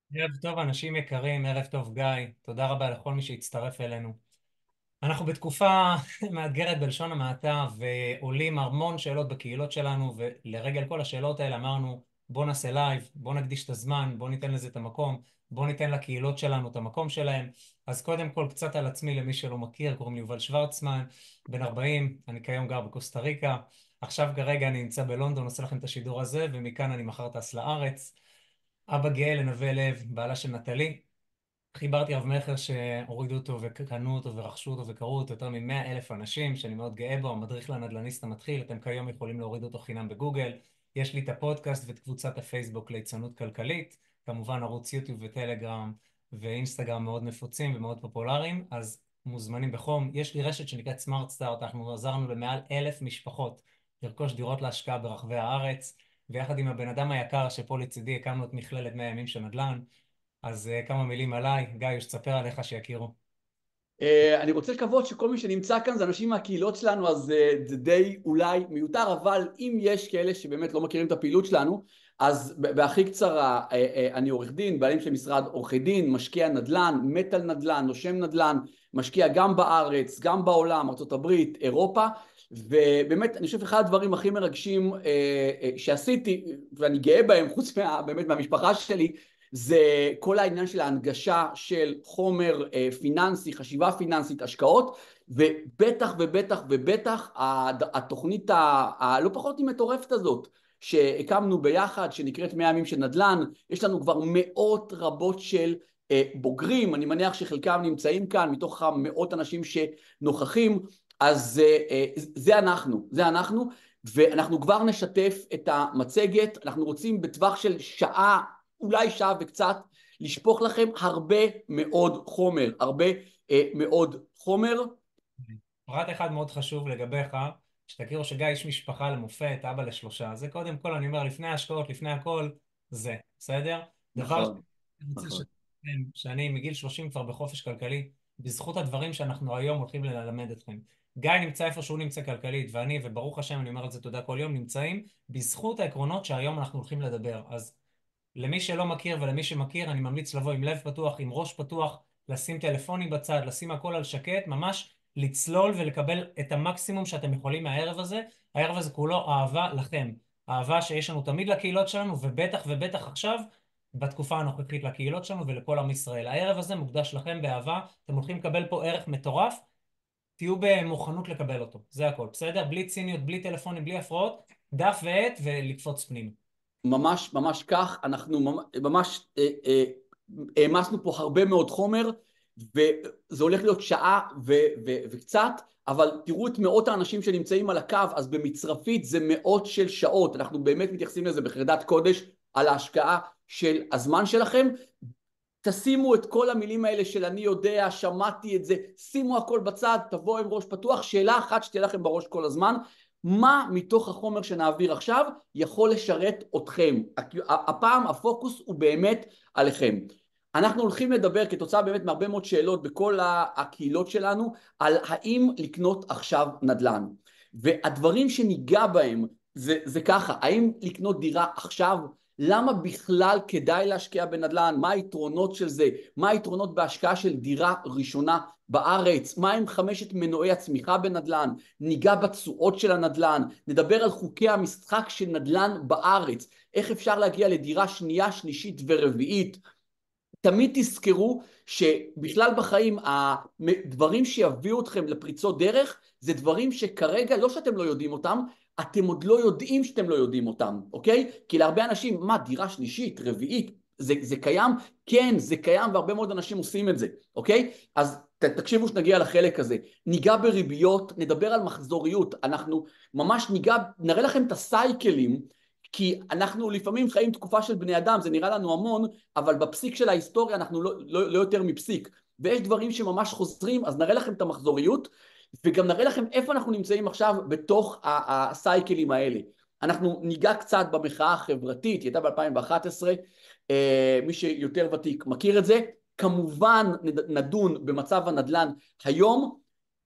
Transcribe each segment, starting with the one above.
ערב טוב, אנשים יקרים, ערב טוב גיא, תודה רבה לכל מי שהצטרף אלינו. אנחנו בתקופה מאתגרת בלשון המעטה, ועולים המון שאלות בקהילות שלנו, ולרגל כל השאלות האלה אמרנו, בוא נעשה לייב, בוא נקדיש את הזמן, בוא ניתן לזה את המקום, בוא ניתן לקהילות שלנו את המקום שלהם. אז קודם כל קצת על עצמי למי שלא מכיר, קוראים לי יובל שוורצמן, בן 40, אני כיום גר בקוסטה ריקה. עכשיו כרגע אני נמצא בלונדון, עושה לכם את השידור הזה, ומכאן אני מחר טס לארץ. אבא גאה לנווה לב, בעלה של נטלי. חיברתי רב מכר שהורידו אותו וקנו אותו ורכשו אותו וקראו אותו יותר מ100,000 אנשים, שאני מאוד גאה בו, המדריך לנדל"ניסט המתחיל, אתם כיום יכולים להוריד אותו חינם בגוגל. יש לי את הפודקאסט ואת קבוצת הפייסבוק ליצנות כלכלית, כמובן ערוץ יוטיוב וטלגרם ואינסטגרם מאוד נפוצים ומאוד פופולריים, אז מוזמנים בחום. יש לי רשת שנקראת סמארט סטארט, אנחנו עזרנו למעל 1,000 משפחות לרכוש דירות להשקעה ברחבי הארץ, ויחד עם הבן אדם היקר שפה לצידי הקמנו את מכללת 100 ימים של נדל"ן. אז כמה מילים עליי, גיא, שתספר עליך שיכירו. אני רוצה לקוות שכל מי שנמצא כאן זה אנשים מהקהילות שלנו, אז זה די אולי מיותר, אבל אם יש כאלה שבאמת לא מכירים את הפעילות שלנו, אז בהכי קצרה, אני עורך דין, בעלים של משרד עורכי דין, משקיע נדל"ן, מת על נדל"ן, נושם נדל"ן, משקיע גם בארץ, גם בעולם, ארצות הברית, אירופה, ובאמת אני חושב אחד הדברים הכי מרגשים שעשיתי, ואני גאה בהם, חוץ באמת מהמשפחה שלי, זה כל העניין של ההנגשה של חומר פיננסי, חשיבה פיננסית, השקעות, ובטח ובטח ובטח התוכנית הלא פחות מטורפת הזאת שהקמנו ביחד, שנקראת 100 ימים של נדל"ן. יש לנו כבר מאות רבות של בוגרים, אני מניח שחלקם נמצאים כאן מתוך המאות אנשים שנוכחים, אז זה אנחנו, ואנחנו כבר נשתף את המצגת. אנחנו רוצים בטווח של שעה, אולי שעה וקצת, לשפוך לכם הרבה מאוד חומר, הרבה מאוד חומר. פרט אחד מאוד חשוב לגביך, שתכירו שגיא איש משפחה למופת, אבא לשלושה. זה קודם כל, אני אומר, לפני ההשקעות, לפני הכל, זה, בסדר? דבר נכון, שאני רוצה נכון. לשתף, שאני מגיל 30 כבר בחופש כלכלי, בזכות הדברים שאנחנו היום הולכים ללמד אתכם. גיא נמצא איפה שהוא נמצא כלכלית, ואני, וברוך השם, אני אומר את זה תודה כל יום, נמצאים בזכות העקרונות שהיום אנחנו הולכים לדבר. אז למי שלא מכיר ולמי שמכיר, אני ממליץ לבוא עם לב פתוח, עם ראש פתוח, לשים טלפונים בצד, לשים הכל על שקט, ממש לצלול ולקבל את המקסימום שאתם יכולים מהערב הזה. הערב הזה כולו אהבה לכם. אהבה שיש לנו תמיד לקהילות שלנו, ובטח ובטח עכשיו, בתקופה הנוכחית לקהילות שלנו ולכל עם ישראל. הערב הזה מוקדש לכם באהבה, אתם הולכים לקבל פה ערך מטורף, תהיו במוכנות לקבל אותו. זה הכל, בסדר? בלי ציניות, בלי טלפונים, בלי הפרעות, דף ועט ולקפוץ פנימה. ממש ממש כך, אנחנו ממש העמסנו פה הרבה מאוד חומר, וזה הולך להיות שעה וקצת, אבל תראו את מאות האנשים שנמצאים על הקו, אז במצרפית זה מאות של שעות. אנחנו באמת מתייחסים לזה בחרדת קודש, על ההשקעה של הזמן שלכם. תשימו את כל המילים האלה של אני יודע, שמעתי את זה, שימו הכל בצד, תבואו עם ראש פתוח. שאלה אחת שתהיה לכם בראש כל הזמן: מה מתוך החומר שנעביר עכשיו יכול לשרת אתכם? הפעם הפוקוס הוא באמת עליכם. אנחנו הולכים לדבר כתוצאה באמת מהרבה מאוד שאלות בכל הקהילות שלנו על האם לקנות עכשיו נדל"ן, והדברים שניגע בהם זה ככה: האם לקנות דירה עכשיו? למה בכלל כדאי להשקיע בנדל"ן? מה היתרונות של זה? מה היתרונות בהשקעה של דירה ראשונה בארץ? מה הם חמשת מנועי הצמיחה בנדל"ן? ניגע בתשואות של הנדל"ן, נדבר על חוקי המשחק של נדל"ן בארץ, איך אפשר להגיע לדירה שנייה, שלישית ורביעית. תמיד תזכרו שבכלל בחיים הדברים שיביאו אתכם לפריצות דרך זה דברים שכרגע לא שאתם לא יודעים אותם, אתם עוד לא יודעים שאתם לא יודעים אותם, אוקיי? כי להרבה אנשים, מה, דירה שלישית, רביעית, זה קיים? כן, זה קיים, והרבה מאוד אנשים עושים את זה, אוקיי? אז תקשיבו שנגיע לחלק הזה. ניגע בריביות, נדבר על מחזוריות, אנחנו ממש נראה לכם את הסייקלים, כי אנחנו לפעמים חיים תקופה של בני אדם, זה נראה לנו המון, אבל בפסיק של ההיסטוריה אנחנו לא יותר מפסיק, ויש דברים שממש חוזרים. אז נראה לכם את המחזוריות, וגם נראה לכם איפה אנחנו נמצאים עכשיו בתוך הסייקלים האלה. אנחנו ניגע קצת במחאה החברתית, היא הייתה ב-2011, מי שיותר ותיק מכיר את זה. כמובן נדון במצב הנדל"ן היום,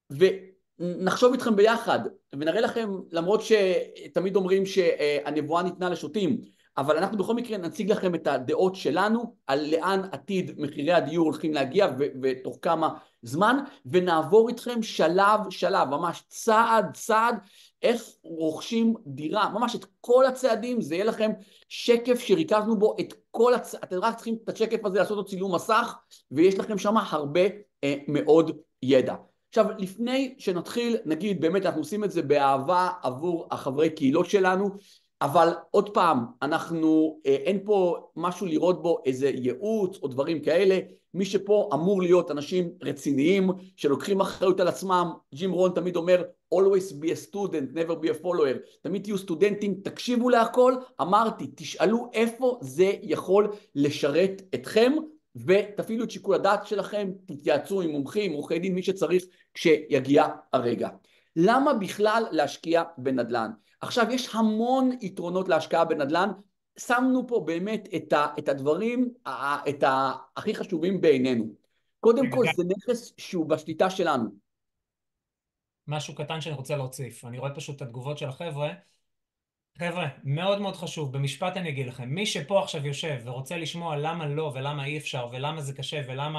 ונחשוב איתכם ביחד, ונראה לכם, למרות שתמיד אומרים שהנבואה ניתנה לשוטים, אבל אנחנו בכל מקרה נציג לכם את הדעות שלנו על לאן עתיד מחירי הדיור הולכים להגיע ותוך כמה זמן, ונעבור איתכם שלב שלב, ממש צעד צעד, איך רוכשים דירה, ממש את כל הצעדים. זה יהיה לכם שקף שריכזנו בו את כל אתם רק צריכים את השקף הזה לעשות לו צילום מסך, ויש לכם שם הרבה מאוד ידע. עכשיו, לפני שנתחיל, נגיד, באמת אנחנו עושים את זה באהבה עבור החברי קהילות שלנו, אבל עוד פעם, אין פה משהו לראות בו איזה ייעוץ או דברים כאלה. מי שפה אמור להיות אנשים רציניים, שלוקחים אחריות על עצמם. ג'ים רון תמיד אומר, always be a student, never be a follower. תמיד תהיו סטודנטים, תקשיבו להכל. אמרתי, תשאלו איפה זה יכול לשרת אתכם, ותפעילו את שיקול הדעת שלכם, תתייעצו עם מומחים, עורכי דין, מי שצריך כשיגיע הרגע. למה בכלל להשקיע בנדל"ן? עכשיו, יש המון יתרונות להשקעה בנדל"ן. שמנו פה באמת את הדברים הכי חשובים בעינינו. קודם כל, זה נכס שהוא בשליטה שלנו. משהו קטן שאני רוצה להוסיף. אני רואה פשוט את התגובות של החבר'ה. חבר'ה, מאוד מאוד חשוב, במשפט אני אגיד לכם, מי שפה עכשיו יושב ורוצה לשמוע למה לא ולמה אי אפשר ולמה זה קשה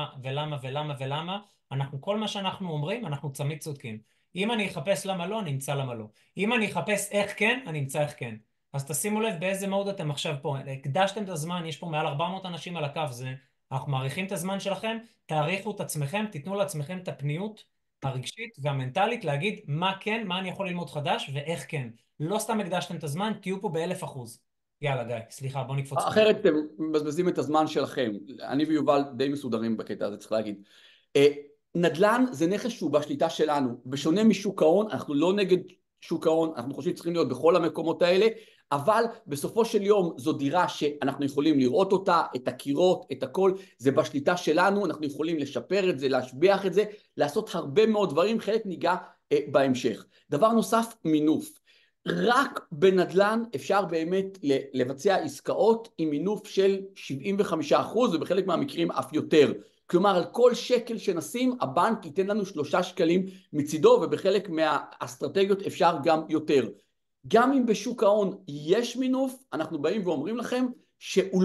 ולמה, כל מה שאנחנו אומרים, אנחנו תמיד צודקים. אם אני אחפש למה לא, אני אמצא למה לא. אם אני אחפש איך כן, אני אמצא איך כן. אז תשימו לב באיזה מוד אתם עכשיו פה. הקדשתם את הזמן, יש פה מעל 400 אנשים על הקו, אנחנו מעריכים את הזמן שלכם, תעריכו את עצמכם, תיתנו לעצמכם את הפניות הרגשית והמנטלית להגיד מה כן, מה אני יכול ללמוד חדש ואיך כן. לא סתם הקדשתם את הזמן, תהיו פה ב1000%. יאללה גיא, סליחה, בוא נקפוץ. אחרת אתם מבזבזים את הזמן שלכם. אני ויובל די מסודרים בקטע הזה, צריך להגיד. נדל"ן זה נכס שהוא בשליטה שלנו. בשונה משוק ההון, אנחנו לא נגד שוק ההון, אנחנו חושבים שצריכים להיות בכל המקומות האלה, אבל בסופו של יום זו דירה שאנחנו יכולים לראות אותה, את הקירות, את הכל, זה בשליטה שלנו, אנחנו יכולים לשפר את זה, להשביח את זה, לעשות הרבה מאוד דברים, חלק ניגע בהמשך. דבר נוסף, מינוף. רק בנדל"ן אפשר באמת לבצע עסקאות עם מינוף של 75% ובחלק מהמקרים אף יותר. כלומר, על כל שקל שנשים, הבנק ייתן לנו 3 שקלים מצידו, ובחלק מהאסטרטגיות אפשר גם יותר. גם אם בשוק ההון יש מינוף, אנחנו באים ואומרים לכם שהוא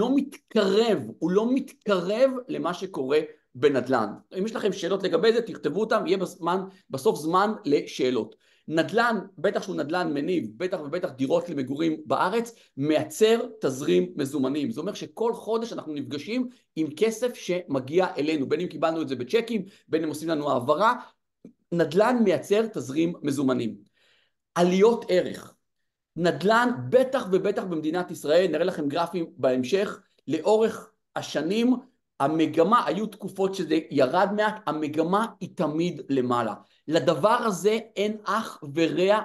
לא מתקרב למה שקורה בנדל"ן. אם יש לכם שאלות לגבי זה, תכתבו אותם, יהיה בסוף זמן לשאלות. נדל"ן, בטח שהוא נדל"ן מניב, בטח ובטח דירות למגורים בארץ, מייצר תזרים מזומנים. זה אומר שכל חודש אנחנו נפגשים עם כסף שמגיע אלינו, בין אם קיבלנו את זה בצ'קים, בין אם עושים לנו העברה. נדל"ן מייצר תזרים מזומנים. עליות ערך. נדל"ן, בטח ובטח במדינת ישראל, נראה לכם גרפים בהמשך, לאורך השנים, המגמה, היו תקופות שזה ירד מעט, המגמה היא תמיד למעלה. לדבר הזה אין אח ורע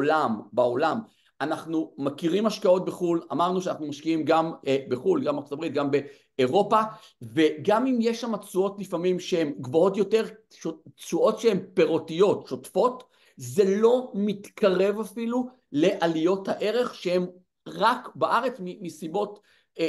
בעולם. אנחנו מכירים השקעות בחול, אמרנו שאנחנו משקיעים גם בחול, גם בארצות הברית, גם באירופה, וגם אם יש שם תשואות לפעמים שהן גבוהות יותר, תשואות שהן פירותיות, שוטפות, זה לא מתקרב אפילו לעליות הערך שהן רק בארץ מסיבות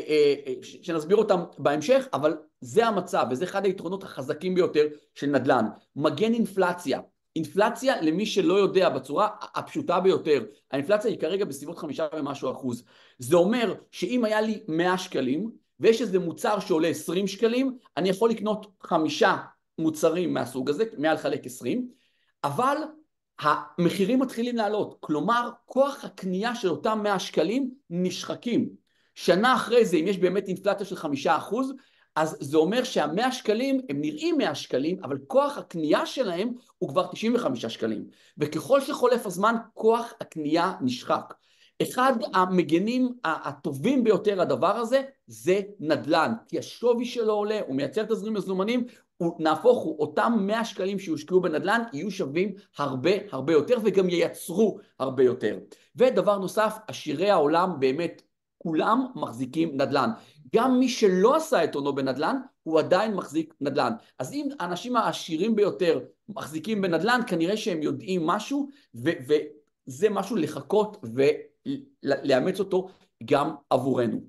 שנסביר אותם בהמשך, אבל זה המצב, וזה אחד היתרונות החזקים ביותר של נדל"ן. מגן אינפלציה. אינפלציה, למי שלא יודע, בצורה הפשוטה ביותר, האינפלציה היא כרגע בסביבות 5% ומשהו. זה אומר שאם היה לי 100 שקלים, ויש איזה מוצר שעולה 20 שקלים, אני יכול לקנות 5 מוצרים מהסוג הזה, מעל חלק 20, אבל המחירים מתחילים לעלות. כלומר, כוח הקנייה של אותם 100 שקלים נשחקים. שנה אחרי זה, אם יש באמת אינפלציה של 5%, אז זה אומר שה100 שקלים, הם נראים 100 שקלים, אבל כוח הקנייה שלהם הוא כבר 95 שקלים. וככל שחולף הזמן, כוח הקנייה נשחק. אחד המגנים הטובים ביותר לדבר הזה, זה נדל"ן. כי השווי שלו עולה, הוא מייצר תזרים מזומנים, נהפוך הוא, אותם 100 שקלים שיושקעו בנדל"ן, יהיו שווים הרבה יותר, וגם ייצרו הרבה יותר. ודבר נוסף, עשירי העולם באמת, כולם מחזיקים נדל"ן. גם מי שלא עשה את הונו בנדל"ן, הוא עדיין מחזיק נדל"ן. אז אם האנשים העשירים ביותר מחזיקים בנדל"ן, כנראה שהם יודעים משהו, וזה משהו לחכות ולאמץ אותו גם עבורנו.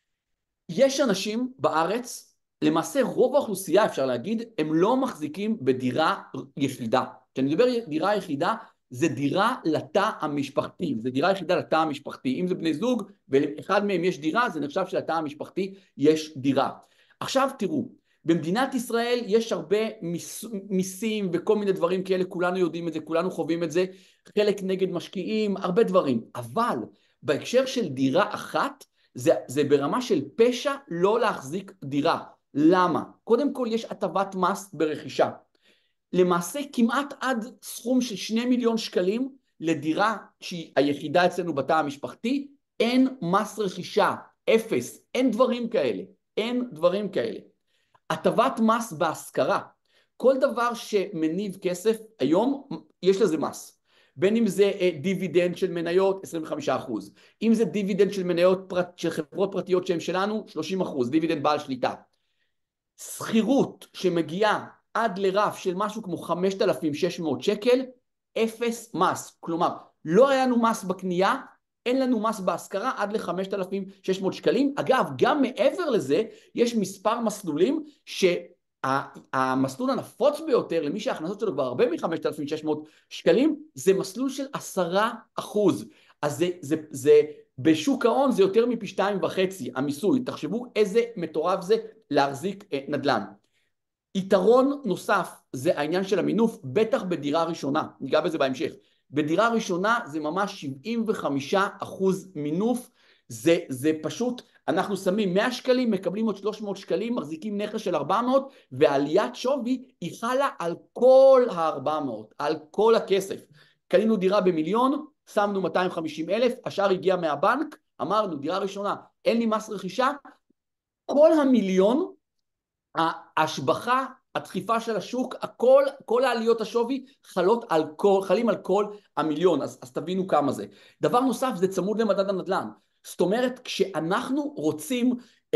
יש אנשים בארץ, למעשה רוב האוכלוסייה אפשר להגיד, הם לא מחזיקים בדירה יחידה. כשאני מדבר דירה יחידה, זה דירה לתא המשפחתי, זה דירה יחידה לתא המשפחתי. אם זה בני זוג ואחד מהם יש דירה, זה נחשב שלתא המשפחתי יש דירה. עכשיו תראו, במדינת ישראל יש הרבה מיסים וכל מיני דברים כאלה, כולנו יודעים את זה, כולנו חווים את זה, חלק נגד משקיעים, הרבה דברים, אבל בהקשר של דירה אחת, זה ברמה של פשע לא להחזיק דירה. למה? קודם כל יש הטבת מס ברכישה. למעשה כמעט עד סכום של 2 מיליון שקלים לדירה שהיא היחידה אצלנו בתא המשפחתי, אין מס רכישה, אפס, אין דברים כאלה, אין דברים כאלה. הטבת מס בהשכרה, כל דבר שמניב כסף היום יש לזה מס. בין אם זה דיבידנד של מניות 25%, אם זה דיבידנד של מניות של חברות פרטיות שהן שלנו 30%, דיבידנד בעל שליטה. שכירות שמגיעה עד לרף של משהו כמו 5,600 שקל, אפס מס. כלומר, לא היה לנו מס בקנייה, אין לנו מס בהשכרה עד ל-5,600 שקלים. אגב, גם מעבר לזה, יש מספר מסלולים שהמסלול הנפוץ ביותר, למי שההכנסות שלו כבר הרבה מ-5,600 שקלים, זה מסלול של 10%. אז זה בשוק ההון זה יותר מפי 2.5 המיסוי. תחשבו איזה מטורף זה להחזיק נדל"ן. יתרון נוסף זה העניין של המינוף, בטח בדירה ראשונה, ניגע בזה בהמשך. בדירה ראשונה זה ממש 75% מינוף, זה פשוט, אנחנו שמים 100 שקלים, מקבלים עוד 300 שקלים, מחזיקים נכס של 400, ועליית שווי היא חלה על כל ה-400, על כל הכסף. קנינו דירה במיליון, שמנו 250,000, השאר הגיע מהבנק, אמרנו דירה ראשונה, אין לי מס רכישה, כל המיליון, ההשבחה, הדחיפה של השוק, כל העליות השווי חלים על כל המיליון, אז תבינו כמה זה. דבר נוסף, זה צמוד למדד הנדל"ן. זאת אומרת, כשאנחנו רוצים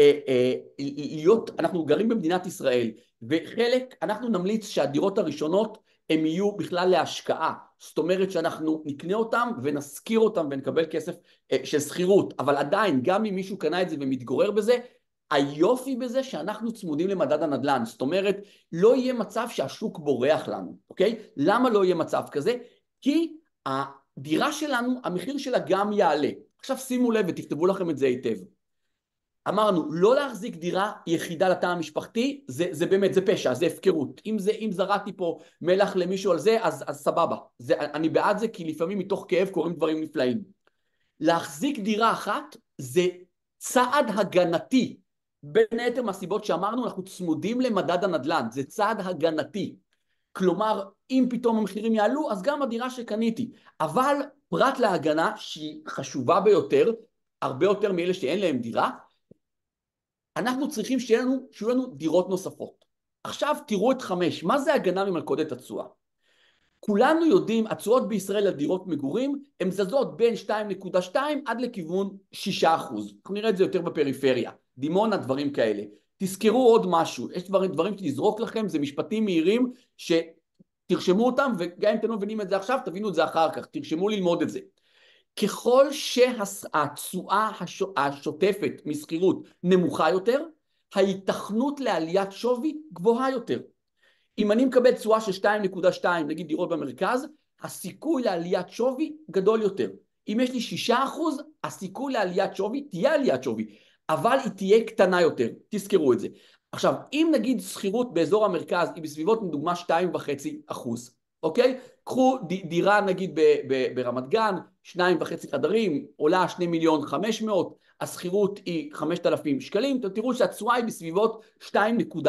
להיות, אנחנו גרים במדינת ישראל, וחלק, אנחנו נמליץ שהדירות הראשונות הם יהיו בכלל להשקעה. זאת אומרת שאנחנו נקנה אותם ונשכיר אותם ונקבל כסף של שכירות, אבל עדיין, גם אם מישהו קנה את זה ומתגורר בזה, היופי בזה שאנחנו צמודים למדד הנדל"ן, זאת אומרת, לא יהיה מצב שהשוק בורח לנו, אוקיי? למה לא יהיה מצב כזה? כי הדירה שלנו, המחיר שלה גם יעלה. עכשיו שימו לב ותכתבו לכם את זה היטב. אמרנו, לא להחזיק דירה יחידה לתא המשפחתי, זה באמת, זה פשע, זה הפקרות. אם זרעתי פה מלח למישהו על זה, אז סבבה. אני בעד זה, כי לפעמים מתוך כאב קורים דברים נפלאים. להחזיק דירה אחת זה צעד הגנתי. בין היתר מהסיבות שאמרנו, אנחנו צמודים למדד הנדל"ן, זה צעד הגנתי. כלומר, אם פתאום המחירים יעלו, אז גם הדירה שקניתי. אבל פרט להגנה שהיא חשובה ביותר, הרבה יותר מאלה שאין להם דירה, אנחנו צריכים שיהיו לנו דירות נוספות. עכשיו תראו את 5, מה זה הגנה ממלכודת התשואה? כולנו יודעים, התשואות בישראל על דירות מגורים, הן זזות בין 2.2 עד לכיוון 6%. אנחנו נראה את זה יותר בפריפריה, דימונה, דברים כאלה. תזכרו עוד משהו, יש דברים שתזרוק לכם, זה משפטים מהירים שתרשמו אותם, וגם אם אתם לא מבינים את זה עכשיו, תבינו את זה אחר כך, תרשמו ללמוד את זה. ככל שהתשואה השוטפת מסחירות נמוכה יותר, ההיתכנות לעליית שווי גבוהה יותר. אם אני מקבל תשואה של 2.2, נגיד דירות במרכז, הסיכוי לעליית שווי גדול יותר. אם יש לי 6%, הסיכוי לעליית שווי, תהיה עליית שווי, אבל היא תהיה קטנה יותר, תזכרו את זה. עכשיו, אם נגיד שכירות באזור המרכז היא בסביבות לדוגמה 2.5%, אוקיי? קחו דירה נגיד ברמת גן, 2.5 חדרים, עולה 2,500,000, השכירות היא 5,000 שקלים, אתם תראו שהתשואה היא בסביבות 2.4.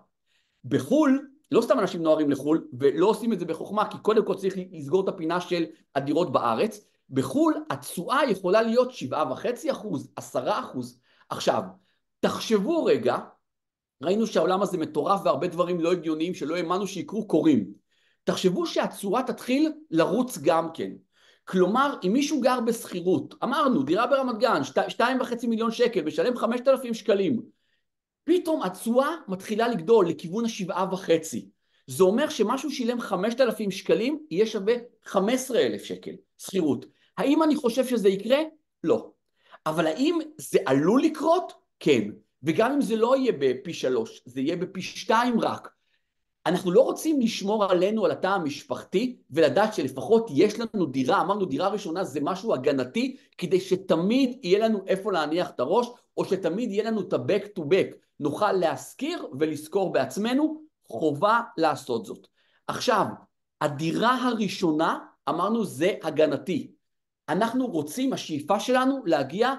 בחול, לא סתם אנשים נוערים לחול, ולא עושים את זה בחוכמה, כי קודם כל צריך לסגור את הפינה של הדירות בארץ. בחול, התשואה יכולה להיות 7.5%, 10%. עכשיו, תחשבו רגע, ראינו שהעולם הזה מטורף והרבה דברים לא הגיוניים שלא האמנו שיקרו קורים. תחשבו שהתשואה תתחיל לרוץ גם כן. כלומר, אם מישהו גר בשכירות, אמרנו, דירה ברמת גן, 2.5 מיליון שקל, משלם 5,000 שקלים, פתאום התשואה מתחילה לגדול לכיוון 7.5. זה אומר שמשהו שילם 5,000 שקלים, יהיה שווה 15,000 שקל, שכירות. האם אני חושב שזה יקרה? לא. אבל האם זה עלול לקרות? כן. וגם אם זה לא יהיה בפי 3, זה יהיה בפי 2 רק. אנחנו לא רוצים לשמור עלינו, על התא המשפחתי, ולדעת שלפחות יש לנו דירה, אמרנו דירה ראשונה זה משהו הגנתי, כדי שתמיד יהיה לנו איפה להניח את הראש, או שתמיד יהיה לנו את ה-back to back, נוכל להשכיר ולזכור בעצמנו, חובה לעשות זאת. עכשיו, הדירה הראשונה, אמרנו זה הגנתי. אנחנו רוצים, השאיפה שלנו להגיע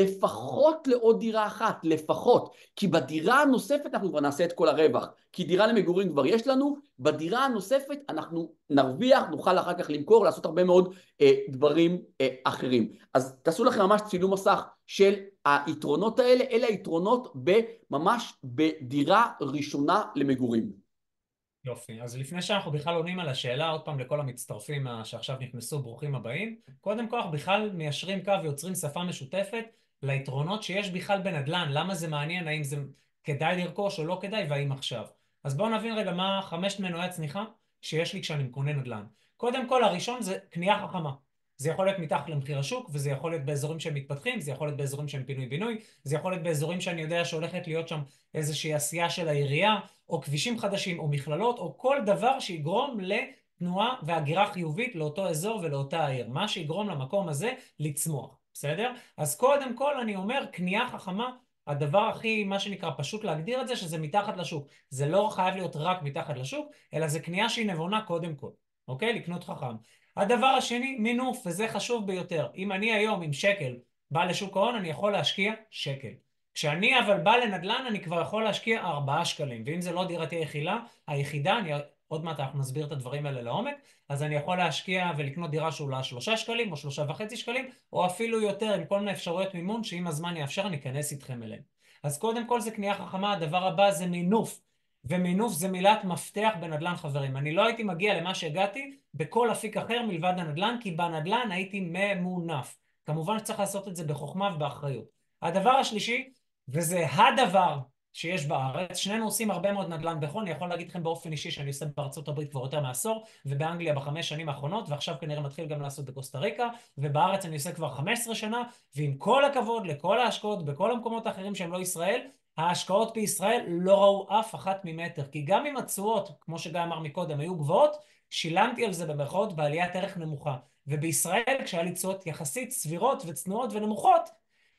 לפחות לעוד דירה אחת, לפחות, כי בדירה הנוספת אנחנו כבר נעשה את כל הרווח, כי דירה למגורים כבר יש לנו, בדירה הנוספת אנחנו נרוויח, נוכל אחר כך למכור, לעשות הרבה מאוד דברים אחרים. אז תעשו לכם ממש צילום מסך של היתרונות האלה, אלה היתרונות ממש בדירה ראשונה למגורים. יופי. אז לפני שאנחנו בכלל עונים על השאלה, עוד פעם לכל המצטרפים שעכשיו נכנסו, ברוכים הבאים. קודם כל, אנחנו בכלל מיישרים קו ויוצרים שפה משותפת ליתרונות שיש בכלל בנדל"ן. למה זה מעניין, האם זה כדאי לרכוש או לא כדאי, והאם עכשיו. אז בואו נבין רגע מה 5 מנועי הצניחה שיש לי כשאני קונה נדל"ן. קודם כל, הראשון זה קנייה חכמה. זה יכול להיות מתחת למחיר השוק, וזה יכול להיות באזורים שהם מתפתחים, זה יכול להיות באזורים שהם פינוי-בינוי, זה יכול להיות באזורים שאני יודע שהולכת להיות שם איזושהי עשייה של העירייה, או כבישים חדשים, או מכללות, או כל דבר שיגרום לתנועה והגירה חיובית לאותו אזור ולאותה העיר. מה שיגרום למקום הזה לצמוח, בסדר? אז קודם כל אני אומר, קנייה חכמה, הדבר הכי, מה שנקרא, פשוט להגדיר את זה, שזה מתחת לשוק. זה לא חייב להיות רק מתחת לשוק, אלא זה קנייה שהיא נבונה קודם כל, אוקיי? לקנות חכם. הדבר השני, מינוף, וזה חשוב ביותר. אם אני היום עם שקל בא לשוק ההון, אני יכול להשקיע שקל. כשאני אבל בא לנדל"ן, אני כבר יכול להשקיע 4 שקלים, ואם זה לא דירתי היחידה, עוד מעט אנחנו נסביר את הדברים האלה לעומק, אז אני יכול להשקיע ולקנות דירה שעולה 3 שקלים או 3.5 שקלים, או אפילו יותר עם כל מיני אפשרויות מימון, שאם הזמן יאפשר, אני אכנס איתכם אליהם. אז קודם כל זה קנייה חכמה, הדבר הבא זה מינוף, ומינוף זה מילת מפתח בנדל"ן חברים. אני לא הייתי מגיע למה שהגעתי בכל אפיק אחר מלבד הנדל"ן, כי בנדל"ן הייתי ממונף. כמובן שצריך לעשות את זה בחוכמה ובאחריות. הדבר השלישי, וזה הדבר שיש בארץ, שנינו עושים הרבה מאוד נדל"ן בחו"ל, אני יכול להגיד לכם באופן אישי שאני עושה בארצות הברית כבר יותר מעשור, ובאנגליה ב5 שנים האחרונות, ועכשיו כנראה מתחיל גם לעשות בקוסטה ריקה, ובארץ אני עושה כבר 15 שנה, ועם כל הכבוד לכל ההשקעות בכל המקומות האחרים שהם לא ישראל, ההשקעות בישראל לא ראו אף אחת ממטר, כי גם אם התשואות, כמו שגיא אמר מקודם, היו גבוהות, שילמתי על זה במרכאות בעליית ערך נמוכה. ובישראל, כשהיה לי תשואות יחסית סבירות וצנועות ונמוכות,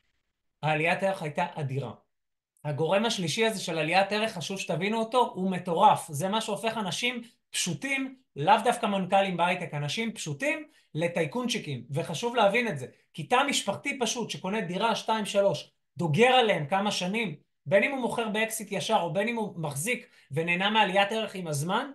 העליית ערך הייתה אדירה. הגורם השלישי הזה של עליית ערך, חשוב שתבינו אותו, הוא מטורף. זה מה שהופך אנשים פשוטים, לאו דווקא מנכ"לים בהייטק, אנשים פשוטים לטייקונצ'יקים. וחשוב להבין את זה. כי תא משפחתי פשוט שקונה דירה 2-3, דוגר עליהם כמה שנים, בין אם הוא מוכר באקסיט ישר או בין אם הוא מחזיק ונהנה מעליית ערך עם הזמן,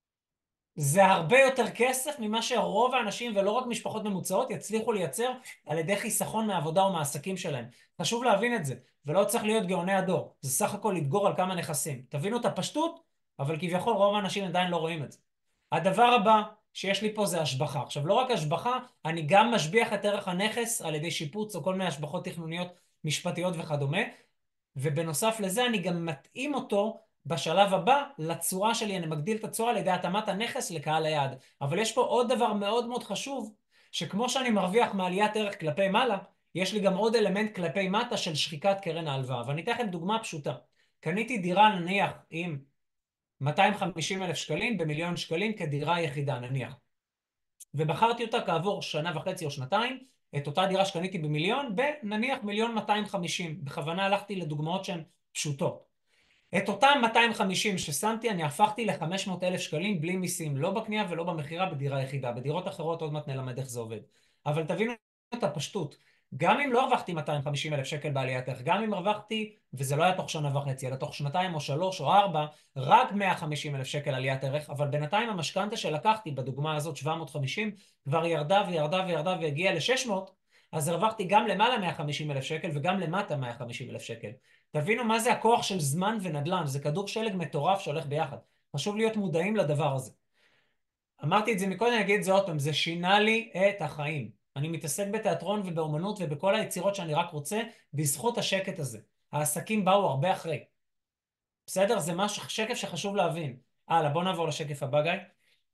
זה הרבה יותר כסף ממה שרוב האנשים, ולא רק משפחות ממוצעות, יצליחו לייצר על ידי חיסכון מעבודה או מעסקים שלהם. חשוב להבין את זה, ולא צריך להיות גאוני הדור. זה סך הכל לדגור על כמה נכסים. תבינו את הפשטות, אבל כביכול רוב האנשים עדיין לא רואים את זה. הדבר הבא שיש לי פה זה השבחה. עכשיו, לא רק השבחה, אני גם משביח את ערך הנכס על ידי שיפוץ או כל מיני השבחות תכנוניות משפטיות וכדומה, ובנוסף לזה אני גם מתאים אותו בשלב הבא לצורה שלי, אני מגדיל את הצורה על ידי התאמת הנכס לקהל היעד. אבל יש פה עוד דבר מאוד מאוד חשוב, שכמו שאני מרוויח מעליית ערך כלפי מעלה, יש לי גם עוד אלמנט כלפי מטה של שחיקת קרן ההלוואה. ואני אתן לכם דוגמה פשוטה. קניתי דירה נניח עם 250,000 שקלים במיליון שקלים כדירה יחידה נניח. ובחרתי אותה כעבור 1.5 או 2 את אותה דירה שקניתי במיליון, בנניח 1,250,000. בכוונה הלכתי לדוגמאות שהן פשוטות. את אותם 250 ששמתי, אני הפכתי ל-500,000 שקלים בלי מיסים, לא בקנייה ולא במכירה בדירה יחידה. בדירות אחרות עוד מעט נלמד איך זה עובד. אבל תבינו את הפשטות. גם אם לא הרווחתי 250,000 שקל בעליית ערך, גם אם הרווחתי, וזה לא היה תוך 1.5, אלא תוך 2 או 3 או 4, רק 150,000 שקל עליית ערך, אבל בינתיים המשכנתה שלקחתי, בדוגמה הזאת 750, כבר ירדה וירדה וירדה והגיעה ל-600, אז הרווחתי גם למעלה 150,000 שקל וגם למטה 150,000 שקל. תבינו מה זה הכוח של זמן ונדל"ן, זה כדור שלג מטורף שהולך ביחד. חשוב להיות מודעים לדבר הזה. אמרתי את זה מקודם, אני אגיד את זה עוד פעם, זה שינה לי את החיים. אני מתעסק בתיאטרון ובאומנות ובכל היצירות שאני רק רוצה, בזכות השקט הזה. העסקים באו הרבה אחרי. בסדר? זה משהו, שקף שחשוב להבין. הלאה, בואו נעבור לשקף הבא, גיא.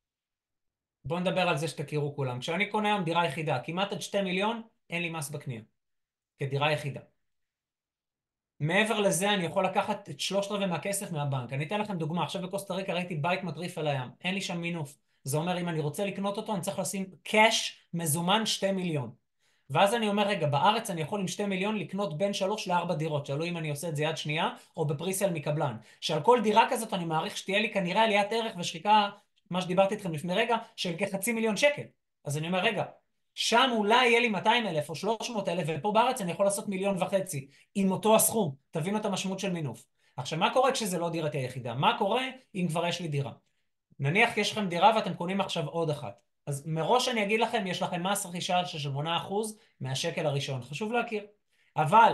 בואו נדבר על זה שתכירו כולם. כשאני קונה היום דירה יחידה, כמעט עד 2 מיליון, אין לי מס בקנייה. כדירה יחידה. מעבר לזה אני יכול לקחת את 3/4 מהכסף מהבנק. אני אתן לכם דוגמה, עכשיו בקוסטה ריקה ראיתי בית מטריף על הים, אין לי שם מינוף. זה אומר אם אני רוצה לקנות אותו אני צריך לשים קאש מזומן 2 מיליון. ואז אני אומר, רגע, בארץ אני יכול עם 2 מיליון לקנות בין 3 ל-4 דירות, שאלו אם אני עושה את זה יד שנייה או בפריסל מקבלן. שעל כל דירה כזאת אני מעריך שתהיה לי כנראה עליית ערך ושחיקה, מה שדיברתי איתכם לפני רגע, של כחצי מיליון שקל. אז אני אומר, רגע, שם אולי יהיה לי 200,000 או 300,000, ופה בארץ אני יכול לעשות 1.5 מיליון עם אותו הסכום. תבינו את המשמעות של מינוף. עכשיו, מה קורה כשזה לא דירתי היחידה? מה קורה אם כבר יש לי דירה? נניח יש לכם דירה ואתם קונים עכשיו עוד אחת. אז מראש אני אגיד לכם, יש לכם מס רכישה של 8% מהשקל הראשון. חשוב להכיר. אבל,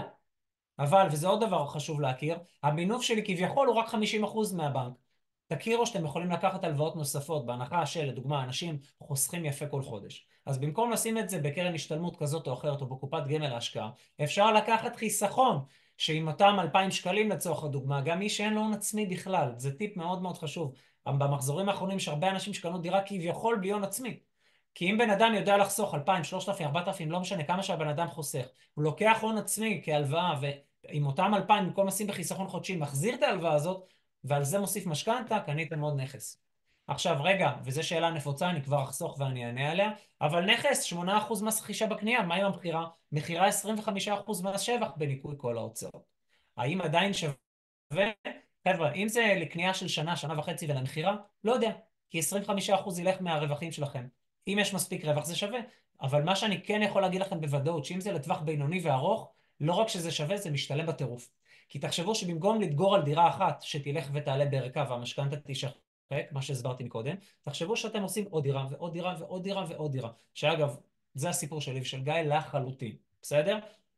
וזה עוד דבר חשוב להכיר, המינוף שלי כביכול הוא רק 50% מהבנק. תכירו שאתם יכולים לקחת הלוואות נוספות, בהנחה של, לדוגמה, אנשים חוסכים יפה כל חודש. אז במקום לשים את זה בקרן השתלמות כזאת או אחרת, או בקופת גמל להשקעה, אפשר לקחת חיסכון, שעם אותם 2,000 שקלים לצורך הדוגמה, גם מי שאין לו הון עצמי בכלל, זה טיפ מאוד מאוד חשוב. במחזורים האחרונים יש הרבה אנשים שקנו דירה כביכול בלי הון עצמי. כי אם בן אדם יודע לחסוך 2,000, 3,000, 4,000, לא משנה כמה שהבן אדם חוסך, הוא לוקח הון עצמי כהלוואה, ועם אותם 2,000, במקום לשים בחיסכון חודשי, מחזיר את ההלוואה הזאת, ועל זה מוסיף משכנתה, קניתם עוד נכס. עכשיו, רגע, וזו שאלה נפוצה, אני כבר אחסוך ואני אענה עליה, אבל נכס, 8% מס רכישה בקנייה, מה עם המכירה? מכירה 25% מס שבח בניכוי כל ההוצאות. האם עדיין שווה? חבר'ה, אם זה לקנייה של שנה, שנה וחצי ולמכירה, לא יודע, כי 25% ילך מהרווחים שלכם. אם יש מספיק רווח זה שווה, אבל מה שאני כן יכול להגיד לכם בוודאות, שאם זה לטווח בינוני וארוך, לא רק שזה שווה, זה משתלם בטירוף. כי תחשבו שבמקום לדגור על דירה אחת שתלך ותעלה בערכה והמשכנתה תישחק, מה שהסברתי מקודם, תחשבו שאתם עושים עוד דירה ועוד דירה ועוד דירה ועוד דירה. שאגב, זה הסיפור שלי ושל גיא לחלוטין, בסדר?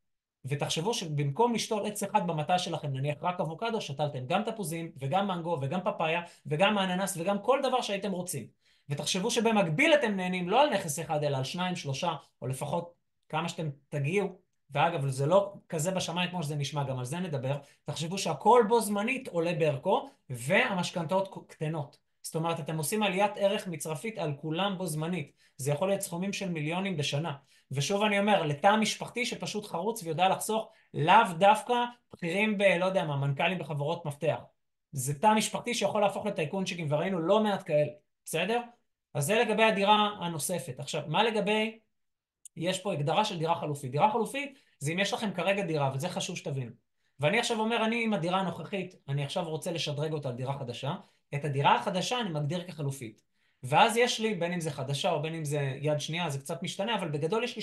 ותחשבו שבמקום לשתול עץ אחד במטע שלכם, נניח רק אבוקדו, שתלתם גם תפוזים וגם מנגו וגם פפאיה וגם אננס וגם כל דבר שהייתם רוצים. ותחשבו שבמקביל אתם נהנים לא על נכס אחד אלא על שניים, שלושה, או לפחות כמה שאתם תגיעו. ואגב, זה לא כזה בשמיים כמו שזה נשמע, גם על זה נדבר. תחשבו שהכל בו זמנית עולה בערכו והמשכנתאות קטנות. זאת אומרת, אתם עושים עליית ערך מצרפית על כולם בו זמנית. זה יכול להיות סכומים של מיליונים בשנה. ושוב אני אומר, לתא משפחתי שפשוט חרוץ ויודע לחסוך, לאו דווקא בכירים לא יודע מה, מנכ"לים בחברות מפתח. זה תא משפחתי שיכול להפוך לטייקונצ'יקים, וראינו לא מעט כאלה, בסדר? אז זה לגבי הדירה הנוספת. עכשיו, מה לגבי, יש פה הגדרה של דירה חלופית. דירה חלופית זה אם יש לכם כרגע דירה, וזה חשוב שתבינו. ואני עכשיו אומר, אני עם הדירה הנוכחית, אני עכשיו רוצה לשדרג אותה על דירה חדשה, את הדירה החדשה אני מגדיר כחלופית. ואז יש לי, בין אם זה חדשה או בין אם זה יד שנייה, זה קצת משתנה, אבל בגדול יש לי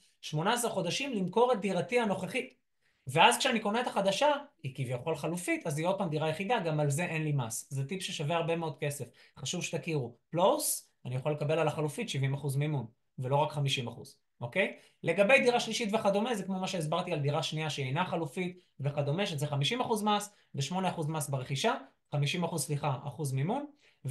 18 חודשים למכור את דירתי הנוכחית. ואז כשאני קונה את החדשה, היא כביכול חלופית, אז היא עוד פעם דירה יחידה, גם על זה אין לי מס. זה טיפ ששווה הרבה מאוד כסף. חשוב שתכירו. פלוס, אני יכול לקבל על החלופית 70% מימון, ולא רק 50%. אוקיי? לגבי דירה שלישית וכדומה, זה כמו מה שהסברתי על דירה שנייה שאינה חלופית וכדומה, שזה 50% מס ו8% מס ברכישה, 50% סליחה, אחוז מימון,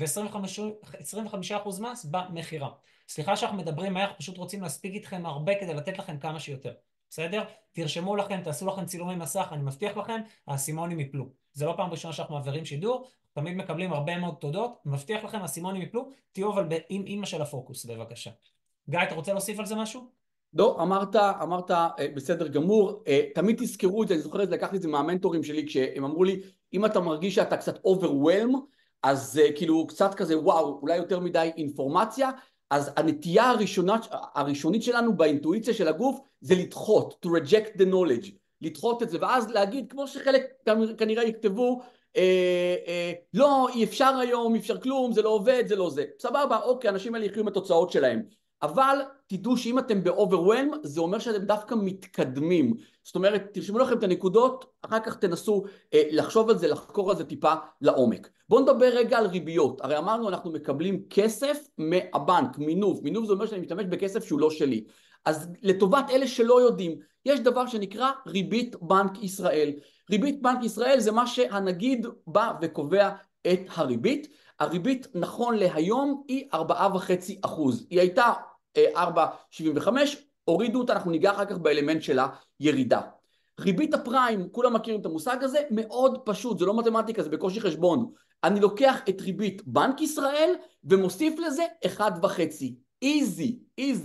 ו-25% מס במכירה. סליחה שאנחנו מדברים מהר, פשוט רוצים להספיק איתכם הרבה כדי לתת לכם כמה שיותר. בסדר? תרשמו לכם, תעשו לכם צילומי מסך, אני מבטיח לכם, האסימונים יפלו. זה לא פעם ראשונה שאנחנו מעבירים שידור, תמיד מקבלים הרבה מאוד תודות, מבטיח לכם, האסימונים יפלו, תהיו אבל עם אמא של הפוקוס, בבקשה. גיא, אתה רוצה להוסיף על זה משהו? לא, אמרת בסדר גמור, תמיד תזכרו את זה, אני זוכר את זה, לקחתי את זה מהמנטורים שלי, כשהם אמרו לי, אם אתה מרגיש שאתה קצת overwhelm, אז כאילו קצת כזה, וואו, אולי יותר מדי אינפורמציה, אז הנטייה הראשונית שלנו באינטואיציה של הגוף, זה לדחות, to reject the knowledge, לדחות את זה, ואז להגיד, כמו שחלק כנראה יכתבו, לא, אי אפשר היום, אי אפשר כלום, זה לא עובד, זה לא זה. סבבה, אוקיי, אנשים האלה יחיו עם התוצאות שלהם. אבל תדעו שאם אתם ב-overwhelm, זה אומר שאתם דווקא מתקדמים. זאת אומרת, תרשמו לכם את הנקודות, אחר כך תנסו לחשוב על זה, לחקור על זה טיפה לעומק. בואו נדבר רגע על ריביות. הרי אמרנו, אנחנו מקבלים כסף מהבנק, מינוף. מינוף זה אומר שאני משתמש בכסף שהוא לא שלי. אז לטובת אלה שלא יודעים, יש דבר שנקרא ריבית בנק ישראל. ריבית בנק ישראל זה מה שהנגיד בא וקובע את הריבית. הריבית נכון להיום היא 4.5%. היא הייתה 4.75, הורידו אותה, אנחנו ניגע אחר כך באלמנט של הירידה. ריבית הפריים, כולם מכירים את המושג הזה, מאוד פשוט, זה לא מתמטיקה, זה בקושי חשבון. אני לוקח את ריבית בנק ישראל ומוסיף לזה 1.5. איזי, איזי.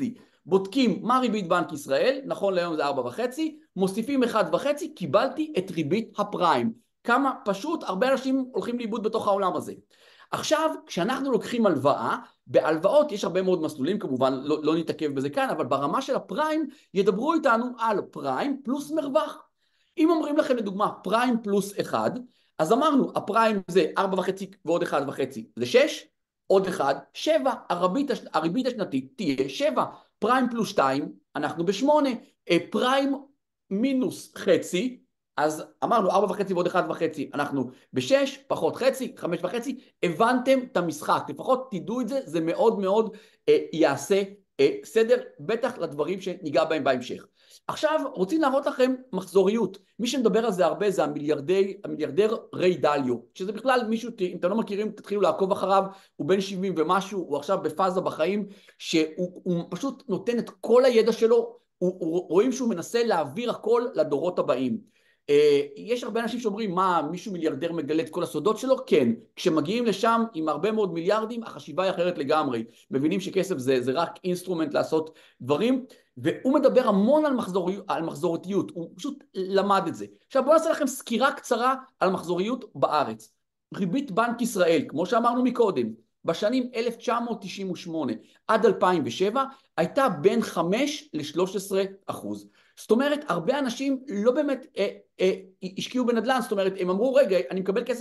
בודקים מה ריבית בנק ישראל, נכון להיום זה 4.5, מוסיפים 1.5, קיבלתי את ריבית הפריים. כמה פשוט, הרבה אנשים הולכים לאיבוד בתוך העולם הזה. עכשיו, כשאנחנו לוקחים הלוואה, בהלוואות יש הרבה מאוד מסלולים, כמובן לא נתעכב בזה כאן, אבל ברמה של הפריים ידברו איתנו על פריים פלוס מרווח. אם אומרים לכם לדוגמה פריים פלוס 1, אז אמרנו הפריים זה 4.5 ועוד 1.5 זה 6, עוד 1, 7, הריבית השנתית תהיה 7, פריים פלוס 2, אנחנו ב8, פריים מינוס חצי, אז אמרנו 4.5 ועוד 1.5, אנחנו ב6, פחות חצי, 5.5, הבנתם את המשחק, לפחות תדעו את זה, זה מאוד מאוד יעשה סדר, בטח לדברים שניגע בהם בהמשך. עכשיו רוצים להראות לכם מחזוריות, מי שמדבר על זה הרבה זה המיליארדר ריי דליו, שזה בכלל מישהו, אם אתם לא מכירים תתחילו לעקוב אחריו, הוא בן 70 ומשהו, הוא עכשיו בפאזה בחיים, שהוא פשוט נותן את כל הידע שלו, רואים שהוא מנסה להעביר הכל לדורות הבאים. יש הרבה אנשים שאומרים מה, מישהו מיליארדר מגלה את כל הסודות שלו? כן, כשמגיעים לשם עם הרבה מאוד מיליארדים החשיבה היא אחרת לגמרי, מבינים שכסף זה רק אינסטרומנט לעשות דברים, והוא מדבר המון על מחזוריות, הוא פשוט למד את זה. עכשיו בואו נעשה לכם סקירה קצרה על מחזוריות בארץ. ריבית בנק ישראל, כמו שאמרנו מקודם, בשנים 1998 עד 2007 הייתה בין 5 ל-13%. זאת אומרת, הרבה אנשים לא באמת השקיעו בנדל"ן, זאת אומרת, הם אמרו, רגע, אני מקבל כסף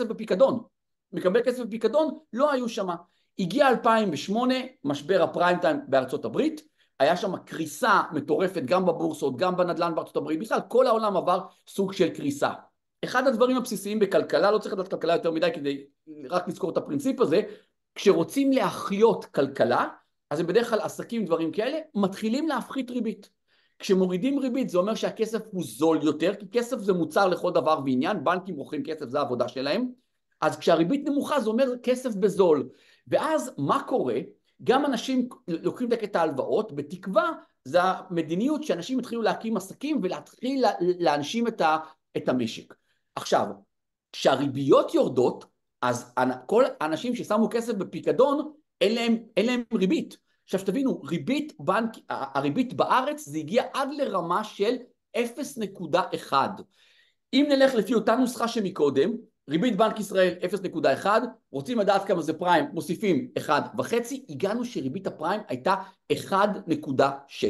בפיקדון, לא היו שמה. הגיע 2008, משבר הפריים טיים בארצות הברית, היה שם קריסה מטורפת גם בבורסות, גם בנדל"ן בארצות הברית, בכלל כל העולם עבר סוג של קריסה. אחד הדברים הבסיסיים בכלכלה, לא צריך לדעת כלכלה יותר מדי כדי רק לזכור את הפרינציפ הזה, כשרוצים להחיות כלכלה, אז הם בדרך כלל עסקים דברים כאלה, מתחילים להפחית ריבית. כשמורידים ריבית זה אומר שהכסף הוא זול יותר, כי כסף זה מוצר לכל דבר ועניין, בנקים מוכרים כסף, זה העבודה שלהם, אז כשהריבית נמוכה זה אומר כסף בזול, ואז מה קורה? גם אנשים לוקחים את ההלוואות, בתקווה זה המדיניות שאנשים התחילו להקים עסקים ולהתחיל להנשים את המשק. עכשיו, כשהריביות יורדות, אז כל האנשים ששמו כסף בפיקדון, אין להם ריבית. עכשיו שתבינו, הריבית בארץ זה הגיע עד לרמה של 0.1. אם נלך לפי אותה נוסחה שמקודם, ריבית בנק ישראל 0.1, רוצים לדעת כמה זה פריים, מוסיפים 1.5, הגענו שריבית הפריים הייתה 1.6.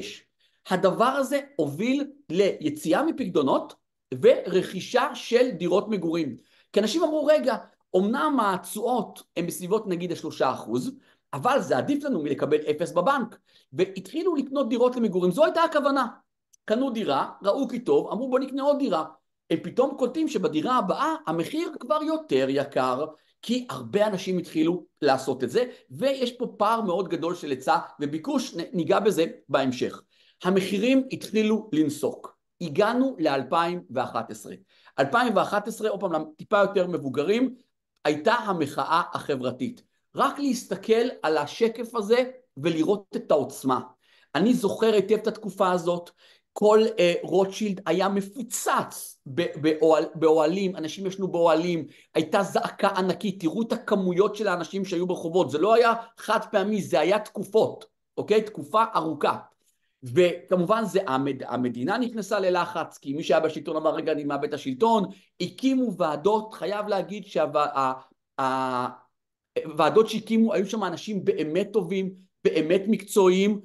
הדבר הזה הוביל ליציאה מפקדונות ורכישה של דירות מגורים. כי אנשים אמרו, רגע, אמנם התשואות הן בסביבות נגיד 3%, אבל זה עדיף לנו מלקבל 0 בבנק, והתחילו לקנות דירות למגורים, זו הייתה הכוונה. קנו דירה, ראו כי טוב, אמרו בוא נקנה עוד דירה. הם פתאום קולטים שבדירה הבאה המחיר כבר יותר יקר, כי הרבה אנשים התחילו לעשות את זה, ויש פה פער מאוד גדול של היצע וביקוש, ניגע בזה בהמשך. המחירים התחילו לנסוק, הגענו ל-2011. 2011, עוד פעם, טיפה יותר מבוגרים, הייתה המחאה החברתית. רק להסתכל על השקף הזה ולראות את העוצמה. אני זוכר היטב את התקופה הזאת, כל רוטשילד היה מפוצץ באוהלים, אנשים ישנו באוהלים, הייתה זעקה ענקית, תראו את הכמויות של האנשים שהיו ברחובות, זה לא היה חד פעמי, זה היה תקופות, אוקיי? תקופה ארוכה. וכמובן המדינה נכנסה ללחץ, כי מי שהיה בשלטון אמר רגע אני מאבד את השלטון, הקימו ועדות, חייב להגיד ועדות שהקימו, היו שם אנשים באמת טובים, באמת מקצועיים,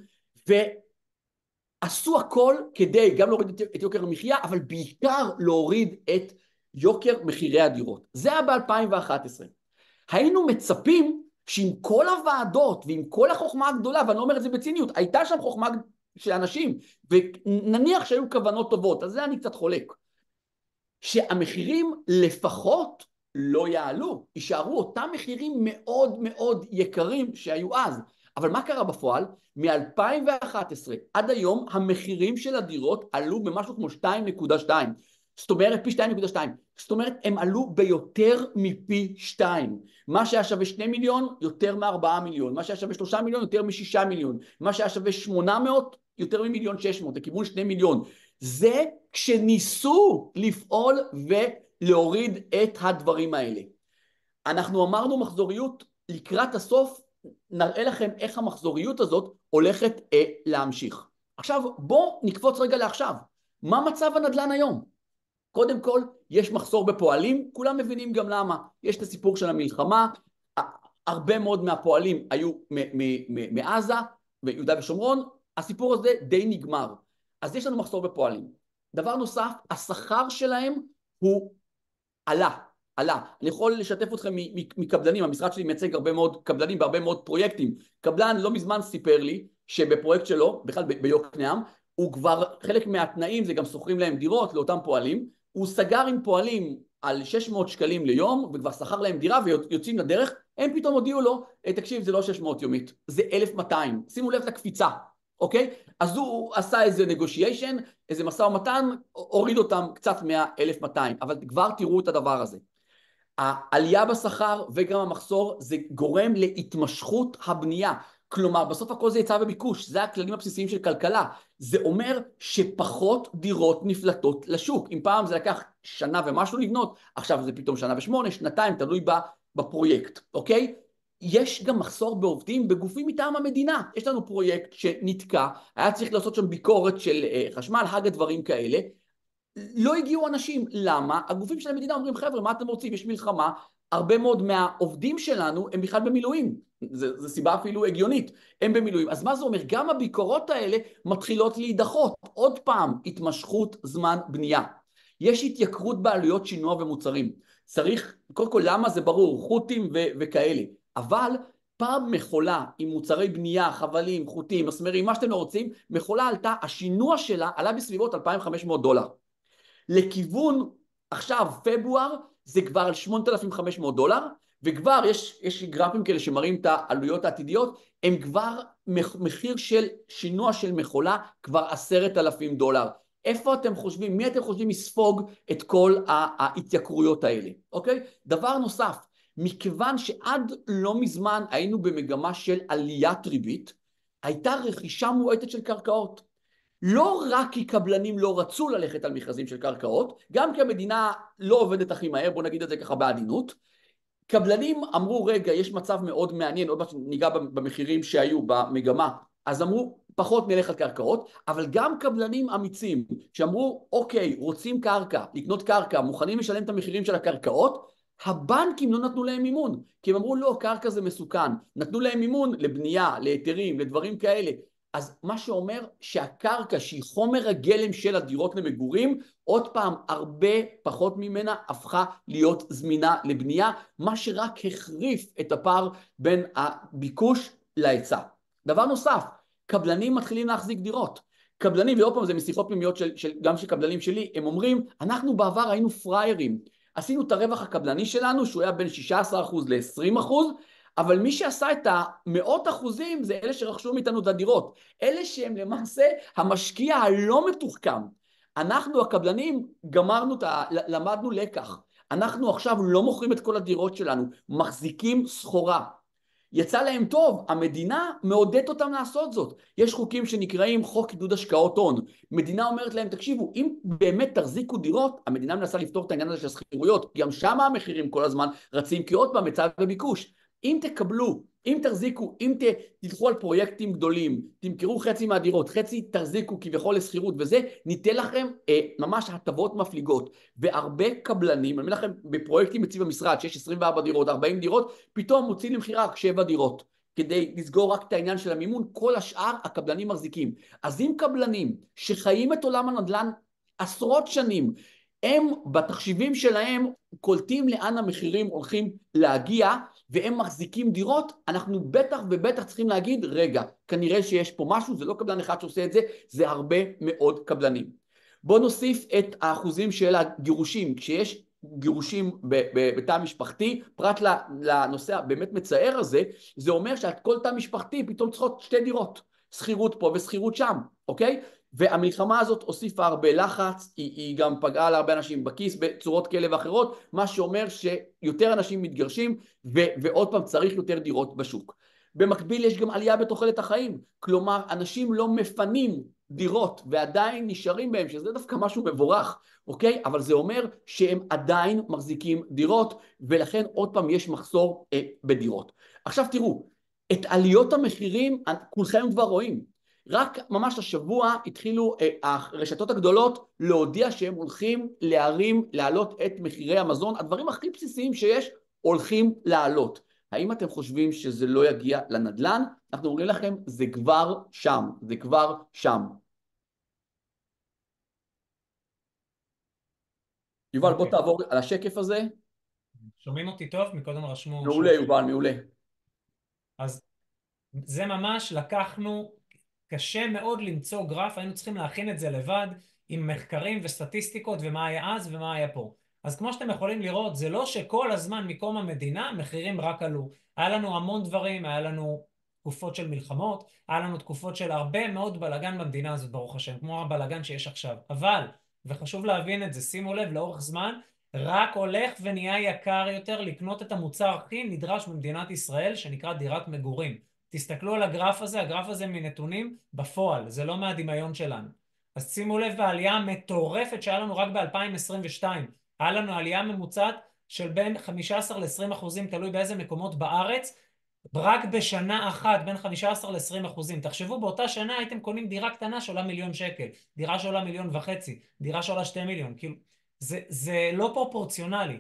ועשו הכל כדי גם להוריד את יוקר המחיה, אבל בעיקר להוריד את יוקר מחירי הדירות. זה היה ב-2011. היינו מצפים שעם כל הוועדות ועם כל החוכמה הגדולה, ואני לא אומר את זה בציניות, הייתה שם חוכמה של אנשים, ונניח שהיו כוונות טובות, אז זה אני קצת חולק. שהמחירים לפחות לא יעלו, יישארו אותם מחירים מאוד מאוד יקרים שהיו אז. אבל מה קרה בפועל? מ-2011 עד היום המחירים של הדירות עלו במשהו כמו 2.2. זאת אומרת פי 2.2. זאת אומרת הם עלו ביותר מפי 2. מה שהיה שווה 2 מיליון יותר מ4 מיליון. מה שהיה שווה 3 מיליון יותר מ6 מיליון. מה שהיה שווה 800 יותר ממיליון 600. לכיוון 2 מיליון. זה כשניסו לפעול ולהוריד את הדברים האלה. אנחנו אמרנו מחזוריות, לקראת הסוף נראה לכם איך המחזוריות הזאת הולכת להמשיך. עכשיו בוא נקפוץ רגע לעכשיו. מה מצב הנדל"ן היום? קודם כל, יש מחסור בפועלים, כולם מבינים גם למה. יש את הסיפור של המלחמה, הרבה מאוד מהפועלים היו מעזה ויהודה ושומרון, הסיפור הזה די נגמר. אז יש לנו מחסור בפועלים. דבר נוסף, השכר שלהם הוא עלה, עלה. אני יכול לשתף אתכם מקבלנים, המשרד שלי מייצג הרבה מאוד קבלנים בהרבה מאוד פרויקטים. קבלן לא מזמן סיפר לי שבפרויקט שלו, בכלל ביוקנעם, הוא כבר, חלק מהתנאים זה גם שוכרים להם דירות לאותם פועלים, הוא סגר עם פועלים על 600 שקלים ליום, וכבר שכר להם דירה ויוצאים לדרך, הם פתאום הודיעו לו, תקשיב, זה לא 600 יומית, זה 1,200, שימו לב לקפיצה, אוקיי? אז הוא עשה איזה negotiation, איזה משא ומתן, הוריד אותם קצת מה-1,200, אבל כבר תראו את הדבר הזה. העלייה בשכר וגם המחסור זה גורם להתמשכות הבנייה, כלומר בסוף הכל זה היצע וביקוש, זה הכללים הבסיסיים של כלכלה, זה אומר שפחות דירות נפלטות לשוק, אם פעם זה לקח שנה ומשהו לבנות, עכשיו זה פתאום שנה ושמונה, שנתיים, תלוי בפרויקט, אוקיי? יש גם מחסור בעובדים בגופים מטעם המדינה, יש לנו פרויקט שנתקע, היה צריך לעשות שם ביקורת של חשמל, הגה דברים כאלה, לא הגיעו אנשים, למה? הגופים של המדינה אומרים חבר'ה מה אתם רוצים, יש מלחמה, הרבה מאוד מהעובדים שלנו הם בכלל במילואים, זו סיבה אפילו הגיונית, הם במילואים, אז מה זה אומר? גם הביקורות האלה מתחילות להידחות, עוד פעם, התמשכות זמן בנייה, יש התייקרות בעלויות שינוע ומוצרים, צריך, קודם כל למה זה ברור, חוטים וכאלה, אבל פעם מכולה עם מוצרי בנייה, חבלים, חוטים, מסמרים, מה שאתם לא רוצים, מכולה עלתה, השינוע שלה עלה בסביבות $2,500. לכיוון עכשיו פברואר זה כבר על $8,500, וכבר יש גרפים כאלה שמראים את העלויות העתידיות, הם כבר מחיר של שינוע של מכולה כבר $10,000. איפה אתם חושבים, מי אתם חושבים יספוג את כל ההתייקרויות האלה, אוקיי? דבר נוסף, מכיוון שעד לא מזמן היינו במגמה של עליית ריבית, הייתה רכישה מועטת של קרקעות. לא רק כי קבלנים לא רצו ללכת על מכרזים של קרקעות, גם כי המדינה לא עובדת הכי מהר, בוא נגיד את זה ככה בעדינות, קבלנים אמרו רגע יש מצב מאוד מעניין, עוד מעט ניגע במחירים שהיו במגמה, אז אמרו פחות נלך על קרקעות, אבל גם קבלנים אמיצים שאמרו אוקיי רוצים קרקע, לקנות קרקע, מוכנים לשלם את המחירים של הקרקעות, הבנקים לא נתנו להם מימון, כי הם אמרו לא קרקע זה מסוכן, נתנו להם מימון לבנייה, להיתרים, לדברים כאלה, אז מה שאומר שהקרקע שהיא חומר הגלם של הדירות למגורים, עוד פעם הרבה פחות ממנה הפכה להיות זמינה לבנייה, מה שרק החריף את הפער בין הביקוש להיצע. דבר נוסף, קבלנים מתחילים להחזיק דירות. קבלנים, ועוד פעם זה משיחות פנימיות גם של קבלנים שלי, הם אומרים, אנחנו בעבר היינו פריירים, עשינו את הרווח הקבלני שלנו, שהוא היה בין 16% ל-20%, אבל מי שעשה את המאות אחוזים זה אלה שרכשו מאיתנו את הדירות, אלה שהם למעשה המשקיע הלא מתוחכם. אנחנו הקבלנים למדנו לקח, אנחנו עכשיו לא מוכרים את כל הדירות שלנו, מחזיקים סחורה. יצא להם טוב, המדינה מעודדת אותם לעשות זאת. יש חוקים שנקראים חוק עידוד השקעות הון. מדינה אומרת להם, תקשיבו, אם באמת תחזיקו דירות, המדינה מנסה לפתור את העניין הזה של שכירויות, גם שם המחירים כל הזמן רצים, כי עוד פעם היצע וביקוש. אם תקבלו, אם תחזיקו, אם תלכו על פרויקטים גדולים, תמכרו חצי מהדירות, חצי תחזיקו כביכול לסחירות וזה, ניתן לכם ממש הטבות מפליגות. והרבה קבלנים, אני אומר לכם, בפרויקטים אצלי במשרד, שיש 24 דירות, 40 דירות, פתאום מוצאים למכירה רק 7 דירות. כדי לסגור רק את העניין של המימון, כל השאר הקבלנים מחזיקים. אז אם קבלנים שחיים את עולם הנדל"ן עשרות שנים, הם בתחשיבים שלהם קולטים לאן המחירים הולכים להגיע, והם מחזיקים דירות, אנחנו בטח ובטח צריכים להגיד, רגע, כנראה שיש פה משהו, זה לא קבלן אחד שעושה את זה, זה הרבה מאוד קבלנים. בואו נוסיף את האחוזים של הגירושים, כשיש גירושים בתא משפחתי, פרט לנושא הבאמת מצער הזה, זה אומר שעל כל תא משפחתי פתאום צריכות 2 דירות, שכירות פה ושכירות שם, אוקיי? והמלחמה הזאת הוסיפה הרבה לחץ, היא גם פגעה להרבה אנשים בכיס בצורות כאלה ואחרות, מה שאומר שיותר אנשים מתגרשים, ועוד פעם צריך יותר דירות בשוק. במקביל יש גם עלייה בתוחלת החיים, כלומר אנשים לא מפנים דירות ועדיין נשארים בהם, שזה דווקא משהו מבורך, אוקיי? אבל זה אומר שהם עדיין מחזיקים דירות, ולכן עוד פעם יש מחסור בדירות. עכשיו תראו, את עליות המחירים כולכם כבר רואים, רק ממש השבוע התחילו הרשתות הגדולות להודיע שהם הולכים להעלות את מחירי המזון, הדברים הכי בסיסיים שיש הולכים לעלות. האם אתם חושבים שזה לא יגיע לנדל"ן? אנחנו אומרים לכם, זה כבר שם, זה כבר שם. יובל, בוא אוקיי. תעבור על השקף הזה. שומעים אותי טוב? מקודם רשמו מעולה, שוב. יובל, מעולה. אז זה ממש לקחנו, קשה מאוד למצוא גרף, היינו צריכים להכין את זה לבד עם מחקרים וסטטיסטיקות ומה היה אז ומה היה פה. אז כמו שאתם יכולים לראות, זה לא שכל הזמן מקום המדינה מחירים רק עלו. היה לנו המון דברים, היה לנו תקופות של מלחמות, היה לנו תקופות של הרבה מאוד בלגן במדינה הזאת, ברוך השם, כמו הבלגן שיש עכשיו. אבל, וחשוב להבין את זה, שימו לב, לאורך זמן, רק הולך ונהיה יקר יותר לקנות את המוצר הכי נדרש במדינת ישראל, שנקרא דירת מגורים. תסתכלו על הגרף הזה, הגרף הזה מנתונים בפועל, זה לא מהדמיון שלנו. אז שימו לב בעלייה המטורפת שהיה לנו רק ב-2022. היה לנו עלייה ממוצעת של בין 15 ל-20%, תלוי באיזה מקומות בארץ, רק בשנה אחת, בין 15 ל-20%. תחשבו, באותה שנה הייתם קונים דירה קטנה שעולה 1,000,000 שקל, דירה שעולה 1,500,000, דירה שעולה 2 מיליון, כאילו, זה לא פרופורציונלי.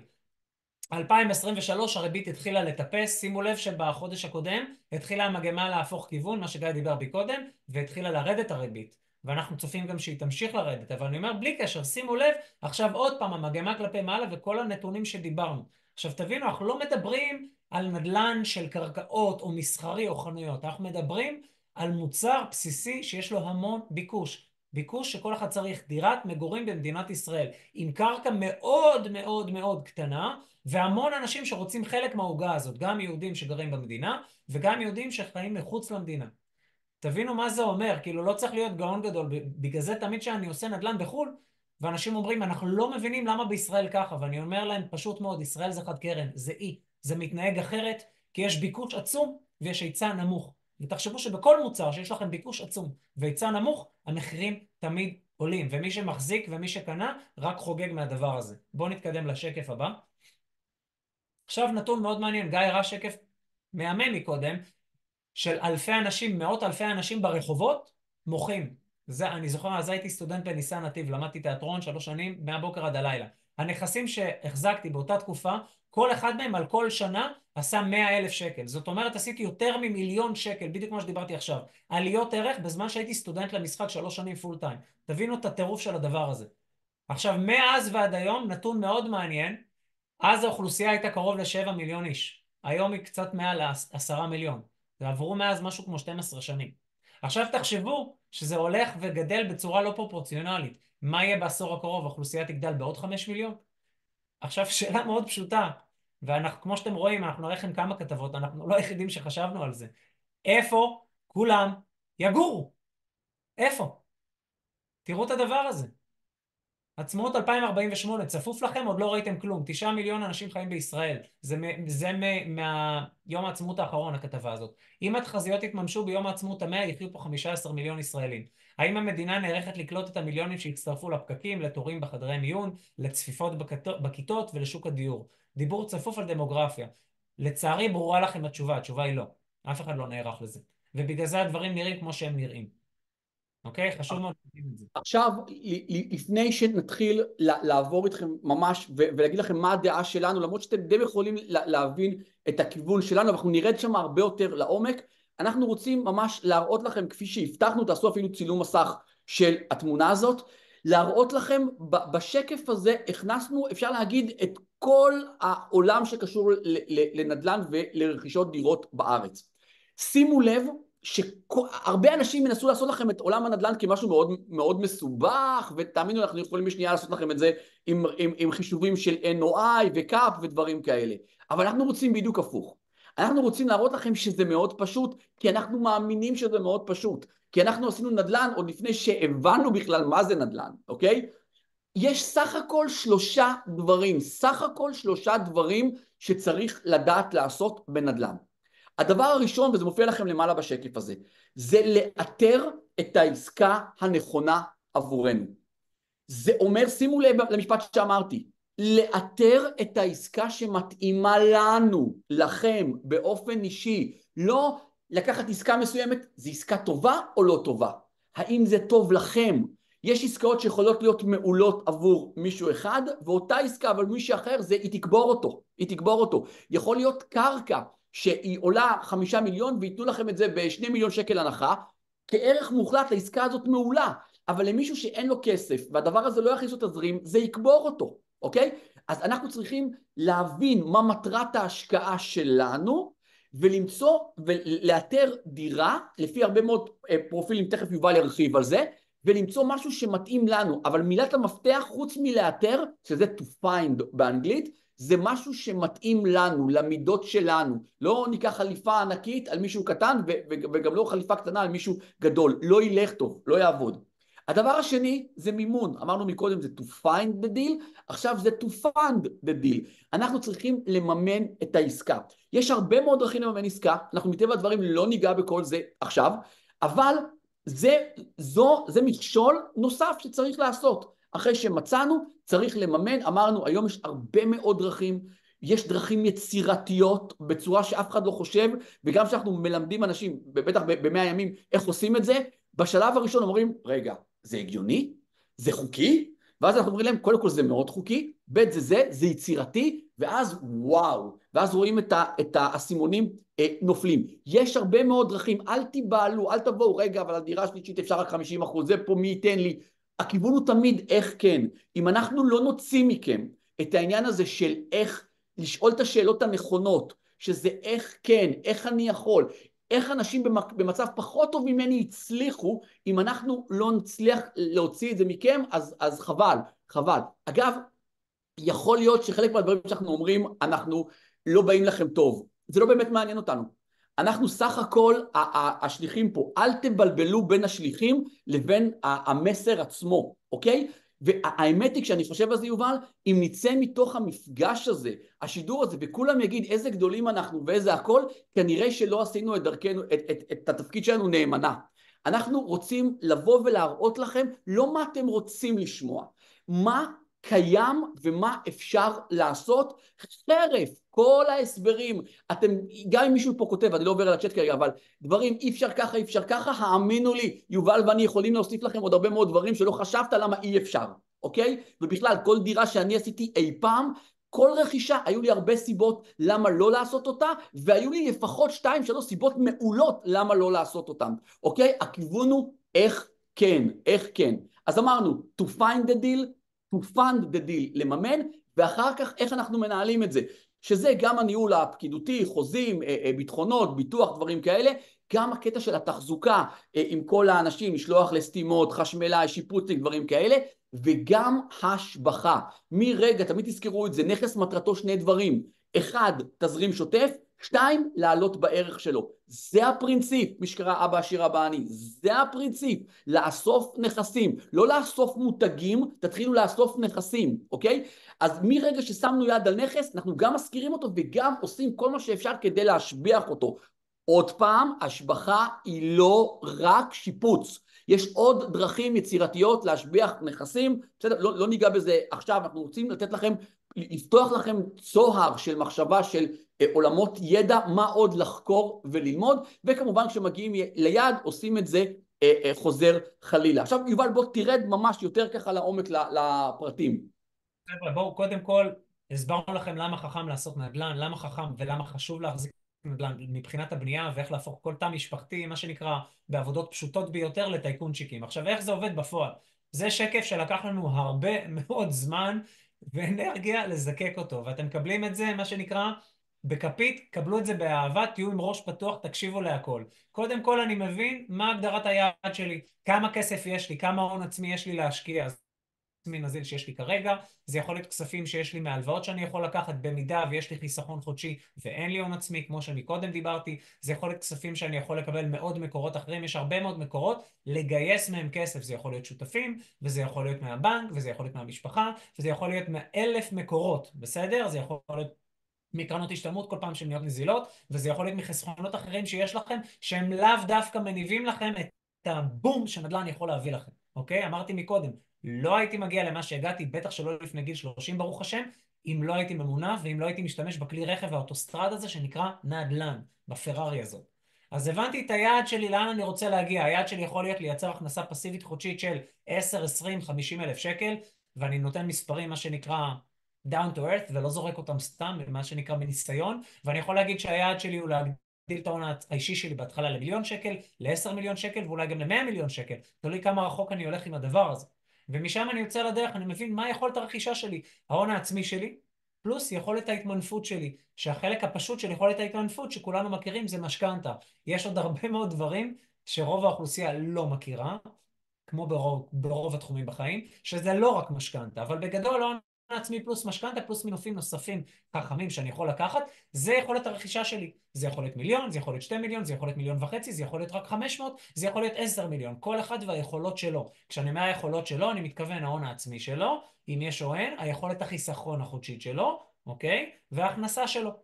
2023 הריבית התחילה לטפס, שימו לב שבחודש הקודם התחילה המגמה להפוך כיוון, מה שגיא דיבר בי קודם, והתחילה לרדת הריבית. ואנחנו צופים גם שהיא תמשיך לרדת, אבל אני אומר בלי קשר, שימו לב, עכשיו עוד פעם המגמה כלפי מעלה וכל הנתונים שדיברנו. עכשיו תבינו, אנחנו לא מדברים על נדל"ן של קרקעות או מסחרי או חנויות, אנחנו מדברים על מוצר בסיסי שיש לו המון ביקוש. ביקוש שכל אחד צריך, דירת מגורים במדינת ישראל, עם קרקע מאוד מאוד מאוד קטנה, והמון אנשים שרוצים חלק מהעוגה הזאת, גם יהודים שגרים במדינה, וגם יהודים שחיים מחוץ למדינה. תבינו מה זה אומר, כאילו לא צריך להיות גאון גדול, בגלל זה תמיד שאני עושה נדל"ן בחו"ל, ואנשים אומרים, אנחנו לא מבינים למה בישראל ככה, ואני אומר להם פשוט מאוד, ישראל זה חד קרן, זה אי, זה מתנהג אחרת, כי יש ביקוש עצום ויש היצע נמוך. ותחשבו שבכל מוצר שיש לכם ביקוש עצום והיצע נמוך, המחירים תמיד עולים, ומי שמחזיק ומי שקנה רק חוגג מהדבר הזה. בואו נתקדם לשקף הבא. עכשיו נתון מאוד מעניין, גיא הראה שקף מהמם מקודם, של אלפי אנשים, מאות אלפי אנשים ברחובות, מוחים. אני זוכר, אז הייתי סטודנט בניסן נתיב, למדתי תיאטרון 3 שנים, מהבוקר עד הלילה. הנכסים שהחזקתי באותה תקופה, כל אחד מהם על כל שנה עשה 100,000 שקל. זאת אומרת, עשיתי יותר מ1,000,000 שקל, בדיוק כמו שדיברתי עכשיו. עליות ערך בזמן שהייתי סטודנט למשחק 3 שנים פול טיים. תבינו את הטירוף של הדבר הזה. עכשיו, מאז ועד היום, נתון מאוד מעניין, אז האוכלוסייה הייתה קרוב ל7 מיליון איש. היום היא קצת מעל 10 מיליון. ועברו מאז משהו כמו 12 שנים. עכשיו תחשבו שזה הולך וגדל בצורה לא פרופורציונלית. מה יהיה בעשור הקרוב? האוכלוסייה תגדל בעוד 5 מיליון? עכשיו שאלה מאוד פשוטה, ואנחנו, כמו שאתם רואים, אנחנו נראה לכם כמה כתבות, אנחנו לא היחידים שחשבנו על זה. איפה כולם יגורו? איפה? תראו את הדבר הזה. עצמאות 2048, צפוף לכם? עוד לא ראיתם כלום. 9 מיליון אנשים חיים בישראל. זה מהיום העצמאות האחרון, הכתבה הזאת. אם התחזיות יתממשו ביום העצמאות ה-100, יחיו פה 15 מיליון ישראלים. האם המדינה נערכת לקלוט את המיליונים שהצטרפו לפקקים, לתורים בחדרי מיון, לצפיפות בכיתות ולשוק הדיור? דיבור צפוף על דמוגרפיה. לצערי ברורה לכם התשובה, התשובה היא לא. אף אחד לא נערך לזה. ובגלל זה הדברים נראים כמו שהם נראים. אוקיי? חשוב מאוד להגיד את זה. עכשיו, לפני שנתחיל לעבור איתכם ממש ולהגיד לכם מה הדעה שלנו, למרות שאתם די יכולים להבין את הכיוון שלנו, אנחנו נרד שם הרבה יותר לעומק, אנחנו רוצים ממש להראות לכם, כפי שהבטחנו, תעשו אפילו צילום מסך של התמונה הזאת, להראות לכם בשקף הזה הכנסנו, אפשר להגיד, את כל העולם שקשור לנדל"ן ולרכישות דירות בארץ. שימו לב, שהרבה אנשים ינסו לעשות לכם את עולם הנדל"ן כמשהו מאוד, מאוד מסובך, ותאמינו, אנחנו יכולים בשנייה לעשות לכם את זה עם חישובים של NOI וקאפ ודברים כאלה. אבל אנחנו רוצים בדיוק הפוך. אנחנו רוצים להראות לכם שזה מאוד פשוט, כי אנחנו מאמינים שזה מאוד פשוט. כי אנחנו עשינו נדל"ן עוד לפני שהבנו בכלל מה זה נדל"ן, אוקיי? יש סך הכל 3 דברים שצריך לדעת לעשות בנדל"ן. הדבר הראשון, וזה מופיע לכם למעלה בשקף הזה, זה לאתר את העסקה הנכונה עבורנו. זה אומר, שימו לב למשפט שאמרתי, לאתר את העסקה שמתאימה לנו, לכם, באופן אישי, לא לקחת עסקה מסוימת, זו עסקה טובה או לא טובה? האם זה טוב לכם? יש עסקאות שיכולות להיות מעולות עבור מישהו אחד, ואותה עסקה אבל מישהו אחר, היא תקבור אותו, היא תקבור אותו. יכול להיות קרקע שהיא עולה 5 מיליון ויתנו לכם את זה ב2 מיליון שקל הנחה, כערך מוחלט לעסקה הזאת מעולה, אבל למישהו שאין לו כסף והדבר הזה לא יכניס לו תזרים, זה יקבור אותו, אוקיי? אז אנחנו צריכים להבין מה מטרת ההשקעה שלנו, ולמצוא ולאתר דירה לפי הרבה מאוד פרופילים, תכף יובל ירחיב על זה, ולמצוא משהו שמתאים לנו, אבל מילת המפתח חוץ מלאתר, שזה to find באנגלית, זה משהו שמתאים לנו, למידות שלנו. לא ניקח חליפה ענקית על מישהו קטן, וגם לא חליפה קטנה על מישהו גדול. לא ילך טוב, לא יעבוד. הדבר השני זה מימון. אמרנו מקודם זה to find the deal, עכשיו זה to fund the deal. אנחנו צריכים לממן את העסקה. יש הרבה מאוד דרכים לממן עסקה, אנחנו מטבע הדברים לא ניגע בכל זה עכשיו, אבל זה מכשול נוסף שצריך לעשות. אחרי שמצאנו, צריך לממן, אמרנו, היום יש הרבה מאוד דרכים, יש דרכים יצירתיות בצורה שאף אחד לא חושב, וגם שאנחנו מלמדים אנשים, בטח ב100 ימים, איך עושים את זה, בשלב הראשון אומרים, רגע, זה הגיוני? זה חוקי? ואז אנחנו אומרים להם, קודם כל זה מאוד חוקי, ב' זה יצירתי, ואז וואו, ואז רואים את האסימונים נופלים. יש הרבה מאוד דרכים, אל תיבעלו, אל תבואו, רגע, אבל על דירה שלישית אפשר רק 50%, זה פה מי ייתן לי. הכיוון הוא תמיד איך כן. אם אנחנו לא נוציא מכם את העניין הזה של איך לשאול את השאלות הנכונות, שזה איך כן, איך אני יכול, איך אנשים במצב פחות טוב ממני הצליחו, אם אנחנו לא נצליח להוציא את זה מכם, אז חבל, חבל. אגב, יכול להיות שחלק מהדברים שאנחנו אומרים, אנחנו לא באים לכם טוב. זה לא באמת מעניין אותנו. אנחנו סך הכל השליחים פה, אל תבלבלו בין השליחים לבין המסר עצמו, אוקיי? והאמת היא כשאני חושב על זה יובל, אם נצא מתוך המפגש הזה, השידור הזה, וכולם יגיד איזה גדולים אנחנו ואיזה הכל, כנראה שלא עשינו את דרכנו, את התפקיד שלנו נאמנה. אנחנו רוצים לבוא ולהראות לכם לא מה אתם רוצים לשמוע, מה קיים ומה אפשר לעשות חרף כל ההסברים. אתם, גם אם מישהו פה כותב, אני לא עובר על הצ'אט כרגע, אבל דברים אי אפשר ככה, אי אפשר ככה, האמינו לי, יובל ואני יכולים להוסיף לכם עוד הרבה מאוד דברים שלא חשבת למה אי אפשר, אוקיי? ובכלל, כל דירה שאני עשיתי אי פעם, כל רכישה, היו לי הרבה סיבות למה לא לעשות אותה, והיו לי לפחות 2-3 סיבות מעולות למה לא לעשות אותם, אוקיי? הכיוון הוא איך כן, איך כן. אז אמרנו, to find the deal, to fund the deal, לממן, ואחר כך איך אנחנו מנהלים את זה, שזה גם הניהול הפקידותי, חוזים, ביטחונות, ביטוח, דברים כאלה, גם הקטע של התחזוקה עם כל האנשים, לשלוח לסתימות, חשמלאי, שיפוצים, דברים כאלה, וגם השבחה. מרגע, תמיד תזכרו את זה, נכס מטרתו 2 דברים, 1, תזרים שוטף, 2, לעלות בערך שלו. זה הפרינציפ, מי שקרא אבא עשיר אבא עני, זה הפרינציפ, לאסוף נכסים, לא לאסוף מותגים, תתחילו לאסוף נכסים, אוקיי? אז מרגע ששמנו יד על נכס, אנחנו גם מזכירים אותו וגם עושים כל מה שאפשר כדי להשביח אותו. עוד פעם, השבחה היא לא רק שיפוץ, יש עוד דרכים יצירתיות להשביח נכסים, בסדר, לא ניגע בזה עכשיו, אנחנו רוצים לתת לכם, לפתוח לכם צוהר של מחשבה של עולמות ידע, מה עוד לחקור וללמוד, וכמובן כשמגיעים ליד עושים את זה חוזר חלילה. עכשיו יובל בוא תרד ממש יותר ככה לעומק לפרטים. חבר'ה, בואו קודם כל, הסברנו לכם למה חכם לעשות נדל"ן, למה חכם ולמה חשוב להחזיק נדל"ן מבחינת הבנייה, ואיך להפוך כל תא משפחתי, מה שנקרא, בעבודות פשוטות ביותר לטייקונצ'יקים. עכשיו, איך זה עובד בפועל? זה שקף שלקח לנו הרבה מאוד זמן ואנרגיה לזקק אותו, ואתם מקבלים את זה, מה שנקרא, בכפית, קבלו את זה באהבה, תהיו עם ראש פתוח, תקשיבו להכל. קודם כל אני מבין מה הגדרת היעד שלי, כמה כסף יש לי, כמה הון עצמי יש לי להשקיע. נזיל שיש לי כרגע, זה יכול להיות כספים שיש לי מהלוואות שאני יכול לקחת במידה ויש לי חיסכון חודשי ואין לי הון עצמי, כמו שמקודם דיברתי, זה יכול להיות כספים שאני יכול לקבל מעוד מקורות אחרים, יש הרבה מאוד מקורות, לגייס מהם כסף, זה יכול להיות שותפים, וזה יכול להיות מהבנק, וזה יכול להיות מהמשפחה, וזה יכול להיות 1,000 מקורות, בסדר? זה יכול להיות מקרנות השתלמות כל פעם שהן נהיות נזילות, וזה יכול להיות מחסכונות אחרים שיש לכם, שהם לאו דווקא מניבים לכם את הבום שנדל"ן יכול להביא לכם, אוקיי? אמרתי מקודם, לא הייתי מגיע למה שהגעתי, בטח שלא לפני גיל 30 ברוך השם, אם לא הייתי ממונע ואם לא הייתי משתמש בכלי רכב האוטוסטרד הזה שנקרא נדל"ן, בפרארי הזאת. אז הבנתי את היעד שלי, לאן אני רוצה להגיע. היעד שלי יכול להיות לייצר הכנסה פסיבית חודשית של 10, 20, 50 אלף שקל, ואני נותן מספרים, מה שנקרא down to earth, ולא זורק אותם סתם, מה שנקרא מניסיון, ואני יכול להגיד שהיעד שלי הוא להגדיל את ההון האישי שלי בהתחלה למיליון שקל, ל10 מיליון שקל, ואולי גם ל100 מיליון שקל. תלוי כמה רחוק אני הולך עם הדבר הזה. ומשם אני יוצא לדרך, אני מבין מה יכולת הרכישה שלי, ההון העצמי שלי, פלוס יכולת ההתמנפות שלי, שהחלק הפשוט של יכולת ההתמנפות שכולנו מכירים זה משכנתה. יש עוד הרבה מאוד דברים שרוב האוכלוסייה לא מכירה, כמו ברוב התחומים בחיים, שזה לא רק משכנתה, אבל בגדול ההון העצמי פלוס משכנתה פלוס מינופים נוספים חכמים שאני יכול לקחת, זה יכולת הרכישה שלי. זה יכול להיות מיליון, זה יכול להיות 2 מיליון, זה יכול להיות 1.5 מיליון, זה יכול להיות רק 500, זה יכול להיות 10 מיליון, כל אחד והיכולות שלו. כשאני אומר היכולות שלו, אני מתכוון ההון העצמי שלו, אם יש או אין, היכולת החיסכון החודשית שלו, אוקיי? וההכנסה שלו.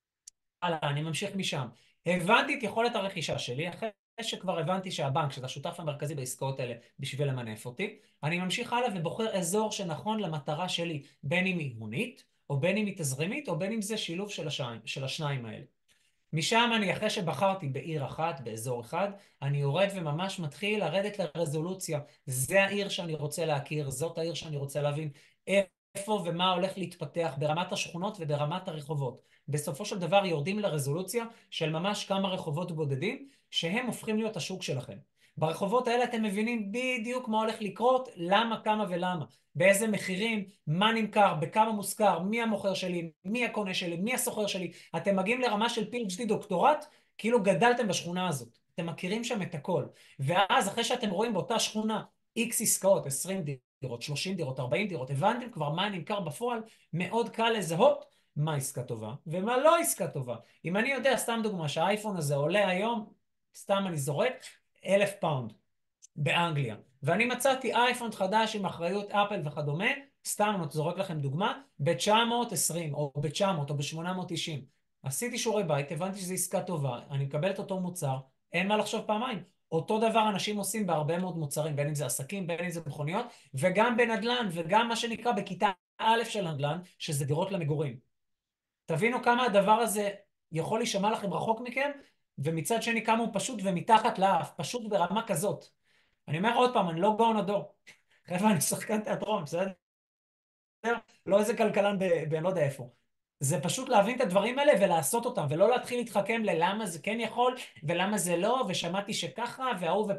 הלאה, אני ממשיך משם. הבנתי את יכולת הרכישה שלי, אחרי שכבר הבנתי שהבנק, שזה השותף המרכזי בעסקאות האלה, בשביל למנף אותי, אני ממשיך הלאה ובוחר אזור שנכון למטרה שלי, בין אם היא הונית, או בין אם היא תזרימית, או בין אם זה שילוב של השניים האלה. משם אני, אחרי שבחרתי בעיר אחת, באזור אחד, אני יורד וממש מתחיל לרדת לרזולוציה. זה העיר שאני רוצה להכיר, זאת העיר שאני רוצה להבין איפה ומה הולך להתפתח ברמת השכונות וברמת הרחובות. בסופו של דבר יורדים לרזולוציה של ממש כמה רחובות בודדים, שהם הופכים להיות השוק שלכם. ברחובות האלה אתם מבינים בדיוק מה הולך לקרות, למה, כמה ולמה. באיזה מחירים, מה נמכר, בכמה מושכר, מי המוכר שלי, מי הקונה שלי, מי הסוחר שלי. אתם מגיעים לרמה של PhD דוקטורט, כאילו גדלתם בשכונה הזאת. אתם מכירים שם את הכל. ואז אחרי שאתם רואים באותה שכונה X עסקאות, 20 דירות, 30 דירות, 40 דירות, הבנתם כבר מה נמכר בפועל, מאוד קל לזהות מה עסקה טובה ומה לא עסקה טובה. אם אני יודע, סתם דוגמה, שהאייפון הזה עולה היום, סתם אני זורק, 1,000 פאונד. באנגליה. ואני מצאתי אייפון חדש עם אחריות אפל וכדומה, סתם אני זורק לכם דוגמה, ב-920 או ב-900 או ב-890. עשיתי שיעורי בית, הבנתי שזו עסקה טובה, אני מקבל את אותו מוצר, אין מה לחשוב פעמיים. אותו דבר אנשים עושים בהרבה מאוד מוצרים, בין אם זה עסקים, בין אם זה מכוניות, וגם בנדל"ן, וגם מה שנקרא בכיתה א' של נדל"ן, שזה דירות למגורים. תבינו כמה הדבר הזה יכול להישמע לכם רחוק מכם, ומצד שני כמה הוא פשוט ומתחת לאף, פשוט ברמה כזאת. אני אומר עוד פעם, אני לא גאון הדור. חבר'ה, אני שחקן תיאטרון, בסדר? לא איזה כלכלן אני לא יודע איפה. זה פשוט להבין את הדברים האלה ולעשות אותם, ולא להתחיל להתחכם ללמה זה כן יכול, ולמה זה לא, ושמעתי שככה, וההוא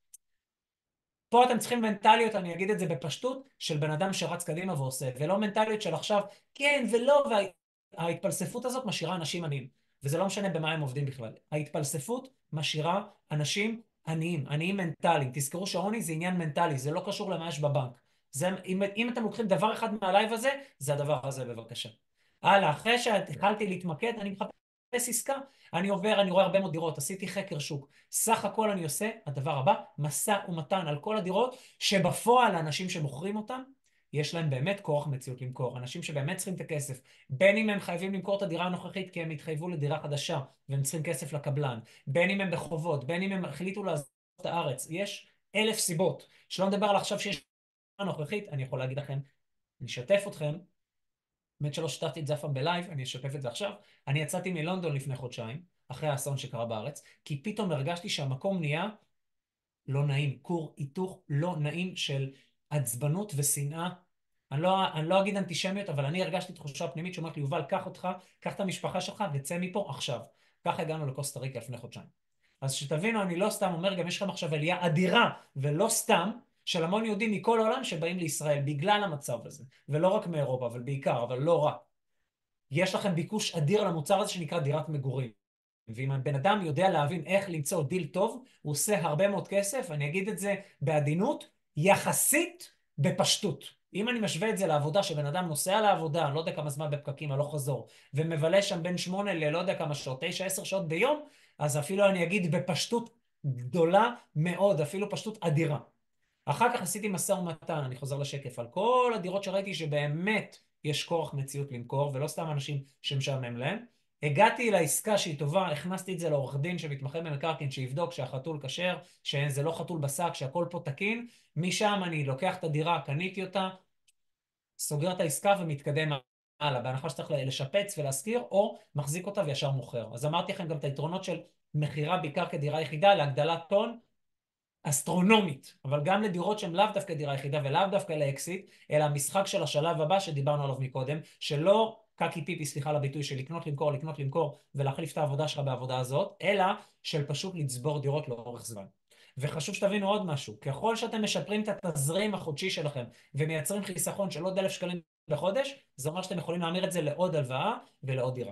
פה אתם צריכים מנטליות, אני אגיד את זה בפשטות, של בן אדם שרץ קדימה ועושה, ולא מנטליות של עכשיו, כן ולא, וההתפלספות הזאת משאירה אנשים עניים, וזה לא משנה במה הם עובדים בכלל. ההתפלספות משאירה אנשים עניים, עניים מנטליים. תזכרו שהעוני זה עניין מנטלי, זה לא קשור למה יש בבנק. זה, אם אתם לוקחים דבר אחד מהלייב הזה, זה הדבר הזה בבקשה. הלאה, אחרי שהתחלתי להתמקד, אני מחפש עסקה, אני עובר, אני רואה הרבה מאוד דירות, עשיתי חקר שוק. סך הכל אני עושה, הדבר הבא, משא ומתן על כל הדירות, שבפועל האנשים שמוכרים אותם, יש להם באמת כוח מציאות למכור. אנשים שבאמת צריכים את הכסף. בין אם הם חייבים למכור את הדירה הנוכחית כי הם התחייבו לדירה חדשה, והם צריכים כסף לקבלן. בין אם הם בחובות, בין אם הם החליטו לעזוב את הארץ. יש 1,000 סיבות. שלא נדבר על עכשיו שיש דירה נוכחית, אני יכול להגיד לכם, אני אשתף אתכם, באמת שלא שתפתי את זה אף פעם בלייב, אני אשתף את זה עכשיו. אני יצאתי מלונדון לפני חודשיים, אחרי האסון שקרה בארץ, כי פתאום הרגשתי שהמקום נהיה לא נעים, כור היתוך לא נעים של עצבנות ושנאה. אני לא אגיד אנטישמיות, אבל אני הרגשתי תחושה פנימית שאומרת לי, יובל, קח אותך, קח את המשפחה שלך וצא מפה עכשיו. ככה הגענו לקוסטה ריקה לפני חודשיים. אז שתבינו, אני לא סתם אומר, גם יש לכם עכשיו עלייה אדירה, ולא סתם, של המון יהודים מכל העולם שבאים לישראל בגלל המצב הזה. ולא רק מאירופה, אבל בעיקר, אבל לא רק. יש לכם ביקוש אדיר למוצר הזה שנקרא דירת מגורים. ואם הבן אדם יודע להבין איך למצוא דיל טוב, הוא עושה הרבה מאוד כסף, אני אגיד את זה בעדינות, יחסית בפשטות. אם אני משווה את זה לעבודה, שבן אדם נוסע לעבודה, לא יודע כמה זמן בפקקים, הלוך חזור, ומבלה שם בין 8 ללא יודע כמה שעות, 9-10 שעות ביום, אז אפילו אני אגיד בפשטות גדולה מאוד, אפילו פשטות אדירה. אחר כך עשיתי משא ומתן, אני חוזר לשקף, על כל הדירות שראיתי שבאמת יש כורח מציאות למכור, ולא סתם אנשים שמשעמם להם. הגעתי לעסקה שהיא טובה, הכנסתי את זה לעורך דין שמתמחה במקרקעין, שיבדוק שהחתול כשר, שזה לא חתול בשק, שהכל פה תקין. משם אני לוקח את הדירה, קניתי אותה, סוגר את העסקה ומתקדם הלאה, בהנחה שצריך לשפץ ולהשכיר, או מחזיק אותה וישר מוכר. אז אמרתי לכם גם את היתרונות של מחירה בעיקר כדירה יחידה להגדלת טון אסטרונומית, אבל גם לדירות שהן לאו דווקא דירה יחידה ולאו דווקא לאקסיט, אלא המשחק של השלב הבא שדיברנו עליו מקודם, שלא קקי פיפי, סליחה על הביטוי, של לקנות למכור ולהחליף את העבודה שלך בעבודה הזאת, אלא של פשוט לצבור דירות לאורך זמן. וחשוב שתבינו עוד משהו, ככל שאתם משפרים את התזרים החודשי שלכם ומייצרים חיסכון של עוד 1,000 שקלים בחודש, זה אומר שאתם יכולים להמיר את זה לעוד הלוואה ולעוד דירה.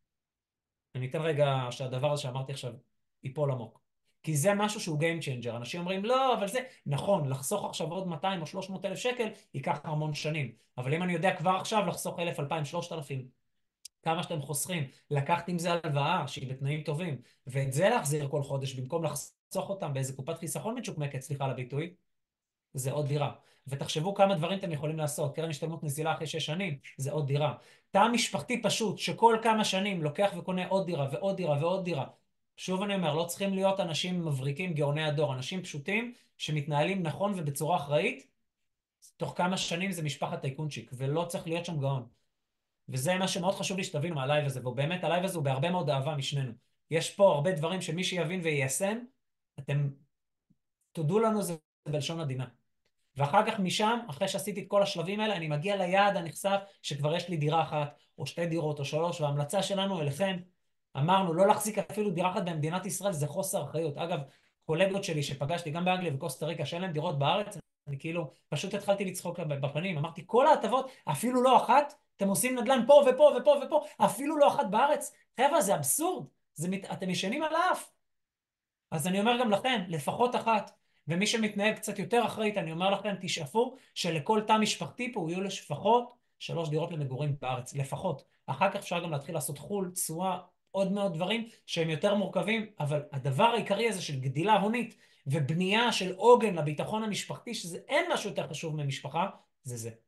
אני אתן רגע שהדבר הזה שאמרתי עכשיו ייפול עמוק. כי זה משהו שהוא Game Changer. אנשים אומרים, לא, אבל זה נכון, לחסוך עכשיו עוד 200 או 300 אלף שקל ייקח המון שנים. אבל אם אני יודע כבר עכשיו לחסוך 1,000, 2,000, 3,000, כמה שאתם חוסכים, לקחת עם זה הלוואה שהיא בתנאים טובים, ואת זה להחזיר כל חודש במקום לחסוך אותם באיזה קופת חיסכון מצ'וקמקת, סליחה על הביטוי, זה עוד דירה. ותחשבו כמה דברים אתם יכולים לעשות. קרן השתלמות נזילה אחרי 6 שנים, זה עוד דירה. תא משפחתי פשוט, שכל כמה שנים לוקח וקונה עוד דירה ועוד דירה ועוד דירה. שוב אני אומר, לא צריכים להיות אנשים מבריקים, גאוני הדור, אנשים פשוטים שמתנהלים נכון ובצורה אחראית, תוך כמה שנים זה משפחת טייקונצ'יק, ולא צריך להיות שם גאון. וזה מה שמאוד חשוב לי שתבינו מהלייב הזה, ובאמת הלייב הזה הוא בהרבה מאוד אהבה משנינו. יש פה הרבה דברים שמי שיבין ויישם, אתם תודו לנו זה בלשון עדינה. ואחר כך משם, אחרי שעשיתי את כל השלבים האלה, אני מגיע ליעד הנכסף שכבר יש לי דירה אחת, או 2 דירות, או 3, וההמלצה שלנו אליכם, אמרנו, לא להחזיק אפילו דירה אחת במדינת ישראל, זה חוסר אחריות. אגב, קולגות שלי שפגשתי גם באנגליה וקוסטה ריקה, שאין להם דירות בארץ, אני כאילו, פשוט התחלתי לצחוק בפנים, אמרתי, כל ההטבות, אפילו לא אחת, אתם עושים נדל"ן פה ופה ופה ופה, אפילו לא אחת בארץ. חבר'ה, זה אבסורד, אתם ישנים על האף. אז אני אומר גם לכם, לפחות אחת. ומי שמתנהג קצת יותר אחראית, אני אומר לכם, תשאפו שלכל תא משפחתי פה יהיו לפחות 3 דירות למגורים בארץ, לפחות. אחר כך אפשר גם להתחיל לעשות חול, תשואה, עוד מאוד דברים שהם יותר מורכבים, אבל הדבר העיקרי הזה של גדילה הונית ובנייה של עוגן לביטחון המשפחתי, שזה אין משהו יותר חשוב ממשפחה, זה זה.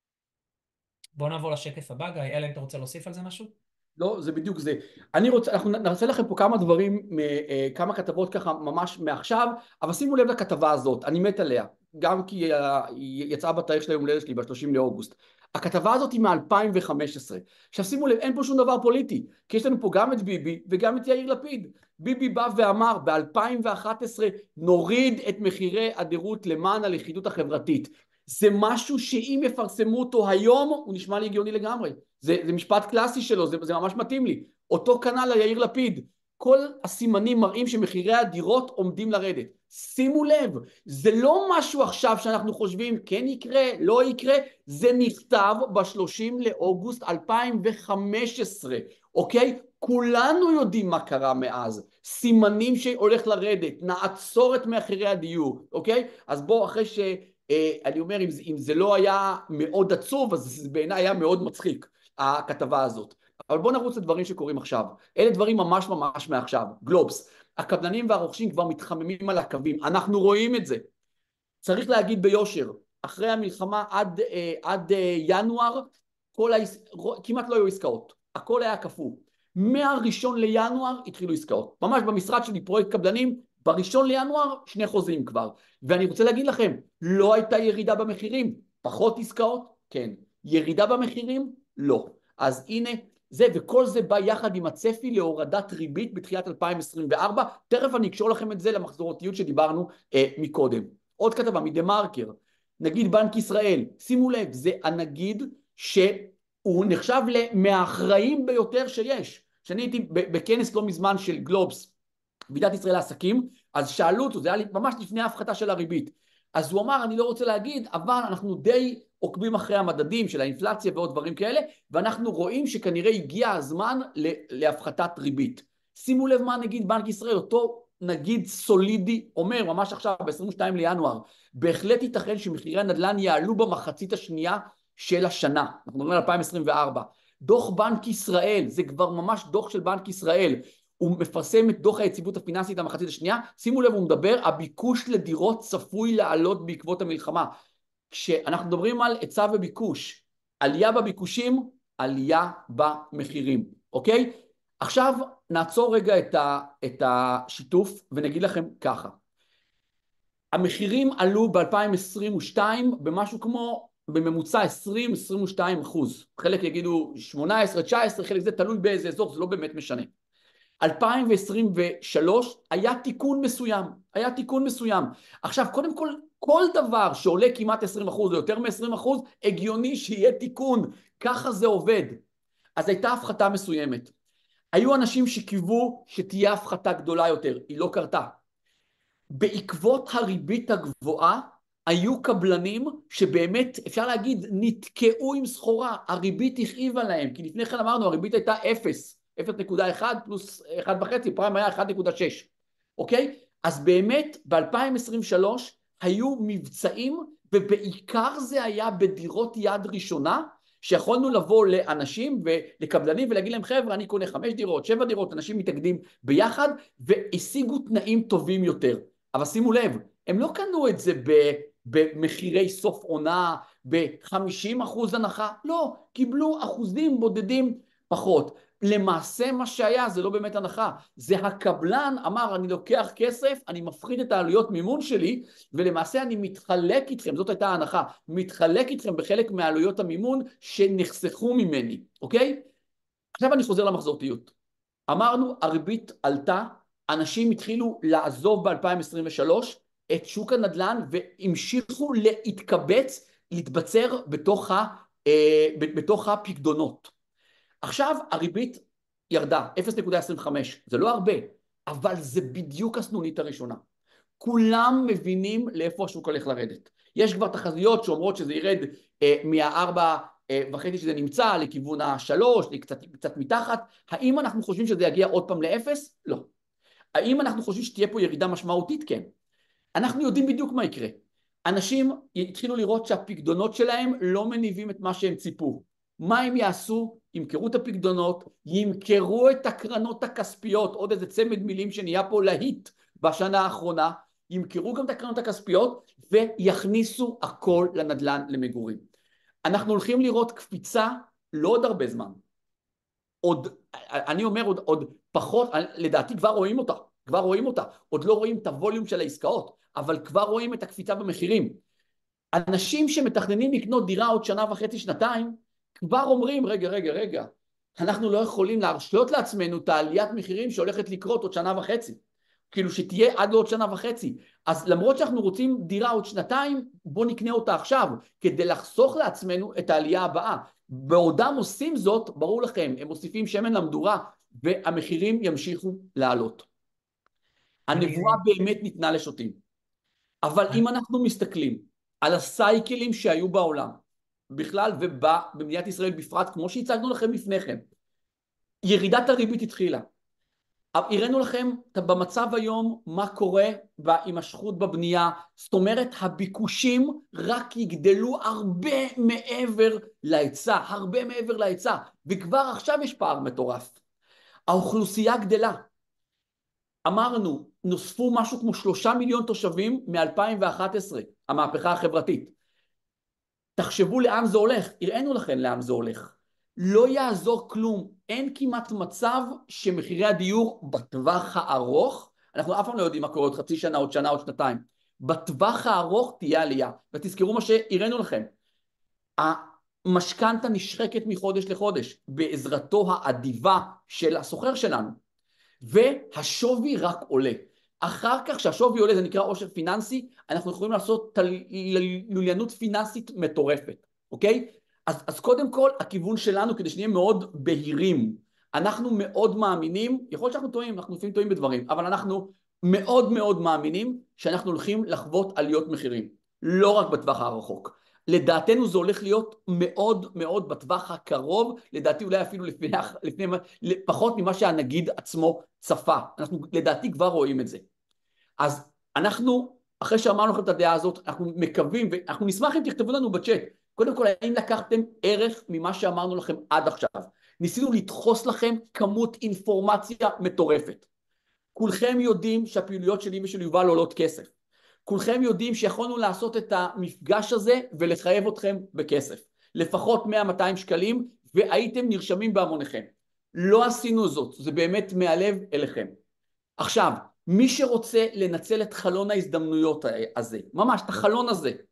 בואו נעבור לשקף הבא, גיא, אלא אם אתה רוצה להוסיף על זה משהו? לא, זה בדיוק זה. אנחנו נעשה לכם פה כמה דברים, כמה כתבות ככה ממש מעכשיו, אבל שימו לב לכתבה הזאת, אני מת עליה, גם כי היא יצאה בתאריך של היום הולדת שלי, ב-30 לאוגוסט. הכתבה הזאת היא מ-2015. עכשיו שימו לב, אין פה שום דבר פוליטי, כי יש לנו פה גם את ביבי וגם את יאיר לפיד. ביבי בא ואמר, ב-2011 נוריד את מחירי הדירות למען הלכידות החברתית. זה משהו שאם יפרסמו אותו היום, הוא נשמע לי הגיוני לגמרי. זה משפט קלאסי שלו, זה ממש מתאים לי. אותו כנ"ל ליאיר לפיד. כל הסימנים מראים שמחירי הדירות עומדים לרדת. שימו לב, זה לא משהו עכשיו שאנחנו חושבים כן יקרה, לא יקרה, זה נכתב ב-30 לאוגוסט 2015, אוקיי? כולנו יודעים מה קרה מאז. סימנים שהולך לרדת, נעצור את מחירי הדיור, אוקיי? אז בואו אחרי אני אומר, אם זה לא היה מאוד עצוב, אז זה בעיניי היה מאוד מצחיק, הכתבה הזאת. אבל בואו נרוץ לדברים שקורים עכשיו. אלה דברים ממש ממש מעכשיו. גלובס. הקבלנים והרוכשים כבר מתחממים על הקווים. אנחנו רואים את זה. צריך להגיד ביושר, אחרי המלחמה עד ינואר, כמעט לא היו עסקאות. הכל היה קפוא. מה-1 לינואר התחילו עסקאות. ממש במשרד שלי פרויקט קבלנים, ב1 לינואר 2 חוזים כבר. ואני רוצה להגיד לכם, לא הייתה ירידה במחירים. פחות עסקאות? כן. ירידה במחירים? לא. אז הנה זה, וכל זה בא יחד עם הצפי להורדת ריבית בתחילת 2024. תכף אני אקשור לכם את זה למחזורתיות שדיברנו מקודם. עוד כתבה מדה-מרקר, נגיד בנק ישראל, שימו לב, זה הנגיד שהוא נחשב מהאחראים ביותר שיש. כשאני הייתי בכנס לא מזמן של גלובס, ועידת ישראל לעסקים, אז שאלו אותו, זה היה ממש לפני ההפחתה של הריבית. אז הוא אמר, אני לא רוצה להגיד, אבל אנחנו די עוקבים אחרי המדדים של האינפלציה ועוד דברים כאלה, ואנחנו רואים שכנראה הגיע הזמן להפחתת ריבית. שימו לב מה נגיד בנק ישראל, אותו נגיד סולידי אומר, ממש עכשיו ב-22 לינואר, בהחלט ייתכן שמחירי הנדל"ן יעלו במחצית השנייה של השנה, אנחנו מדברים על 2024. דוח בנק ישראל, זה כבר ממש דוח של בנק ישראל, הוא מפרסם את דוח היציבות הפיננסית המחצית השנייה, שימו לב, הוא מדבר, הביקוש לדירות צפוי לעלות בעקבות המלחמה. כשאנחנו מדברים על היצע וביקוש, עלייה בביקושים, עלייה במחירים, אוקיי? עכשיו נעצור רגע את השיתוף ונגיד לכם ככה. המחירים עלו ב-2022 במשהו כמו בממוצע 20-22%. חלק יגידו 18-19, חלק זה תלוי באיזה אזור, זה לא באמת משנה. 2023 היה תיקון מסוים. עכשיו, קודם כל, כל דבר שעולה כמעט 20% או יותר מ-20%, הגיוני שיהיה תיקון, ככה זה עובד. אז הייתה הפחתה מסוימת. היו אנשים שקיוו שתהיה הפחתה גדולה יותר, היא לא קרתה. בעקבות הריבית הגבוהה, היו קבלנים שבאמת, אפשר להגיד, נתקעו עם סחורה, הריבית הכאיבה להם, כי לפני כן אמרנו, הריבית הייתה 0.1 פלוס 1.5, פריים היה 1.6, אוקיי? אז באמת, ב-2023 היו מבצעים, ובעיקר זה היה בדירות יד ראשונה, שיכולנו לבוא לאנשים ולקבלנים ולהגיד להם, חבר'ה, אני קונה 5 דירות, 7 דירות, אנשים מתאגדים ביחד, והשיגו תנאים טובים יותר. אבל שימו לב, הם לא קנו את זה במחירי סוף עונה, ב-50% הנחה, לא, קיבלו אחוזים בודדים פחות. למעשה מה שהיה זה לא באמת הנחה, זה הקבלן אמר אני לוקח כסף, אני מפחית את העלויות מימון שלי, ולמעשה אני מתחלק איתכם, זאת הייתה ההנחה, מתחלק איתכם בחלק מהעלויות המימון שנחסכו ממני, אוקיי? עכשיו אני חוזר למחזורתיות. אמרנו הריבית עלתה, אנשים התחילו לעזוב ב-2023 את שוק הנדל"ן והמשיכו להתקבץ, להתבצר בתוך הפקדונות. עכשיו הריבית ירדה, 0.25, זה לא הרבה, אבל זה בדיוק הסנונית הראשונה. כולם מבינים לאיפה השוק הולך לרדת. יש כבר תחזיות שאומרות שזה ירד מה-4.5 שזה נמצא לכיוון ה-3, קצת מתחת. האם אנחנו חושבים שזה יגיע עוד פעם ל-0? לא. האם אנחנו חושבים שתהיה פה ירידה משמעותית? כן. אנחנו יודעים בדיוק מה יקרה. אנשים התחילו לראות שהפקדונות שלהם לא מניבים את מה שהם ציפו. מה הם יעשו? ימכרו את הפקדונות, ימכרו את הקרנות הכספיות, עוד איזה צמד מילים שנהיה פה להיט בשנה האחרונה, ימכרו גם את הקרנות הכספיות ויכניסו הכל לנדל"ן למגורים. אנחנו הולכים לראות קפיצה לא עוד הרבה זמן. אני אומר עוד פחות, לדעתי כבר רואים אותה, עוד לא רואים את הווליום של העסקאות, אבל כבר רואים את הקפיצה במחירים. אנשים שמתכננים לקנות דירה עוד שנה וחצי, שנתיים, כבר אומרים, רגע, אנחנו לא יכולים להרשות לעצמנו את העליית מחירים שהולכת לקרות עוד שנה וחצי. כאילו שתהיה עד לעוד שנה וחצי. אז למרות שאנחנו רוצים דירה עוד שנתיים, בוא נקנה אותה עכשיו, כדי לחסוך לעצמנו את העלייה הבאה. בעודם עושים זאת, ברור לכם, הם מוסיפים שמן למדורה, והמחירים ימשיכו לעלות. הנבואה באמת ניתנה לשוטים. אבל אם אנחנו מסתכלים על הסייקלים שהיו בעולם, בכלל ובמדינת ישראל בפרט, כמו שהצגנו לכם לפניכם, ירידת הריבית התחילה. הראינו לכם במצב היום מה קורה בהימשכות בבנייה, זאת אומרת הביקושים רק יגדלו הרבה מעבר להיצע, וכבר עכשיו יש פער מטורף. האוכלוסייה גדלה. אמרנו, נוספו משהו כמו 3 מיליון תושבים מ-2011, המהפכה החברתית. תחשבו לאן זה הולך, הראינו לכם לאן זה הולך. לא יעזור כלום, אין כמעט מצב שמחירי הדיור בטווח הארוך, אנחנו אף פעם לא יודעים מה קורה עוד חצי שנה, עוד שנה, עוד שנתיים, בטווח הארוך תהיה עלייה, ותזכרו מה שהראינו לכם, המשכנתא נשחקת מחודש לחודש, בעזרתו האדיבה של הסוחר שלנו, והשווי רק עולה. אחר כך שהשווי עולה, זה נקרא עושר פיננסי, אנחנו יכולים לעשות לוליינות פיננסית מטורפת, אוקיי? אז קודם כל, הכיוון שלנו, כדי שנהיה מאוד בהירים, אנחנו מאוד מאמינים, יכול להיות שאנחנו טועים, אנחנו לפעמים טועים בדברים, אבל אנחנו מאוד מאוד מאמינים שאנחנו הולכים לחוות עליות מחירים, לא רק בטווח הרחוק. לדעתנו זה הולך להיות מאוד מאוד בטווח הקרוב, לדעתי אולי אפילו פחות ממה שהנגיד עצמו צפה. אנחנו לדעתי כבר רואים את זה. אז אנחנו, אחרי שאמרנו לכם את הדעה הזאת, אנחנו מקווים, ואנחנו נשמח אם תכתבו לנו בצ'אט, קודם כל, האם לקחתם ערך ממה שאמרנו לכם עד עכשיו? ניסינו לדחוס לכם כמות אינפורמציה מטורפת. כולכם יודעים שהפעילויות שלי ושל יובל עולות כסף. כולכם יודעים שיכולנו לעשות את המפגש הזה ולחייב אתכם בכסף. לפחות 100-200 שקלים, והייתם נרשמים בהמוניכם. לא עשינו זאת, זה באמת מהלב אליכם. עכשיו, מי שרוצה לנצל את חלון ההזדמנויות הזה, ממש את החלון הזה,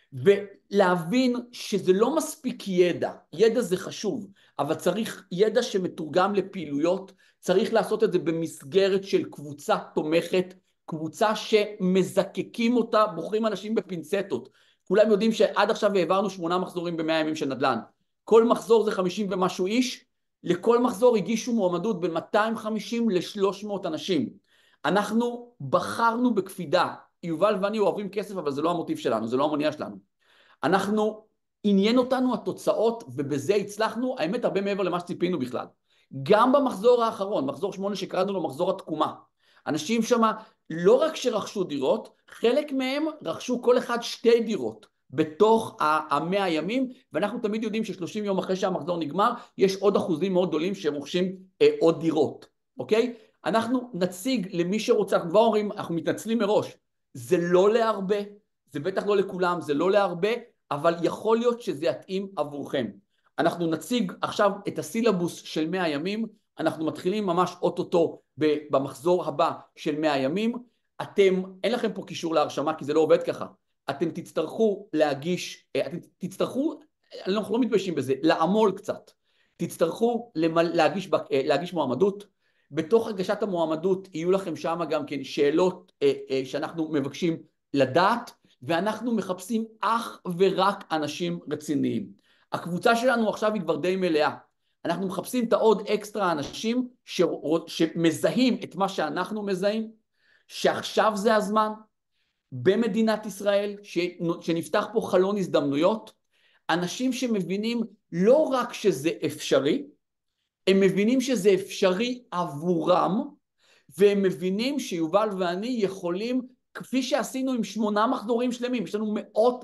ולהבין שזה לא מספיק ידע, ידע זה חשוב, אבל צריך ידע שמתורגם לפעילויות, צריך לעשות את זה במסגרת של קבוצה תומכת, קבוצה שמזקקים אותה, בוחרים אנשים בפינצטות. כולם יודעים שעד עכשיו העברנו 8 מחזורים ב100 ימים של נדל"ן, כל מחזור זה 50 ומשהו איש, לכל מחזור הגישו מועמדות בין 250 ל-300 אנשים. אנחנו בחרנו בקפידה, יובל ואני אוהבים כסף, אבל זה לא המוטיב שלנו, זה לא המניע שלנו. אנחנו, עניין אותנו התוצאות, ובזה הצלחנו, האמת הרבה מעבר למה שציפינו בכלל. גם במחזור האחרון, מחזור 8 שקראנו לו מחזור התקומה, אנשים שמה לא רק שרכשו דירות, חלק מהם רכשו כל אחד 2 דירות בתוך 100 ימים, ואנחנו תמיד יודעים ש30 יום אחרי שהמחזור נגמר, יש עוד אחוזים מאוד גדולים שרוכשים עוד דירות, אוקיי? אנחנו נציג למי שרוצה, אנחנו כבר אומרים, אנחנו מתנצלים מראש, זה לא להרבה, זה בטח לא לכולם, זה לא להרבה, אבל יכול להיות שזה יתאים עבורכם. אנחנו נציג עכשיו את הסילבוס של 100 ימים, אנחנו מתחילים ממש אוטוטו במחזור הבא של 100 ימים, אין לכם פה קישור להרשמה כי זה לא עובד ככה, אתם תצטרכו להגיש, אנחנו לא מתביישים בזה, לעמול קצת, תצטרכו להגיש מועמדות, בתוך הגשת המועמדות יהיו לכם שם גם כן שאלות שאנחנו מבקשים לדעת, ואנחנו מחפשים אך ורק אנשים רציניים. הקבוצה שלנו עכשיו היא כבר די מלאה, אנחנו מחפשים את העוד אקסטרה אנשים שמזהים את מה שאנחנו מזהים, שעכשיו זה הזמן במדינת ישראל, שנפתח פה חלון הזדמנויות, אנשים שמבינים לא רק שזה אפשרי, הם מבינים שזה אפשרי עבורם, והם מבינים שיובל ואני יכולים, כפי שעשינו עם 8 מחזורים שלמים, יש לנו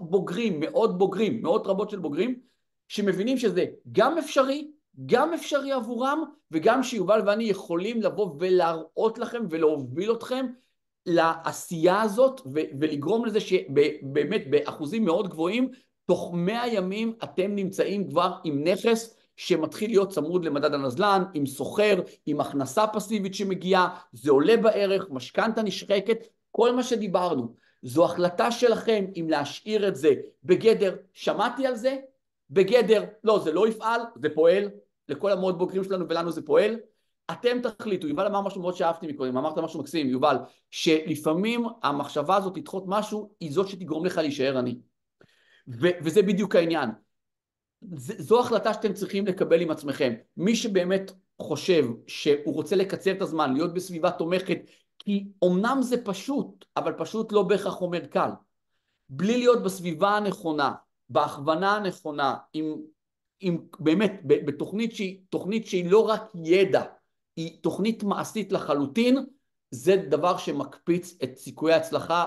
מאות רבות של בוגרים, שמבינים שזה גם אפשרי עבורם, וגם שיובל ואני יכולים לבוא ולהראות לכם ולהוביל אתכם לעשייה הזאת, ולגרום לזה שבאמת באחוזים מאוד גבוהים, תוך 100 ימים אתם נמצאים כבר עם נכס שמתחיל להיות צמוד למדד הנדל"ן, עם סוחר, עם הכנסה פסיבית שמגיעה, זה עולה בערך, משכנתא נשחקת, כל מה שדיברנו. זו החלטה שלכם אם להשאיר את זה בגדר, שמעתי על זה, בגדר, לא, זה לא יפעל, זה פועל, לכל המאוד בוגרים שלנו ולנו זה פועל, אתם תחליטו. יובל אמר משהו מאוד שאהבתי מקודם, אמרת משהו מקסים, יובל, שלפעמים המחשבה הזאת לדחות משהו, היא זאת שתגרום לך להישאר עני. וזה בדיוק העניין. זו החלטה שאתם צריכים לקבל עם עצמכם. מי שבאמת חושב שהוא רוצה לקצר את הזמן, להיות בסביבה תומכת, כי אומנם זה פשוט, אבל פשוט לא בהכרח אומר קל. בלי להיות בסביבה הנכונה, בהכוונה הנכונה, עם באמת, בתוכנית שהיא לא רק ידע, היא תוכנית מעשית לחלוטין, זה דבר שמקפיץ את סיכויי ההצלחה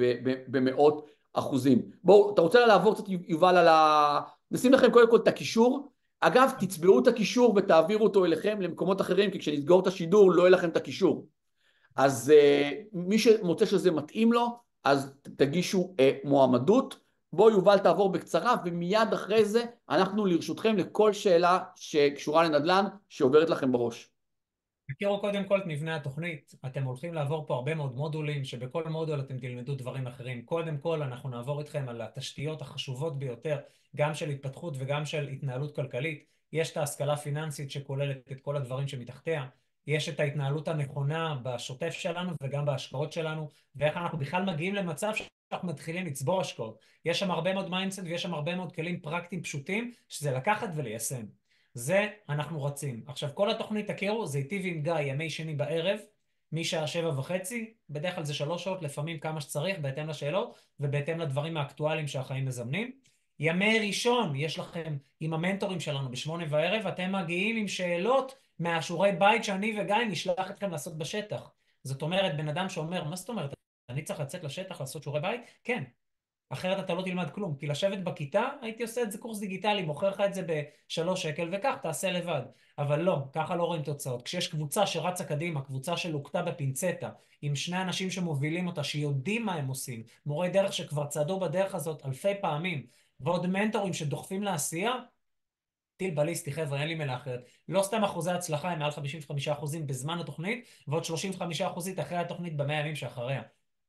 במאות אחוזים. בואו, אתה רוצה לעבור קצת יובל על נשים לכם קודם כל את הקישור, אגב תצבעו את הקישור ותעבירו אותו אליכם למקומות אחרים, כי כשנסגור את השידור לא יהיה לכם את הקישור. אז מי שמוצא שזה מתאים לו, אז תגישו מועמדות. בואו יובל תעבור בקצרה, ומיד אחרי זה אנחנו לרשותכם לכל שאלה שקשורה לנדל"ן שעוברת לכם בראש. תכירו קודם כל את מבנה התוכנית, אתם הולכים לעבור פה הרבה מאוד מודולים, שבכל מודול אתם תלמדו דברים אחרים. קודם כל אנחנו נעבור איתכם על התשתיות החשובות ביותר, גם של התפתחות וגם של התנהלות כלכלית. יש את ההשכלה פיננסית שכוללת את כל הדברים שמתחתיה, יש את ההתנהלות הנכונה בשוטף שלנו וגם בהשקעות שלנו, ואיך אנחנו בכלל מגיעים למצב שאנחנו מתחילים לצבור השקעות. יש שם הרבה מאוד מיינדסט ויש שם הרבה מאוד כלים פרקטיים פשוטים, שזה לקחת וליישם. זה אנחנו רצים. עכשיו, כל התוכנית, תכירו, זה איתי ועם גיא, ימי שני בערב, משעה 7:30, בדרך כלל זה 3 שעות, לפעמים כמה שצריך, בהתאם לשאלות, ובהתאם לדברים האקטואליים שהחיים מזמנים. ימי ראשון, יש לכם עם המנטורים שלנו ב8:15, אתם מגיעים עם שאלות מהשיעורי בית שאני וגיא נשלח אתכם לעשות בשטח. זאת אומרת, בן אדם שאומר, מה זאת אומרת? אני צריך לצאת לשטח לעשות שיעורי בית? כן. אחרת אתה לא תלמד כלום, כי לשבת בכיתה, הייתי עושה את זה קורס דיגיטלי, מוכר לך את זה ב3 שקל, וכך תעשה לבד. אבל לא, ככה לא רואים תוצאות. כשיש קבוצה שרצה קדימה, קבוצה שלוקתה בפינצטה, עם 2 אנשים שמובילים אותה, שיודעים מה הם עושים, מורי דרך שכבר צעדו בדרך הזאת אלפי פעמים, ועוד מנטורים שדוחפים לעשייה, טיל בליסטי, חבר'ה, אין לי מילה אחרת. לא סתם אחוזי הצלחה הם מעל 55% בזמן התוכנית, ועוד 35% אחרי התוכנית ב100 ימים שאחריה.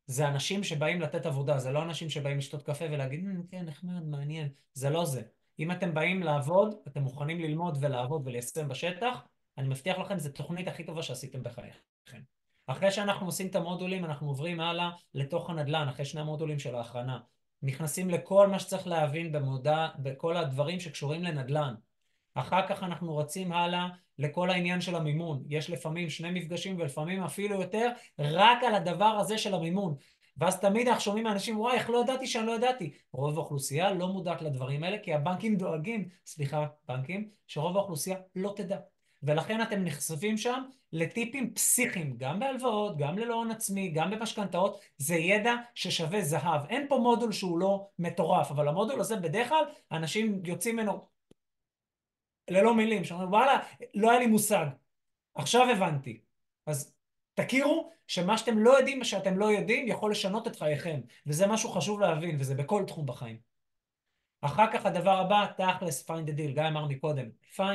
זה אנשים שבאים לתת עבודה, זה לא אנשים שבאים לשתות קפה ולהגיד, כן, נחמד, מעניין, זה לא זה. אם אתם באים לעבוד, אתם מוכנים ללמוד ולעבוד וליישם בשטח, אני מבטיח לכם, זו תוכנית הכי טובה שעשיתם בחייכם. אחרי שאנחנו עושים את המודולים, אנחנו עוברים הלאה לתוך הנדל"ן, אחרי שני המודולים של ההכנה. נכנסים לכל מה שצריך להבין במודע, בכל הדברים שקשורים לנדל"ן. אחר כך אנחנו רצים הלאה לכל העניין של המימון. יש לפעמים שני מפגשים ולפעמים אפילו יותר, רק על הדבר הזה של המימון. ואז תמיד אנחנו שומעים מאנשים, וואי, איך לא ידעתי שאני לא ידעתי. רוב האוכלוסייה לא מודעת לדברים האלה, כי הבנקים דואגים, סליחה, בנקים, שרוב האוכלוסייה לא תדע. ולכן אתם נחשפים שם לטיפים פסיכיים, גם בהלוואות, גם ללא הון עצמי, גם במשכנתאות. זה ידע ששווה זהב. אין פה מודול שהוא לא מטורף, אבל המודול הזה בדרך כלל, אנשים יוצאים ממנו ללא מילים, שאומרים, וואלה, לא היה לי מושג, עכשיו הבנתי. אז תכירו שמה שאתם לא יודעים, מה שאתם לא יודעים, יכול לשנות את חייכם, וזה משהו חשוב להבין, וזה בכל תחום בחיים. אחר כך הדבר הבא, תכלס, find the deal, גיא אמר מקודם,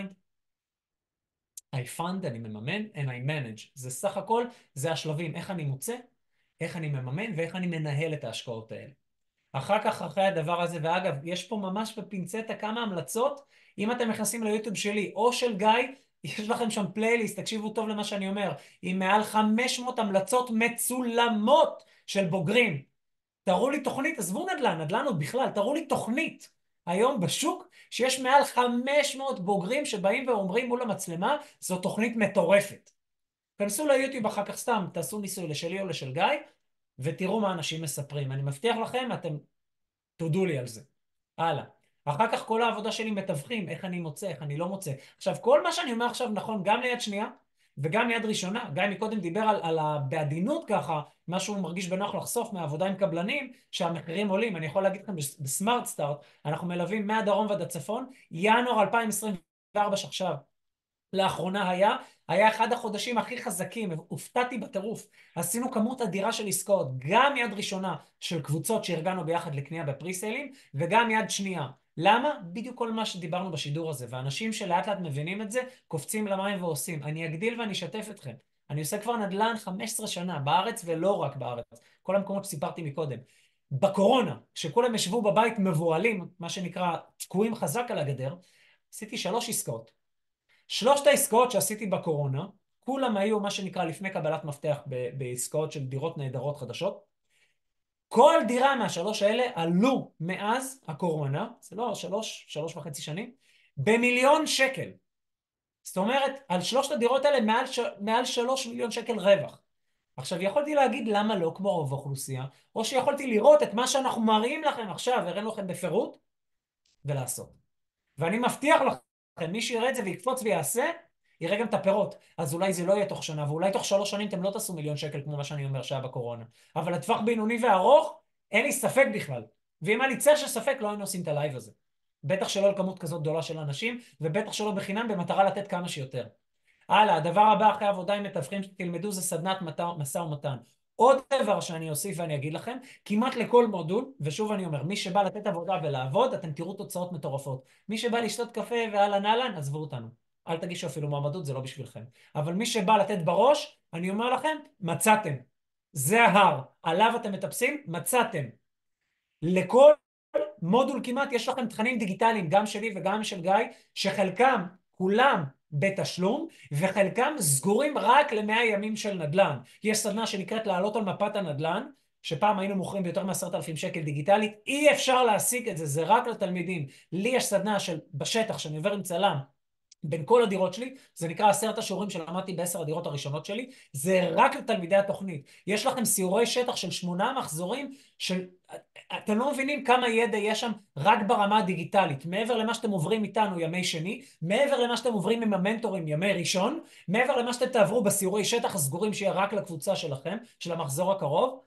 I fund, אני מממן, and I manage. זה סך הכל, זה השלבים, איך אני מוצא, איך אני מממן, ואיך אני מנהל את ההשקעות האלה. אחר כך, אחרי הדבר הזה, ואגב, יש פה ממש בפינצטה כמה המלצות, אם אתם נכנסים ליוטיוב שלי או של גיא, יש לכם שם פלייליסט, תקשיבו טוב למה שאני אומר, עם מעל 500 המלצות מצולמות של בוגרים. תראו לי תוכנית, עזבו נדל"ן, נדל"ן עוד בכלל, תראו לי תוכנית היום בשוק, שיש מעל 500 בוגרים שבאים ואומרים מול המצלמה, זו תוכנית מטורפת. כנסו ליוטיוב אחר כך סתם, תעשו ניסוי לשלי או לשל גיא, ותראו מה אנשים מספרים. אני מבטיח לכם, אתם תודו לי על זה. הלאה. אחר כך כל העבודה שלי מתווכים, איך אני מוצא, איך אני לא מוצא. עכשיו, כל מה שאני אומר עכשיו נכון גם ליד שנייה וגם ליד ראשונה. גיא מקודם דיבר בעדינות ככה, מה שהוא מרגיש בנוח לחשוף מהעבודה עם קבלנים, שהמחירים עולים. אני יכול להגיד לכם, בסמארט סטארט, אנחנו מלווים מהדרום ועד הצפון, ינואר 2024 שעכשיו. לאחרונה היה אחד החודשים הכי חזקים, הופתעתי בטירוף. עשינו כמות אדירה של עסקאות, גם יד ראשונה של קבוצות שארגנו ביחד לקנייה בפריסיילים, וגם יד שנייה. למה? בדיוק כל מה שדיברנו בשידור הזה, ואנשים שלאט לאט מבינים את זה, קופצים למים ועושים. אני אגדיל ואני אשתף אתכם. אני עושה כבר נדל"ן 15 שנה, בארץ ולא רק בארץ. כל המקומות שסיפרתי מקודם. בקורונה, כשכולם ישבו בבית מבוהלים, מה שנקרא תקועים חזק על הגדר, עשיתי 3 עסקאות. 3 העסקאות שעשיתי בקורונה, כולם היו מה שנקרא לפני קבלת מפתח בעסקאות של דירות נהדרות חדשות. כל דירה מה3 האלה עלו מאז הקורונה, זה לא 3.5 שנים, ב1,000,000 שקל. זאת אומרת, על 3 הדירות האלה מעל 3 מיליון שקל רווח. עכשיו, יכולתי להגיד למה לא כמו רוב האוכלוסייה, או שיכולתי לראות את מה שאנחנו מראים לכם עכשיו, הראינו לכם בפירוט, ולעשות. ואני מבטיח לכם, מי שיראה את זה ויקפוץ ויעשה, יראה גם את הפירות. אז אולי זה לא יהיה תוך שנה, ואולי תוך 3 שנים אתם לא תעשו 1,000,000 שקל כמו מה שאני אומר שהיה בקורונה. אבל לטווח בינוני וארוך, אין לי ספק בכלל. ואם היה לי צל של ספק, לא היינו עושים את הלייב הזה. בטח שלא על כמות כזאת גדולה של אנשים, ובטח שלא בחינם במטרה לתת כמה שיותר. הלאה, הדבר הבא אחרי עבודה עם מתווכים שתלמדו זה סדנת משא ומתן. עוד דבר שאני אוסיף ואני אגיד לכם, כמעט לכל מודול, ושוב אני אומר, מי שבא לתת עבודה ולעבוד, אתם תראו תוצאות מטורפות. מי שבא לשתות קפה ואהלן אהלן, עזבו אותנו. אל תגישו אפילו מועמדות, זה לא בשבילכם. אבל מי שבא לתת בראש, אני אומר לכם, מצאתם. זה ההר. עליו אתם מטפסים, מצאתם. לכל מודול כמעט יש לכם תכנים דיגיטליים, גם שלי וגם של גיא, שחלקם, כולם בתשלום, וחלקם סגורים רק ל100 ימים של נדל"ן. יש סדנה שנקראת לעלות על מפת הנדל"ן, שפעם היינו מוכרים ביותר מ10,000 שקל דיגיטלית, אי אפשר להשיג את זה, זה רק לתלמידים. לי יש סדנה בשטח שאני עובר עם צלם, בין כל הדירות שלי, זה נקרא 10 השיעורים שלמדתי ב10 הדירות הראשונות שלי, זה רק לתלמידי התוכנית. יש לכם סיורי שטח של 8 מחזורים, אתם לא מבינים כמה ידע יש שם רק ברמה הדיגיטלית, מעבר למה שאתם עוברים איתנו ימי שני, מעבר למה שאתם עוברים עם המנטורים ימי ראשון, מעבר למה שאתם תעברו בסיורי שטח הסגורים שיהיה רק לקבוצה שלכם, של המחזור הקרוב,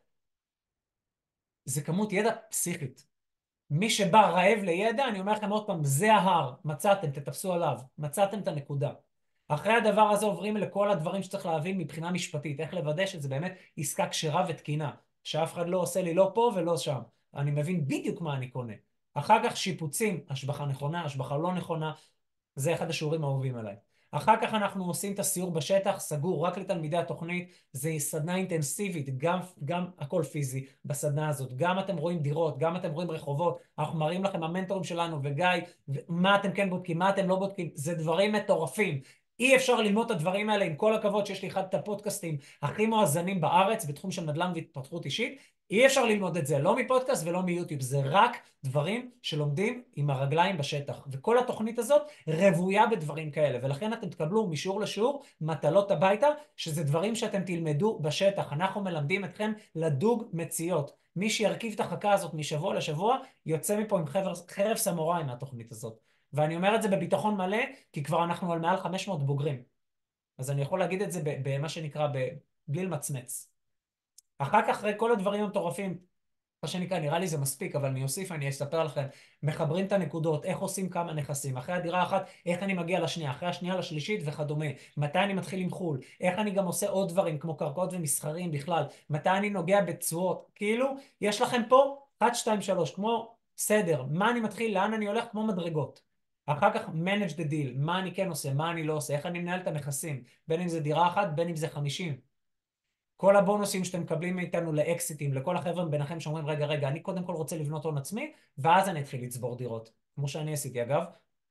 זה כמות ידע פסיכית. מי שבא רעב לידע, אני אומר לכם עוד פעם, זה ההר, מצאתם, תתפסו עליו, מצאתם את הנקודה. אחרי הדבר הזה עוברים לכל הדברים שצריך להבין מבחינה משפטית, איך לוודא שזה באמת עסקה כשרה ותקינה, שאף אחד לא עושה לי לא פה ולא שם. אני מבין בדיוק מה אני קונה. אחר כך שיפוצים, השבחה נכונה, השבחה לא נכונה, זה אחד השיעורים האהובים עליי. אחר כך אנחנו עושים את הסיור בשטח, סגור רק לתלמידי התוכנית, זה סדנה אינטנסיבית, גם הכל פיזי בסדנה הזאת, גם אתם רואים דירות, גם אתם רואים רחובות, אנחנו מראים לכם המנטורים שלנו וגיא, מה אתם כן בודקים, מה אתם לא בודקים, זה דברים מטורפים. אי אפשר ללמוד את הדברים האלה, עם כל הכבוד שיש לי אחד את הפודקאסטים הכי מואזנים בארץ בתחום של נדל"ן והתפתחות אישית, אי אפשר ללמוד את זה, לא מפודקאסט ולא מיוטיוב, זה רק דברים שלומדים עם הרגליים בשטח. וכל התוכנית הזאת רבויה בדברים כאלה, ולכן אתם תקבלו משיעור לשיעור מטלות הביתה, שזה דברים שאתם תלמדו בשטח. אנחנו מלמדים אתכם לדוג מציאות. מי שירכיב את החכה הזאת משבוע לשבוע, יוצא מפה עם חרב סמוראי מהתוכנית הזאת. ואני אומר את זה בביטחון מלא, כי כבר אנחנו על מעל 500 בוגרים. אז אני יכול להגיד את זה במה שנקרא, בלי למצמץ. אחר כך, אחרי כל הדברים המטורפים, מה שנקרא, נראה לי זה מספיק, אבל אני אוסיף, אני אספר לכם, מחברים את הנקודות, איך עושים כמה נכסים, אחרי הדירה האחת, איך אני מגיע לשנייה, אחרי השנייה לשלישית וכדומה, מתי אני מתחיל עם חול, איך אני גם עושה עוד דברים, כמו קרקעות ומסחרים בכלל, מתי אני נוגע בתשואות, כאילו, יש לכם פה 1, 2, 3, כמו סדר, מה אני מתחיל, לאן אני הולך, כמו מדרגות. אחר כך manage the deal, מה אני כן עושה, מה אני לא עושה, איך אני מנהל את הנכסים, בין אם זה דירה אחת, בין אם זה 50. כל הבונוסים שאתם מקבלים מאיתנו לאקסיטים, לכל החבר'ה ביניכם שאומרים, רגע, אני קודם כל רוצה לבנות הון עצמי, ואז אני אתחיל לצבור דירות, כמו שאני עשיתי אגב,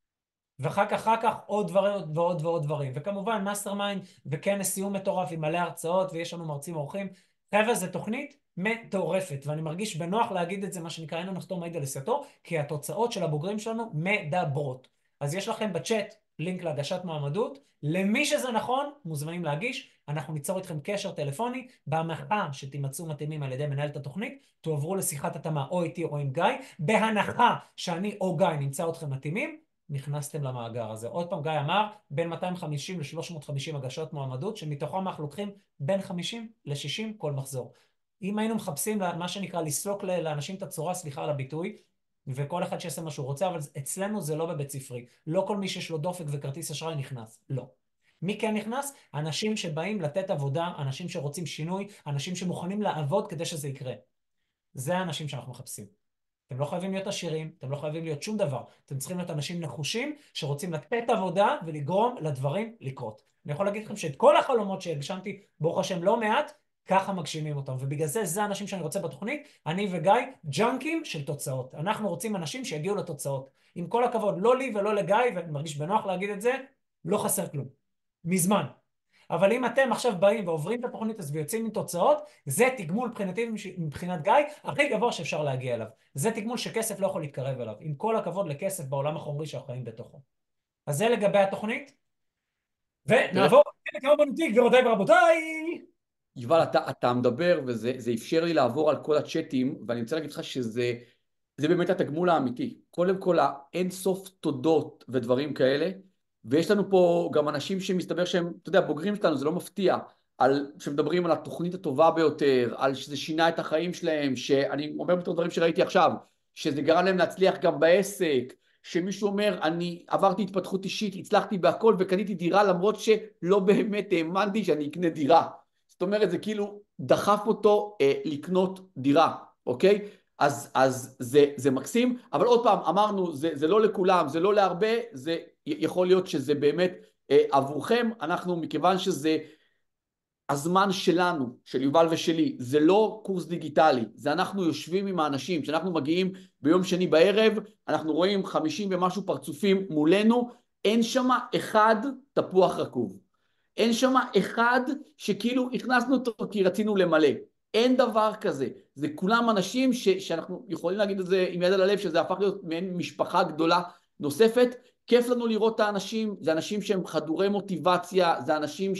ואחר כך עוד דברים ועוד ועוד דברים, וכמובן מאסטר מיינד וכנס סיום מטורף עם מלא הרצאות, ויש לנו מרצים אורחים. חבר'ה, זו תוכנית מטורפת, ואני מרגיש בנוח להגיד את זה, מה שנקרא, אין לחתום מעיד על עשייתו, כי התוצאות של הבוגרים שלנו מדברות. אז יש לכם בצ'אט לינק להגשת מועמדות, למי שזה נכון, מוזמנים להגיש, אנחנו ניצור איתכם קשר טלפוני, בהנחה שתימצאו מתאימים על ידי מנהלת התוכנית, תועברו לשיחת התאמה או איתי או עם גיא, בהנחה שאני או גיא נמצא אתכם מתאימים, נכנסתם למאגר הזה. עוד פעם, גיא אמר, בין 250 ל-350 הגשות מועמדות, שמתוכם אנחנו לוקחים בין 50 ל-60 כל מחזור. אם היינו מחפשים מה שנקרא לסלוק לאנשים את הצורה, סליחה על הביטוי, וכל אחד שיעשה מה שהוא רוצה, אבל אצלנו זה לא בבית ספרי. לא כל מי שיש לו דופק וכרטיס אשראי נכנס. לא. מי כן נכנס? אנשים שבאים לתת עבודה, אנשים שרוצים שינוי, אנשים שמוכנים לעבוד כדי שזה יקרה. זה האנשים שאנחנו מחפשים. אתם לא חייבים להיות עשירים, אתם לא חייבים להיות שום דבר. אתם צריכים להיות אנשים נחושים שרוצים לתת עבודה ולגרום לדברים לקרות. אני יכול להגיד לכם שאת כל החלומות שהגשמתי, ברוך השם לא מעט, ככה מגשימים אותם. ובגלל זה, זה האנשים שאני רוצה בתוכנית. אני וגיא, ג'אנקים של תוצאות. אנחנו רוצים אנשים שיגיעו לתוצאות. עם כל הכבוד, לא לי ולא לגיא, ואני מרגיש בנוח להגיד את זה, לא חסר כלום. מזמן. אבל אם אתם עכשיו באים ועוברים את התוכנית הזאת ויוצאים עם תוצאות, זה תגמול מבחינתי, מבחינת גיא, הכי גבוה שאפשר להגיע אליו. זה תגמול שכסף לא יכול להתקרב אליו, עם כל הכבוד לכסף בעולם החומרי שאנחנו חיים בתוכו. אז זה לגבי התוכנית, תראה, ונעבור לחלק האומנותי, גבירותיי ורבותיי. יובל, אתה מדבר, וזה אפשר לי לעבור על כל הצ'אטים, ואני רוצה להגיד לך שזה באמת התגמול האמיתי. קודם כל, האין סוף תודות ודברים כאלה, ויש לנו פה גם אנשים שמסתבר שהם, אתה יודע, בוגרים שלנו, זה לא מפתיע, שמדברים על התוכנית הטובה ביותר, על שזה שינה את החיים שלהם, שאני אומר בתור דברים שראיתי עכשיו, שזה גרם להם להצליח גם בעסק, שמישהו אומר, אני עברתי התפתחות אישית, הצלחתי בהכל וקניתי דירה, למרות שלא באמת האמנתי שאני אקנה דירה. זאת אומרת, זה כאילו דחף אותו לקנות דירה, אוקיי? אז זה מקסים, אבל עוד פעם, אמרנו, זה לא לכולם, זה לא להרבה, זה יכול להיות שזה באמת עבורכם, אנחנו מכיוון שזה הזמן שלנו, של יובל ושלי, זה לא קורס דיגיטלי, זה אנחנו יושבים עם האנשים, כשאנחנו מגיעים ביום שני בערב, אנחנו רואים 50 ומשהו פרצופים מולנו, אין שם אחד תפוח רקוב. אין שם אחד שכאילו הכנסנו אותו כי רצינו למלא. אין דבר כזה. זה כולם אנשים שאנחנו יכולים להגיד את זה עם יד על הלב, שזה הפך להיות מעין משפחה גדולה נוספת. כיף לנו לראות את האנשים, זה אנשים שהם חדורי מוטיבציה, זה אנשים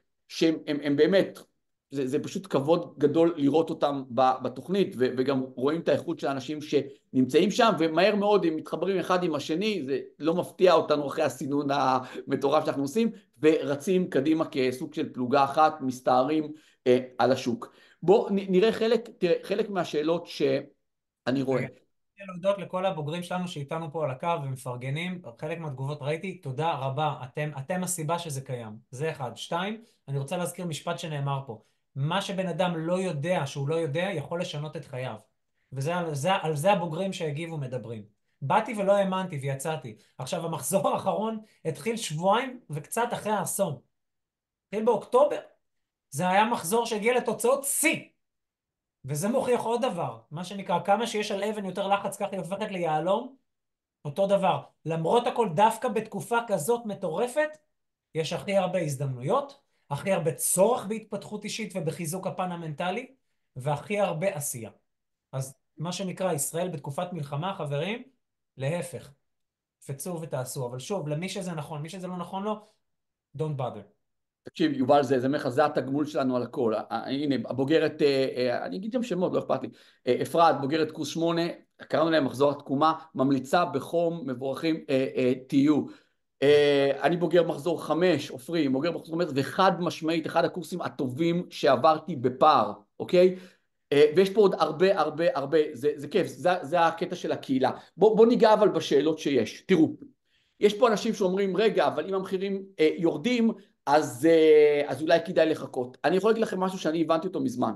שהם באמת, זה פשוט כבוד גדול לראות אותם בתוכנית, וגם רואים את האיכות של האנשים שנמצאים שם, ומהר מאוד הם מתחברים אחד עם השני, זה לא מפתיע אותנו אחרי הסינון המטורף שאנחנו עושים, ורצים קדימה כסוג של פלוגה אחת, מסתערים על השוק. בואו נראה חלק מהשאלות שאני רואה. רגע, אני רוצה להודות לכל הבוגרים שלנו שאיתנו פה על הקו ומפרגנים, חלק מהתגובות ראיתי, תודה רבה, אתם הסיבה שזה קיים, זה אחד. שתיים, אני רוצה להזכיר משפט שנאמר פה, מה שבן אדם לא יודע שהוא לא יודע, יכול לשנות את חייו. ועל זה הבוגרים שהגיבו מדברים. באתי ולא האמנתי ויצאתי. עכשיו, המחזור האחרון התחיל שבועיים וקצת אחרי האסון. התחיל באוקטובר. זה היה מחזור שהגיע לתוצאות שיא. וזה מוכיח עוד דבר, מה שנקרא, כמה שיש על אבן יותר לחץ, ככה היא הופכת ליהלום, אותו דבר. למרות הכל, דווקא בתקופה כזאת מטורפת, יש הכי הרבה הזדמנויות, הכי הרבה צורך בהתפתחות אישית ובחיזוק הפן המנטלי, והכי הרבה עשייה. אז מה שנקרא, ישראל בתקופת מלחמה, חברים, להפך, קפצו ותעשו. אבל שוב, למי שזה נכון, מי שזה לא נכון לו, don't bother. תקשיב, יובל, זה אומר לך, זה התגמול שלנו על הכל. הנה, הבוגרת, אני אגיד גם שמות, לא אכפת לי. אפרת, בוגרת קורס 8, קראנו להם מחזור התקומה, ממליצה בחום, מבורכים, תהיו. אני בוגר מחזור 5, עופרי, בוגר מחזור 5, וחד משמעית, אחד הקורסים הטובים שעברתי בפער, אוקיי? ויש פה עוד הרבה הרבה הרבה, זה כיף, זה הקטע של הקהילה. בוא ניגע אבל בשאלות שיש. תראו, יש פה אנשים שאומרים, רגע, אבל אם המחירים יורדים, אז אולי כדאי לחכות. אני יכול להגיד לכם משהו שאני הבנתי אותו מזמן.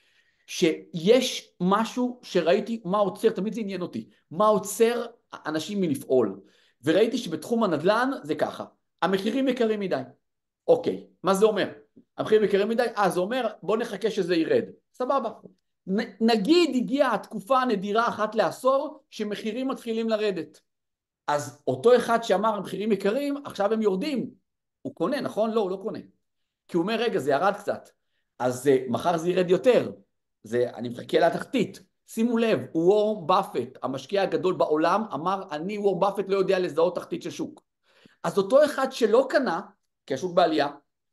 שיש משהו שראיתי מה עוצר, תמיד זה עניין אותי, מה עוצר אנשים מלפעול. וראיתי שבתחום הנדל"ן זה ככה, המחירים יקרים מדי. אוקיי, מה זה אומר? המחירים יקרים מדי, זה אומר בוא נחכה שזה ירד. סבבה. נגיד הגיעה התקופה הנדירה אחת לעשור, שמחירים מתחילים לרדת. אז אותו אחד שאמר המחירים יקרים, עכשיו הם יורדים. הוא קונה, נכון? לא, הוא לא קונה. כי הוא אומר, רגע, זה ירד קצת. אז מחר זה ירד יותר. אני מחכה לתחתית. שימו לב, וורן באפט, המשקיע הגדול בעולם, אמר, אני וורן באפט לא יודע לזהות תחתית של שוק. אז אותו אחד שלא קנה, כי השוק בעלייה,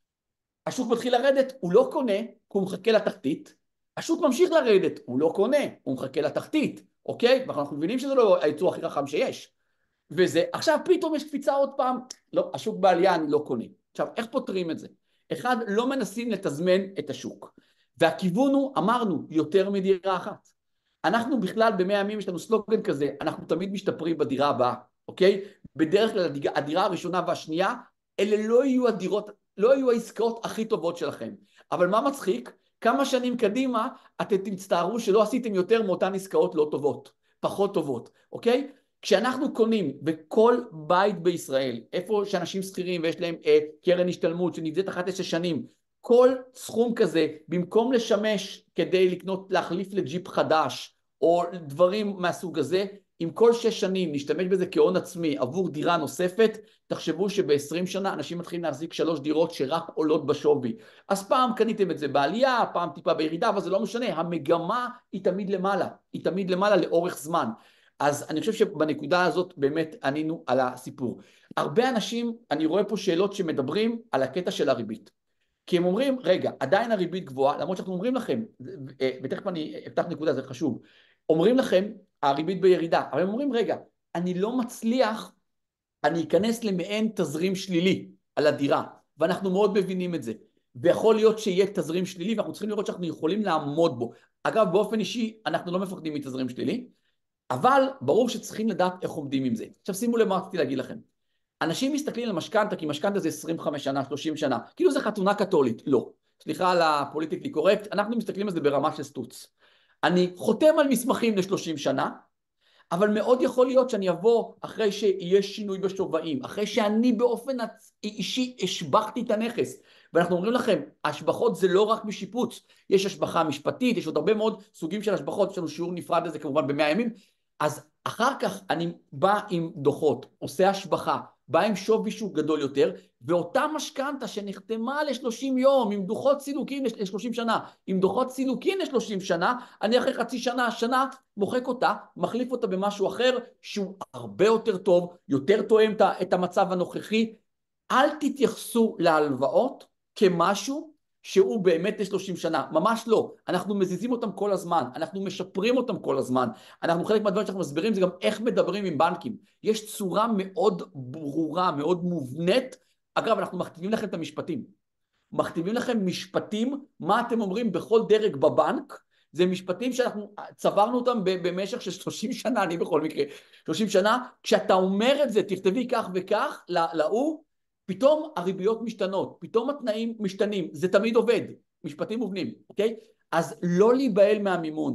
השוק מתחיל לרדת, הוא לא קונה, כי הוא מחכה לתחתית. השוק ממשיך לרדת, הוא לא קונה, הוא מחכה לתחתית. אוקיי? ואנחנו מבינים שזה לא הייצור הכי חכם שיש. וזה, עכשיו פתאום יש קפיצה עוד פעם, לא, השוק בעלייה אני לא קונה. עכשיו, איך פותרים את זה? אחד, לא מנסים לתזמן את השוק. והכיוון הוא, אמרנו, יותר מדירה אחת. אנחנו בכלל ב100 ימים יש לנו סלוגן כזה, אנחנו תמיד משתפרים בדירה הבאה, אוקיי? בדרך כלל הדירה הראשונה והשנייה, אלה לא יהיו הדירות, לא יהיו העסקאות הכי טובות שלכם. אבל מה מצחיק? כמה שנים קדימה אתם תצטערו שלא עשיתם יותר מאותן עסקאות לא טובות, פחות טובות, אוקיי? כשאנחנו קונים בכל בית בישראל, איפה שאנשים שכירים ויש להם קרן השתלמות שנבדית אחת 10 שנים, כל סכום כזה, במקום לשמש כדי לקנות, להחליף לג'יפ חדש, או דברים מהסוג הזה, אם כל 6 שנים נשתמש בזה כהון עצמי עבור דירה נוספת, תחשבו שב-20 שנה אנשים מתחילים להחזיק 3 דירות שרק עולות בשווי. אז פעם קניתם את זה בעלייה, פעם טיפה בירידה, אבל זה לא משנה, המגמה היא תמיד למעלה, היא תמיד למעלה לאורך זמן. אז אני חושב שבנקודה הזאת באמת ענינו על הסיפור. הרבה אנשים, אני רואה פה שאלות שמדברים על הקטע של הריבית. כי הם אומרים, רגע, עדיין הריבית גבוהה, למרות שאנחנו אומרים לכם, ותכף אני אפתח נקודה, זה חשוב, אומרים לכם, הריבית בירידה, אבל הם אומרים, רגע, אני לא מצליח, אני אכנס למעין תזרים שלילי על הדירה, ואנחנו מאוד מבינים את זה. ויכול להיות שיהיה תזרים שלילי, ואנחנו צריכים לראות שאנחנו יכולים לעמוד בו. אגב, באופן אישי, אנחנו לא מפחדים מתזרים שלילי, אבל ברור שצריכים לדעת איך עומדים עם זה. עכשיו שימו למה רציתי להגיד לכם. אנשים מסתכלים על משכנתה, כי משכנתה זה 25 שנה, 30 שנה, כאילו זה חתונה קתולית. לא. סליחה על הפוליטיקלי קורקט, אנחנו מסתכלים על זה ברמה של סטוץ. אני חותם על מסמכים ל-30 שנה, אבל מאוד יכול להיות שאני אבוא אחרי שיהיה שינוי בשווים, אחרי שאני באופן אישי השבחתי את הנכס. ואנחנו אומרים לכם, השבחות זה לא רק בשיפוץ, יש השבחה משפטית, יש עוד הרבה מאוד סוגים של השבחות, יש לנו שיעור נפרד לזה כמובן ב100 ימים, אז אחר כך אני בא עם דוחות, עושה השבחה, בא עם שווי שוק גדול יותר, ואותה משכנתה שנחתמה ל-30 יום, עם דוחות סילוקין ל-30 שנה, עם דוחות סילוקין ל-30 שנה, אני אחרי חצי שנה, שנה, מוחק אותה, מחליף אותה במשהו אחר, שהוא הרבה יותר טוב, יותר תואם את המצב הנוכחי. אל תתייחסו להלוואות כמשהו שהוא באמת ל-30 שנה, ממש לא. אנחנו מזיזים אותם כל הזמן, אנחנו משפרים אותם כל הזמן. אנחנו חלק מהדברים שאנחנו מסבירים זה גם איך מדברים עם בנקים. יש צורה מאוד ברורה, מאוד מובנית. אגב, אנחנו מכתיבים לכם את המשפטים. מכתיבים לכם משפטים, מה אתם אומרים בכל דרג בבנק, זה משפטים שאנחנו צברנו אותם במשך של 30 שנה, אני בכל מקרה, 30 שנה, כשאתה אומר את זה, תכתבי כך וכך, להוא, פתאום הריביות משתנות, פתאום התנאים משתנים, זה תמיד עובד, משפטים מובנים, אוקיי? אז לא להיבהל מהמימון.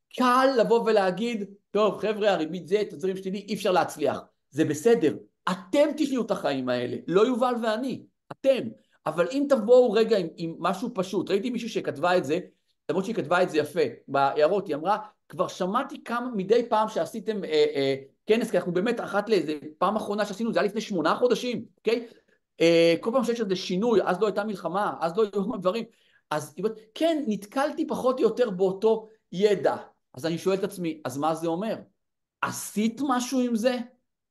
קל לבוא ולהגיד, טוב חבר'ה, הריבית זה, תזרים שלילי, אי אפשר להצליח. זה בסדר, אתם תחיו את החיים האלה, לא יובל ואני, אתם. אבל אם תבואו רגע עם משהו פשוט, ראיתי מישהו שכתבה את זה, למרות שהיא כתבה את זה יפה, בהערות, היא אמרה, כבר שמעתי כמה, מדי פעם שעשיתם כנס, כי אנחנו באמת אחת לאיזה פעם אחרונה שעשינו, זה היה לפני 8 חודשים, אוקיי? כל פעם שיש איזה שינוי, אז לא הייתה מלחמה, אז לא היו דברים, אז כן, נתקלתי פחות או יותר באותו ידע. אז אני שואל את עצמי, אז מה זה אומר? עשית משהו עם זה?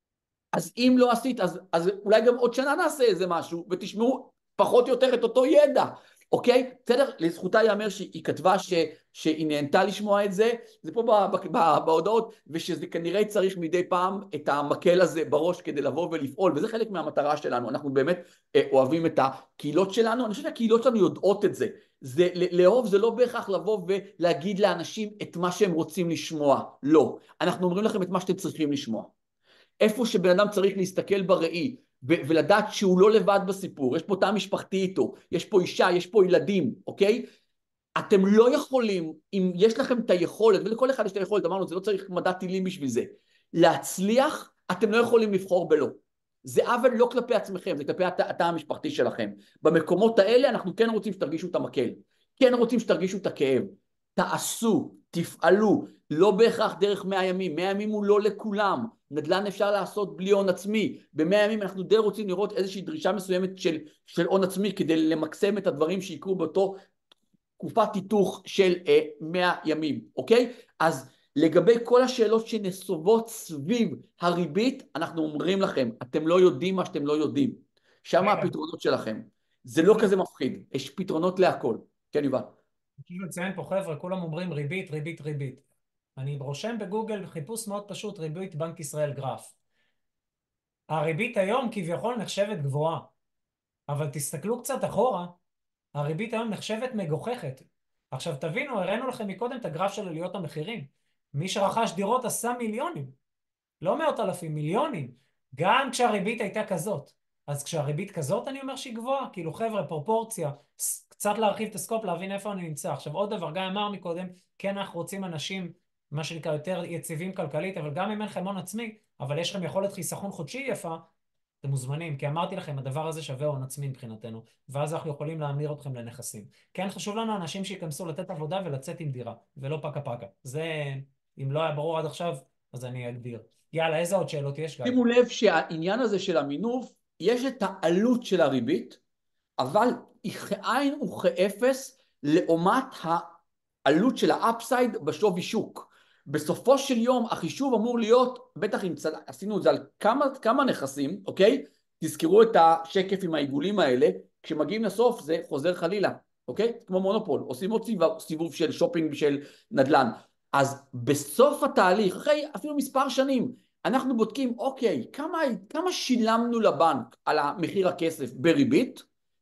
אז אם לא עשית, אז אולי גם עוד שנה נעשה איזה משהו, ותשמעו פחות או יותר את אותו ידע, אוקיי? בסדר? לזכותה ייאמר שהיא כתבה שהיא נהנתה לשמוע את זה, זה פה בהודעות, ושזה כנראה צריך מדי פעם את המקל הזה בראש כדי לבוא ולפעול, וזה חלק מהמטרה שלנו, אנחנו באמת אוהבים את הקהילות שלנו, אני חושב שהקהילות שלנו יודעות את זה, לאהוב זה לא בהכרח לבוא ולהגיד לאנשים את מה שהם רוצים לשמוע, לא, אנחנו אומרים לכם את מה שאתם צריכים לשמוע. איפה שבן אדם צריך להסתכל בראי ולדעת שהוא לא לבד בסיפור, יש פה תא משפחתי איתו, יש פה אישה, יש פה ילדים, אוקיי? אתם לא יכולים, אם יש לכם את היכולת, ולכל אחד יש את היכולת, אמרנו, זה לא צריך מדע טילים בשביל זה, להצליח, אתם לא יכולים לבחור בלא. זה עוול לא כלפי עצמכם, זה כלפי התא המשפחתי שלכם. במקומות האלה אנחנו כן רוצים שתרגישו את המקל, כן רוצים שתרגישו את הכאב. תעשו, תפעלו, לא בהכרח דרך 100 ימים, 100 ימים הוא לא לכולם, נדל"ן אפשר לעשות בלי הון עצמי, ב100 ימים אנחנו די רוצים לראות איזושהי דרישה מסוימת של הון עצמי, כדי למקסם את הדברים שיקרו באותו תקופת היתוך של 100 ימים, אוקיי? אז לגבי כל השאלות שנסובות סביב הריבית, אנחנו אומרים לכם, אתם לא יודעים מה שאתם לא יודעים, שם רגע, הפתרונות שלכם, זה לא כזה מפחיד, יש פתרונות להכל, כן יובל? חשוב לציין פה חבר'ה, כולם אומרים ריבית, ריבית, ריבית. אני רושם בגוגל חיפוש מאוד פשוט, ריבית בנק ישראל גרף. הריבית היום כביכול נחשבת גבוהה, אבל תסתכלו קצת אחורה, הריבית היום נחשבת מגוחכת. עכשיו תבינו, הראינו לכם מקודם את הגרף של עליות המחירים. מי שרכש דירות עשה מיליונים, לא מאות אלפים, מיליונים, גם כשהריבית הייתה כזאת. אז כשהריבית כזאת אני אומר שהיא גבוהה, כאילו חבר'ה, פרופורציה, קצת להרחיב את הסקופ, להבין איפה אני נמצא. עכשיו עוד דבר, גיא אמר מקודם, כן אנחנו רוצים אנשים, מה שנקרא, יותר יציבים כלכלית, אבל גם אם אין לכם הון עצמי, אבל יש לכם יכולת חיסכון חודשי יפה, אתם מוזמנים, כי אמרתי לכם, הדבר הזה שווה הון עצמי מבחינתנו, ואז אנחנו יכולים להמיר אתכם לנכסים. כן חשוב לנו אנשים שיכנסו לתת עבודה ולצאת עם דירה, ולא פקה פקה. זה, אם לא היה ברור עד עכשיו, אז אני אגדיר. יאללה, איזה עוד שאלות יש, גיא? שימו לב שהעניין הזה של המינוף, יש את העלות של הריבית, אבל היא כאין וכאפס לעומת העלות של האפסייד בשווי שוק. בסופו של יום החישוב אמור להיות, בטח אם עשינו את זה על כמה נכסים, אוקיי? תזכרו את השקף עם העיגולים האלה, כשמגיעים לסוף זה חוזר חלילה, אוקיי? כמו מונופול, עושים עוד סיבוב של שופינג של נדל"ן. אז בסוף התהליך, אחרי אפילו מספר שנים, אנחנו בודקים, אוקיי, כמה שילמנו לבנק על המחיר הכסף בריבית,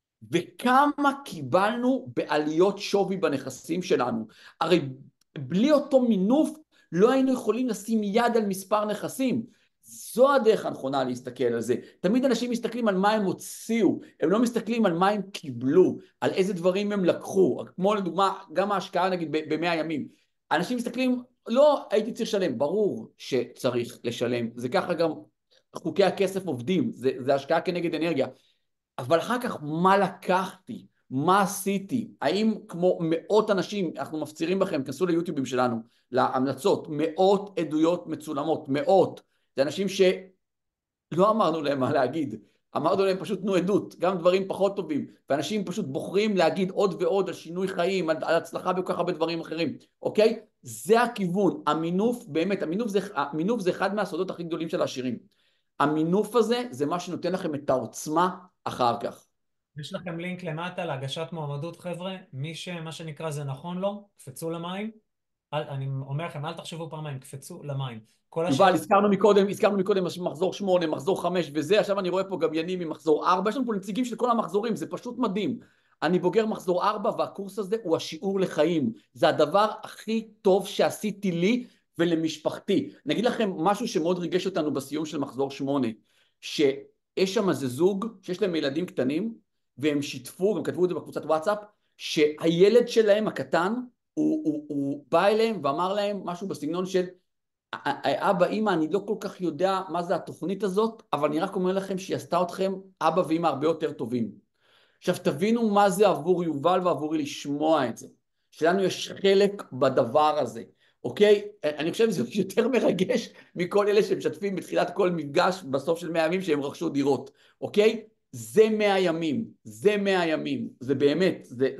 וכמה קיבלנו בעליות שווי בנכסים שלנו. הרי בלי אותו מינוף לא היינו יכולים לשים יד על מספר נכסים. זו הדרך הנכונה להסתכל על זה. תמיד אנשים מסתכלים על מה הם הוציאו, הם לא מסתכלים על מה הם קיבלו, על איזה דברים הם לקחו, כמו לדוגמה גם ההשקעה נגיד ב100 ימים. אנשים מסתכלים, לא הייתי צריך לשלם, ברור שצריך לשלם, זה ככה גם חוקי הכסף עובדים, זה השקעה כנגד אנרגיה. אבל אחר כך מה לקחתי? מה עשיתי? האם כמו מאות אנשים, אנחנו מפצירים בכם, כנסו ליוטיובים שלנו, להמלצות, מאות עדויות מצולמות, מאות. זה אנשים שלא אמרנו להם מה להגיד, אמרנו להם פשוט תנו עדות, גם דברים פחות טובים, ואנשים פשוט בוחרים להגיד עוד ועוד על שינוי חיים, על הצלחה בכל הרבה דברים אחרים, אוקיי? זה הכיוון, המינוף, באמת, המינוף זה אחד מהסודות הכי גדולים של העשירים. המינוף הזה זה מה שנותן לכם את העוצמה אחר כך. יש לכם לינק למטה להגשת מועמדות, חבר'ה. מי שמה שנקרא זה נכון לו, קפצו למים. אני אומר לכם, אל תחשבו פעמיים, קפצו למים. כל יובל, השאלות... הזכרנו מקודם מחזור 8, מחזור 5 וזה, עכשיו אני רואה פה גם ינים ממחזור 4, יש לנו פה נציגים של כל המחזורים, זה פשוט מדהים. אני בוגר מחזור 4 והקורס הזה הוא השיעור לחיים, זה הדבר הכי טוב שעשיתי לי ולמשפחתי. נגיד לכם משהו שמאוד ריגש אותנו בסיום של מחזור 8, שיש שם איזה זוג שיש להם ילדים קטנים, והם שיתפו, גם כתבו את זה בקבוצת וואטסאפ, שהילד שלהם הקטן הוא בא אליהם ואמר להם משהו בסגנון של, אבא, אמא, אני לא כל כך יודע מה זה התוכנית הזאת, אבל אני רק אומר לכם שהיא עשתה אתכם אבא ואמא הרבה יותר טובים. עכשיו תבינו מה זה עבור יובל ועבורי לשמוע את זה. שלנו יש חלק בדבר הזה, אוקיי? אני חושב שזה יותר מרגש מכל אלה שמשתפים בתחילת כל מפגש בסוף של 100 ימים שהם רכשו דירות, אוקיי? זה 100 ימים, זה 100 ימים, זה באמת,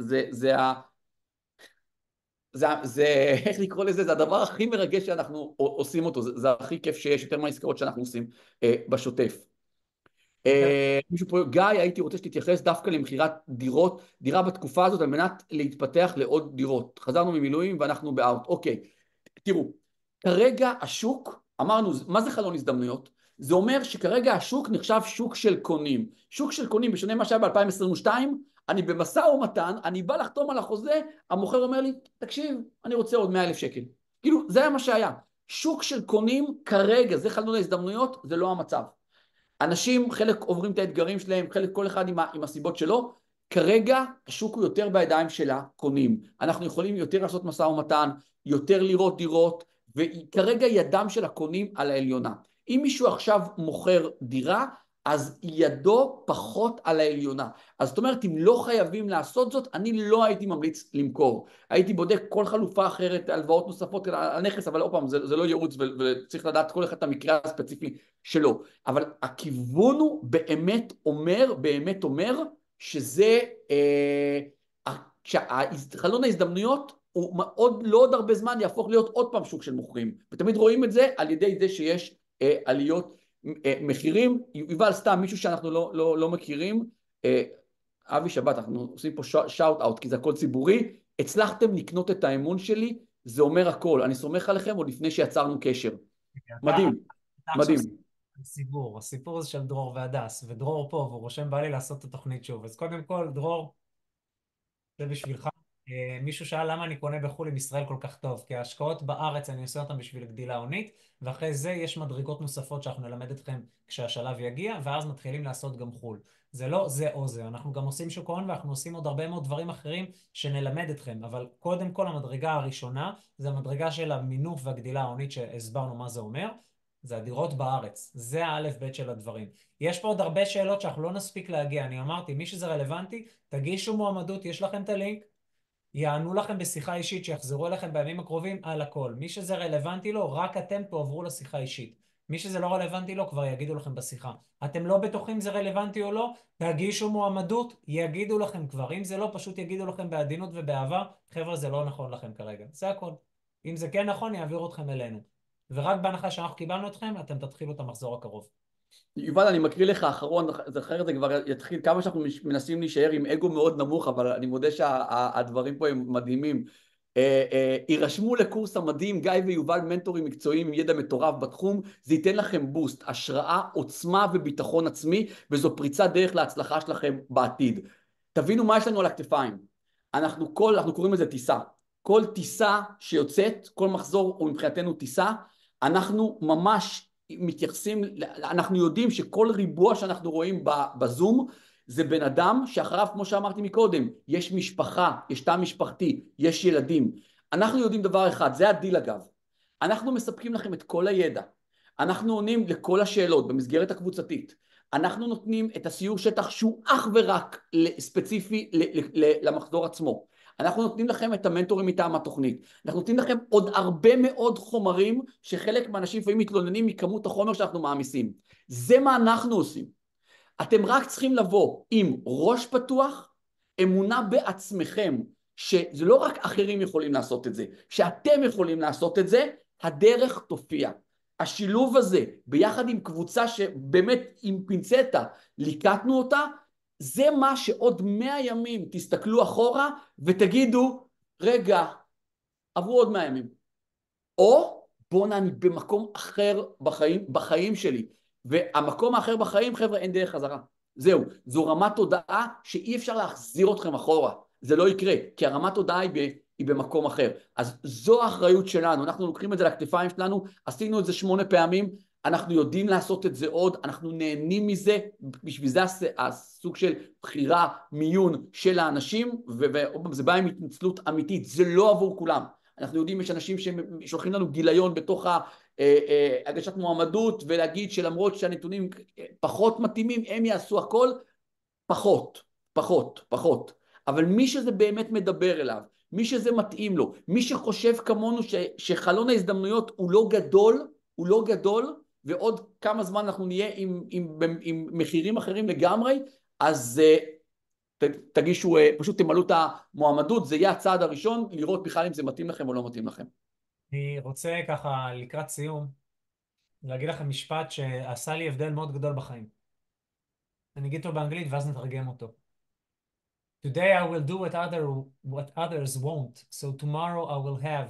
זה איך לקרוא לזה, זה הדבר הכי מרגש שאנחנו עושים אותו, זה הכי כיף שיש, יותר מהעסקאות שאנחנו עושים בשוטף. מישהו פה, גיא, הייתי רוצה שתתייחס דווקא למכירת דירה בתקופה הזאת על מנת להתפתח לעוד דירות. חזרנו ממילואים ואנחנו באאוט. אוקיי, תראו, כרגע השוק, אמרנו, מה זה חלון הזדמנויות? זה אומר שכרגע השוק נחשב שוק של קונים. שוק של קונים, בשונה מה שהיה ב-2022, אני במשא ומתן, אני בא לחתום על החוזה, המוכר אומר לי, תקשיב, אני רוצה עוד 100,000 שקל. כאילו, זה היה מה שהיה. שוק של קונים כרגע, זה חלון ההזדמנויות, זה לא המצב. אנשים, חלק עוברים את האתגרים שלהם, חלק כל אחד עם הסיבות שלו, כרגע השוק הוא יותר בידיים שלה, קונים. אנחנו יכולים יותר לעשות משא ומתן, יותר לראות דירות, וכרגע ידם של הקונים על העליונה. אם מישהו עכשיו מוכר דירה, אז ידו פחות על העליונה. אז זאת אומרת, אם לא חייבים לעשות זאת, אני לא הייתי ממליץ למכור. הייתי בודק כל חלופה אחרת, הלוואות נוספות על הנכס, אבל עוד פעם, זה לא ייעוץ, וצריך לדעת כל אחד את המקרה הספציפי שלו. אבל הכיוון הוא באמת אומר, שזה, חלון ההזדמנויות, הוא לא עוד הרבה זמן יהפוך להיות עוד פעם שוק של מוכרים. ותמיד רואים את זה על ידי זה שיש עליות מחירים. יובל, סתם מישהו שאנחנו לא מכירים, אבי שבת, אנחנו עושים פה שאוט אאוט, כי זה הכל ציבורי, הצלחתם לקנות את האמון שלי, זה אומר הכל, אני סומך עליכם עוד לפני שיצרנו קשר. מדהים, מדהים. הסיפור הזה של דרור והדס, ודרור פה, והוא רושם בא לי לעשות את התוכנית שוב. אז קודם כל, דרור, זה בשבילך. מישהו שאל למה אני קונה בחו"ל עם ישראל כל כך טוב, כי ההשקעות בארץ אני עושה אותן בשביל גדילה הונית, ואחרי זה יש מדרגות נוספות שאנחנו נלמד אתכם כשהשלב יגיע, ואז מתחילים לעשות גם חו"ל. זה לא זה או זה, אנחנו גם עושים שוק ההון ואנחנו עושים עוד הרבה מאוד דברים אחרים שנלמד אתכם, אבל קודם כל המדרגה הראשונה זה המדרגה של המינוף והגדילה ההונית שהסברנו מה זה אומר, זה הדירות בארץ, זה האלף בית של הדברים. יש פה עוד הרבה שאלות שאנחנו לא נספיק להגיע, אני אמרתי, מי שזה רלוונטי, תגישו מועמדות, יש לכם את הלינק, יענו לכם בשיחה אישית שיחזרו אליכם בימים הקרובים על הכל. מי שזה רלוונטי לו, רק אתם תעברו לשיחה אישית. מי שזה לא רלוונטי לו, כבר יגידו לכם בשיחה. אתם לא בטוחים זה רלוונטי או לא, תגישו מועמדות, יגידו לכם כבר. אם זה לא, פשוט יגידו לכם בעדינות ובאהבה, חבר'ה, זה לא נכון לכם כרגע. זה הכל. אם זה כן נכון, יעבירו אתכם אלינו. ורק בהנחה שאנחנו קיבלנו אתכם, אתם תתחילו את המחזור הקרוב. יובל, אני מקריא לך אחרון, אחרת זה כבר יתחיל, כמה שאנחנו מנסים להישאר עם אגו מאוד נמוך, אבל אני מודה שהדברים פה הם מדהימים. יירשמו לקורס המדהים, גיא ויובל מנטורים מקצועיים עם ידע מטורף בתחום, זה ייתן לכם בוסט, השראה, עוצמה וביטחון עצמי, וזו פריצת דרך להצלחה שלכם בעתיד. תבינו מה יש לנו על הכתפיים. אנחנו קוראים לזה טיסה. כל טיסה שיוצאת, כל מחזור הוא מבחינתנו טיסה, אנחנו ממש מתייחסים, אנחנו יודעים שכל ריבוע שאנחנו רואים בזום, זה בן אדם שאחריו, כמו שאמרתי מקודם, יש משפחה, יש תא משפחתי, יש ילדים. אנחנו יודעים דבר אחד, זה הדיל אגב. אנחנו מספקים לכם את כל הידע. אנחנו עונים לכל השאלות במסגרת הקבוצתית. אנחנו נותנים את הסיור שטח שהוא אך ורק ספציפי למחזור עצמו. אנחנו נותנים לכם את המנטורים מטעם התוכנית. אנחנו נותנים לכם עוד הרבה מאוד חומרים שחלק מהאנשים לפעמים מתלוננים מכמות החומר שאנחנו מעמיסים. זה מה אנחנו עושים. אתם רק צריכים לבוא עם ראש פתוח, אמונה בעצמכם, שזה לא רק אחרים יכולים לעשות את זה, שאתם יכולים לעשות את זה, הדרך תופיע. השילוב הזה, ביחד עם קבוצה שבאמת עם פינצטה, ליקטנו אותה, זה מה שעוד 100 ימים תסתכלו אחורה ותגידו, רגע, עברו עוד 100 ימים. או בוא'נה, אני במקום אחר בחיים שלי. והמקום האחר בחיים, חבר'ה, אין דרך חזרה. זהו, זו רמת תודעה שאי אפשר להחזיר אתכם אחורה. זה לא יקרה, כי הרמת תודעה היא במקום אחר. אז זו האחריות שלנו, אנחנו לוקחים את זה לכתפיים שלנו, עשינו את זה 8 פעמים, אנחנו יודעים לעשות את זה עוד, אנחנו נהנים מזה, בשביל זה הסוג של בחירה, מיון של האנשים, וזה בא עם התנצלות אמיתית, זה לא עבור כולם. אנחנו יודעים, יש אנשים ששולחים לנו גיליון בתוך הגשת מועמדות, ולהגיד שלמרות שהנתונים פחות מתאימים, הם יעשו הכל, פחות, פחות, פחות. אבל מי שזה באמת מדבר אליו, מי שזה מתאים לו, מי שחושב כמונו שחלון ההזדמנויות הוא לא גדול, הוא לא גדול, ועוד כמה זמן אנחנו נהיה עם מחירים אחרים לגמרי, אז תגישו, פשוט תמלאו את המועמדות, זה יהיה הצעד הראשון, לראות בכלל אם זה מתאים לכם או לא מתאים לכם. אני רוצה ככה לקראת סיום להגיד לכם משפט שעשה לי הבדל מאוד גדול בחיים. אני אגיד אותו באנגלית ואז נתרגם אותו. Today I will do what others won't, so tomorrow I will have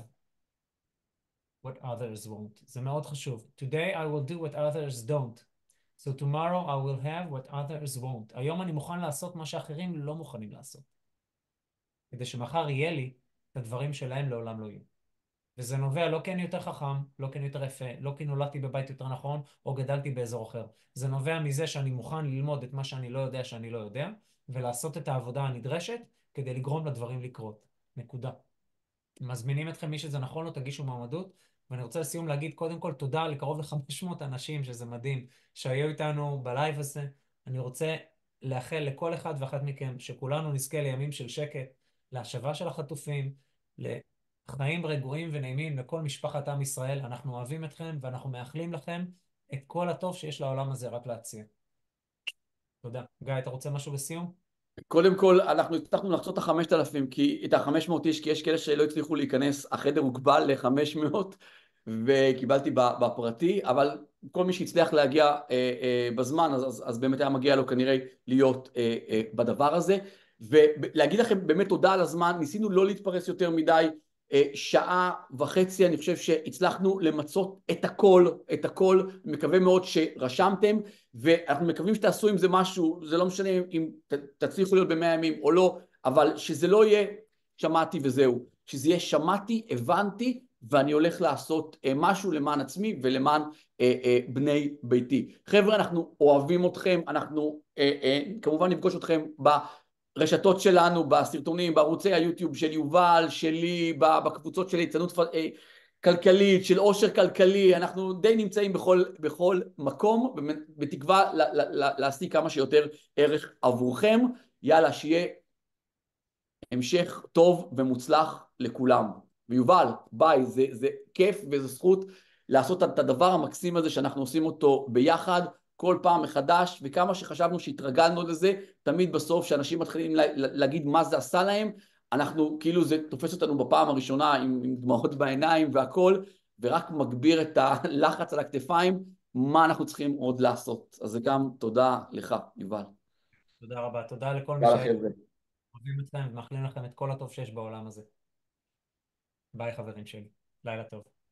what others won't. זה מאוד חשוב. Today I will do what others don't, so tomorrow I will have what others won't. היום אני מוכן לעשות מה שאחרים לא מוכנים לעשות, כדי שמחר יהיה לי את הדברים שלהם לעולם לא יהיו. וזה נובע לא כי אני יותר חכם, לא כי אני יותר יפה, לא כי נולדתי בבית יותר נכון, או גדלתי באזור אחר. זה נובע מזה שאני מוכן ללמוד את מה שאני לא יודע שאני לא יודע, ולעשות את העבודה הנדרשת כדי לגרום לדברים לקרות. נקודה. מזמינים אתכם, מי שזה נכון לו, תגישו מועמדות. ואני רוצה לסיום להגיד קודם כל תודה לקרוב ל-500 אנשים, שזה מדהים, שהיו איתנו בלייב הזה. אני רוצה לאחל לכל אחד ואחת מכם שכולנו נזכה לימים של שקט, להשבה של החטופים, לחיים רגועים ונעימים לכל משפחת עם ישראל. אנחנו אוהבים אתכם ואנחנו מאחלים לכם את כל הטוב שיש לעולם הזה רק להציע. תודה. גיא, אתה רוצה משהו לסיום? קודם כל, אנחנו הצלחנו לחצות את ה-5,000, את ה-500 איש, כי יש כאלה שלא הצליחו להיכנס, החדר הוגבל ל-500, וקיבלתי בפרטי, אבל כל מי שהצליח להגיע בזמן, אז באמת היה מגיע לו כנראה להיות בדבר הזה, ולהגיד לכם באמת תודה על הזמן, ניסינו לא להתפרס יותר מדי, שעה וחצי, אני חושב שהצלחנו למצות את הכל, מקווה מאוד שרשמתם, ואנחנו מקווים שתעשו עם זה משהו, זה לא משנה אם תצליחו להיות ב100 ימים או לא, אבל שזה לא יהיה שמעתי וזהו, שזה יהיה שמעתי, הבנתי, ואני הולך לעשות משהו למען עצמי ולמען בני ביתי. חבר'ה, אנחנו אוהבים אתכם, אנחנו כמובן נפגוש אתכם ברשתות שלנו, בסרטונים, בערוצי היוטיוב של יובל, שלי, בקבוצות של ליצנות כלכלית, של עושר כלכלי, אנחנו די נמצאים בכל מקום, בתקווה להשיג כמה שיותר ערך עבורכם. יאללה, שיהיה המשך טוב ומוצלח לכולם. ויובל, ביי, זה כיף וזה זכות לעשות את הדבר המקסים הזה שאנחנו עושים אותו ביחד, כל פעם מחדש, וכמה שחשבנו שהתרגלנו לזה, תמיד בסוף שאנשים מתחילים להגיד מה זה עשה להם, אנחנו כאילו זה תופס אותנו בפעם הראשונה עם דמעות בעיניים והכל, ורק מגביר את הלחץ על הכתפיים, מה אנחנו צריכים עוד לעשות. אז זה גם תודה לך, יובל. תודה רבה. תודה לכל מי תודה לכם. שאוהבים אתכם ומאחלים לכם את כל הטוב שיש בעולם הזה. ביי חברים שלי. לילה טוב.